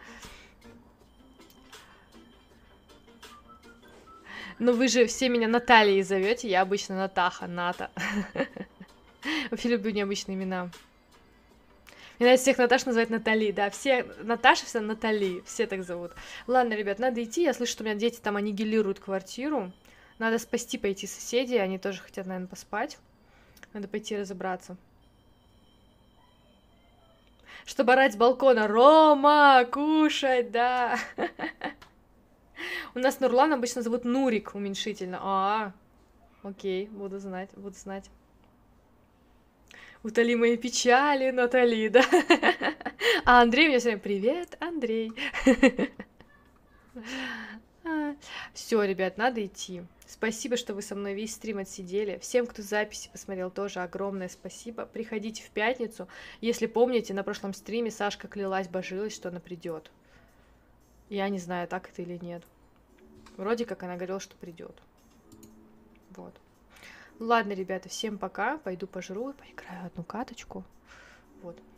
Но вы же все меня Натальей зовете, я обычно Натаха, Ната. Вообще люблю необычные имена. Мне нравится всех Наташ называть Натали, да, все Наташа, все Натали, все так зовут. Ладно, ребят, надо идти, я слышу, что у меня дети там аннигилируют квартиру. Надо спасти пойти соседей, они тоже хотят, наверное, поспать. Надо пойти разобраться. Чтобы орать с балкона: Рома, кушать, да. У нас Нурлан обычно зовут Нурик уменьшительно. А, окей, буду знать, буду знать. Утоли мои печали, Натали, да? А Андрей мне все время: привет, Андрей. Все, ребят, надо идти. Спасибо, что вы со мной весь стрим отсидели. Всем, кто записи посмотрел, тоже огромное спасибо. Приходите в пятницу. Если помните, на прошлом стриме Сашка клялась, божилась, что она придет. Я не знаю, так это или нет. Вроде как она говорила, что придет. Вот. Ладно, ребята, всем пока. Пойду пожру и поиграю одну каточку. Вот.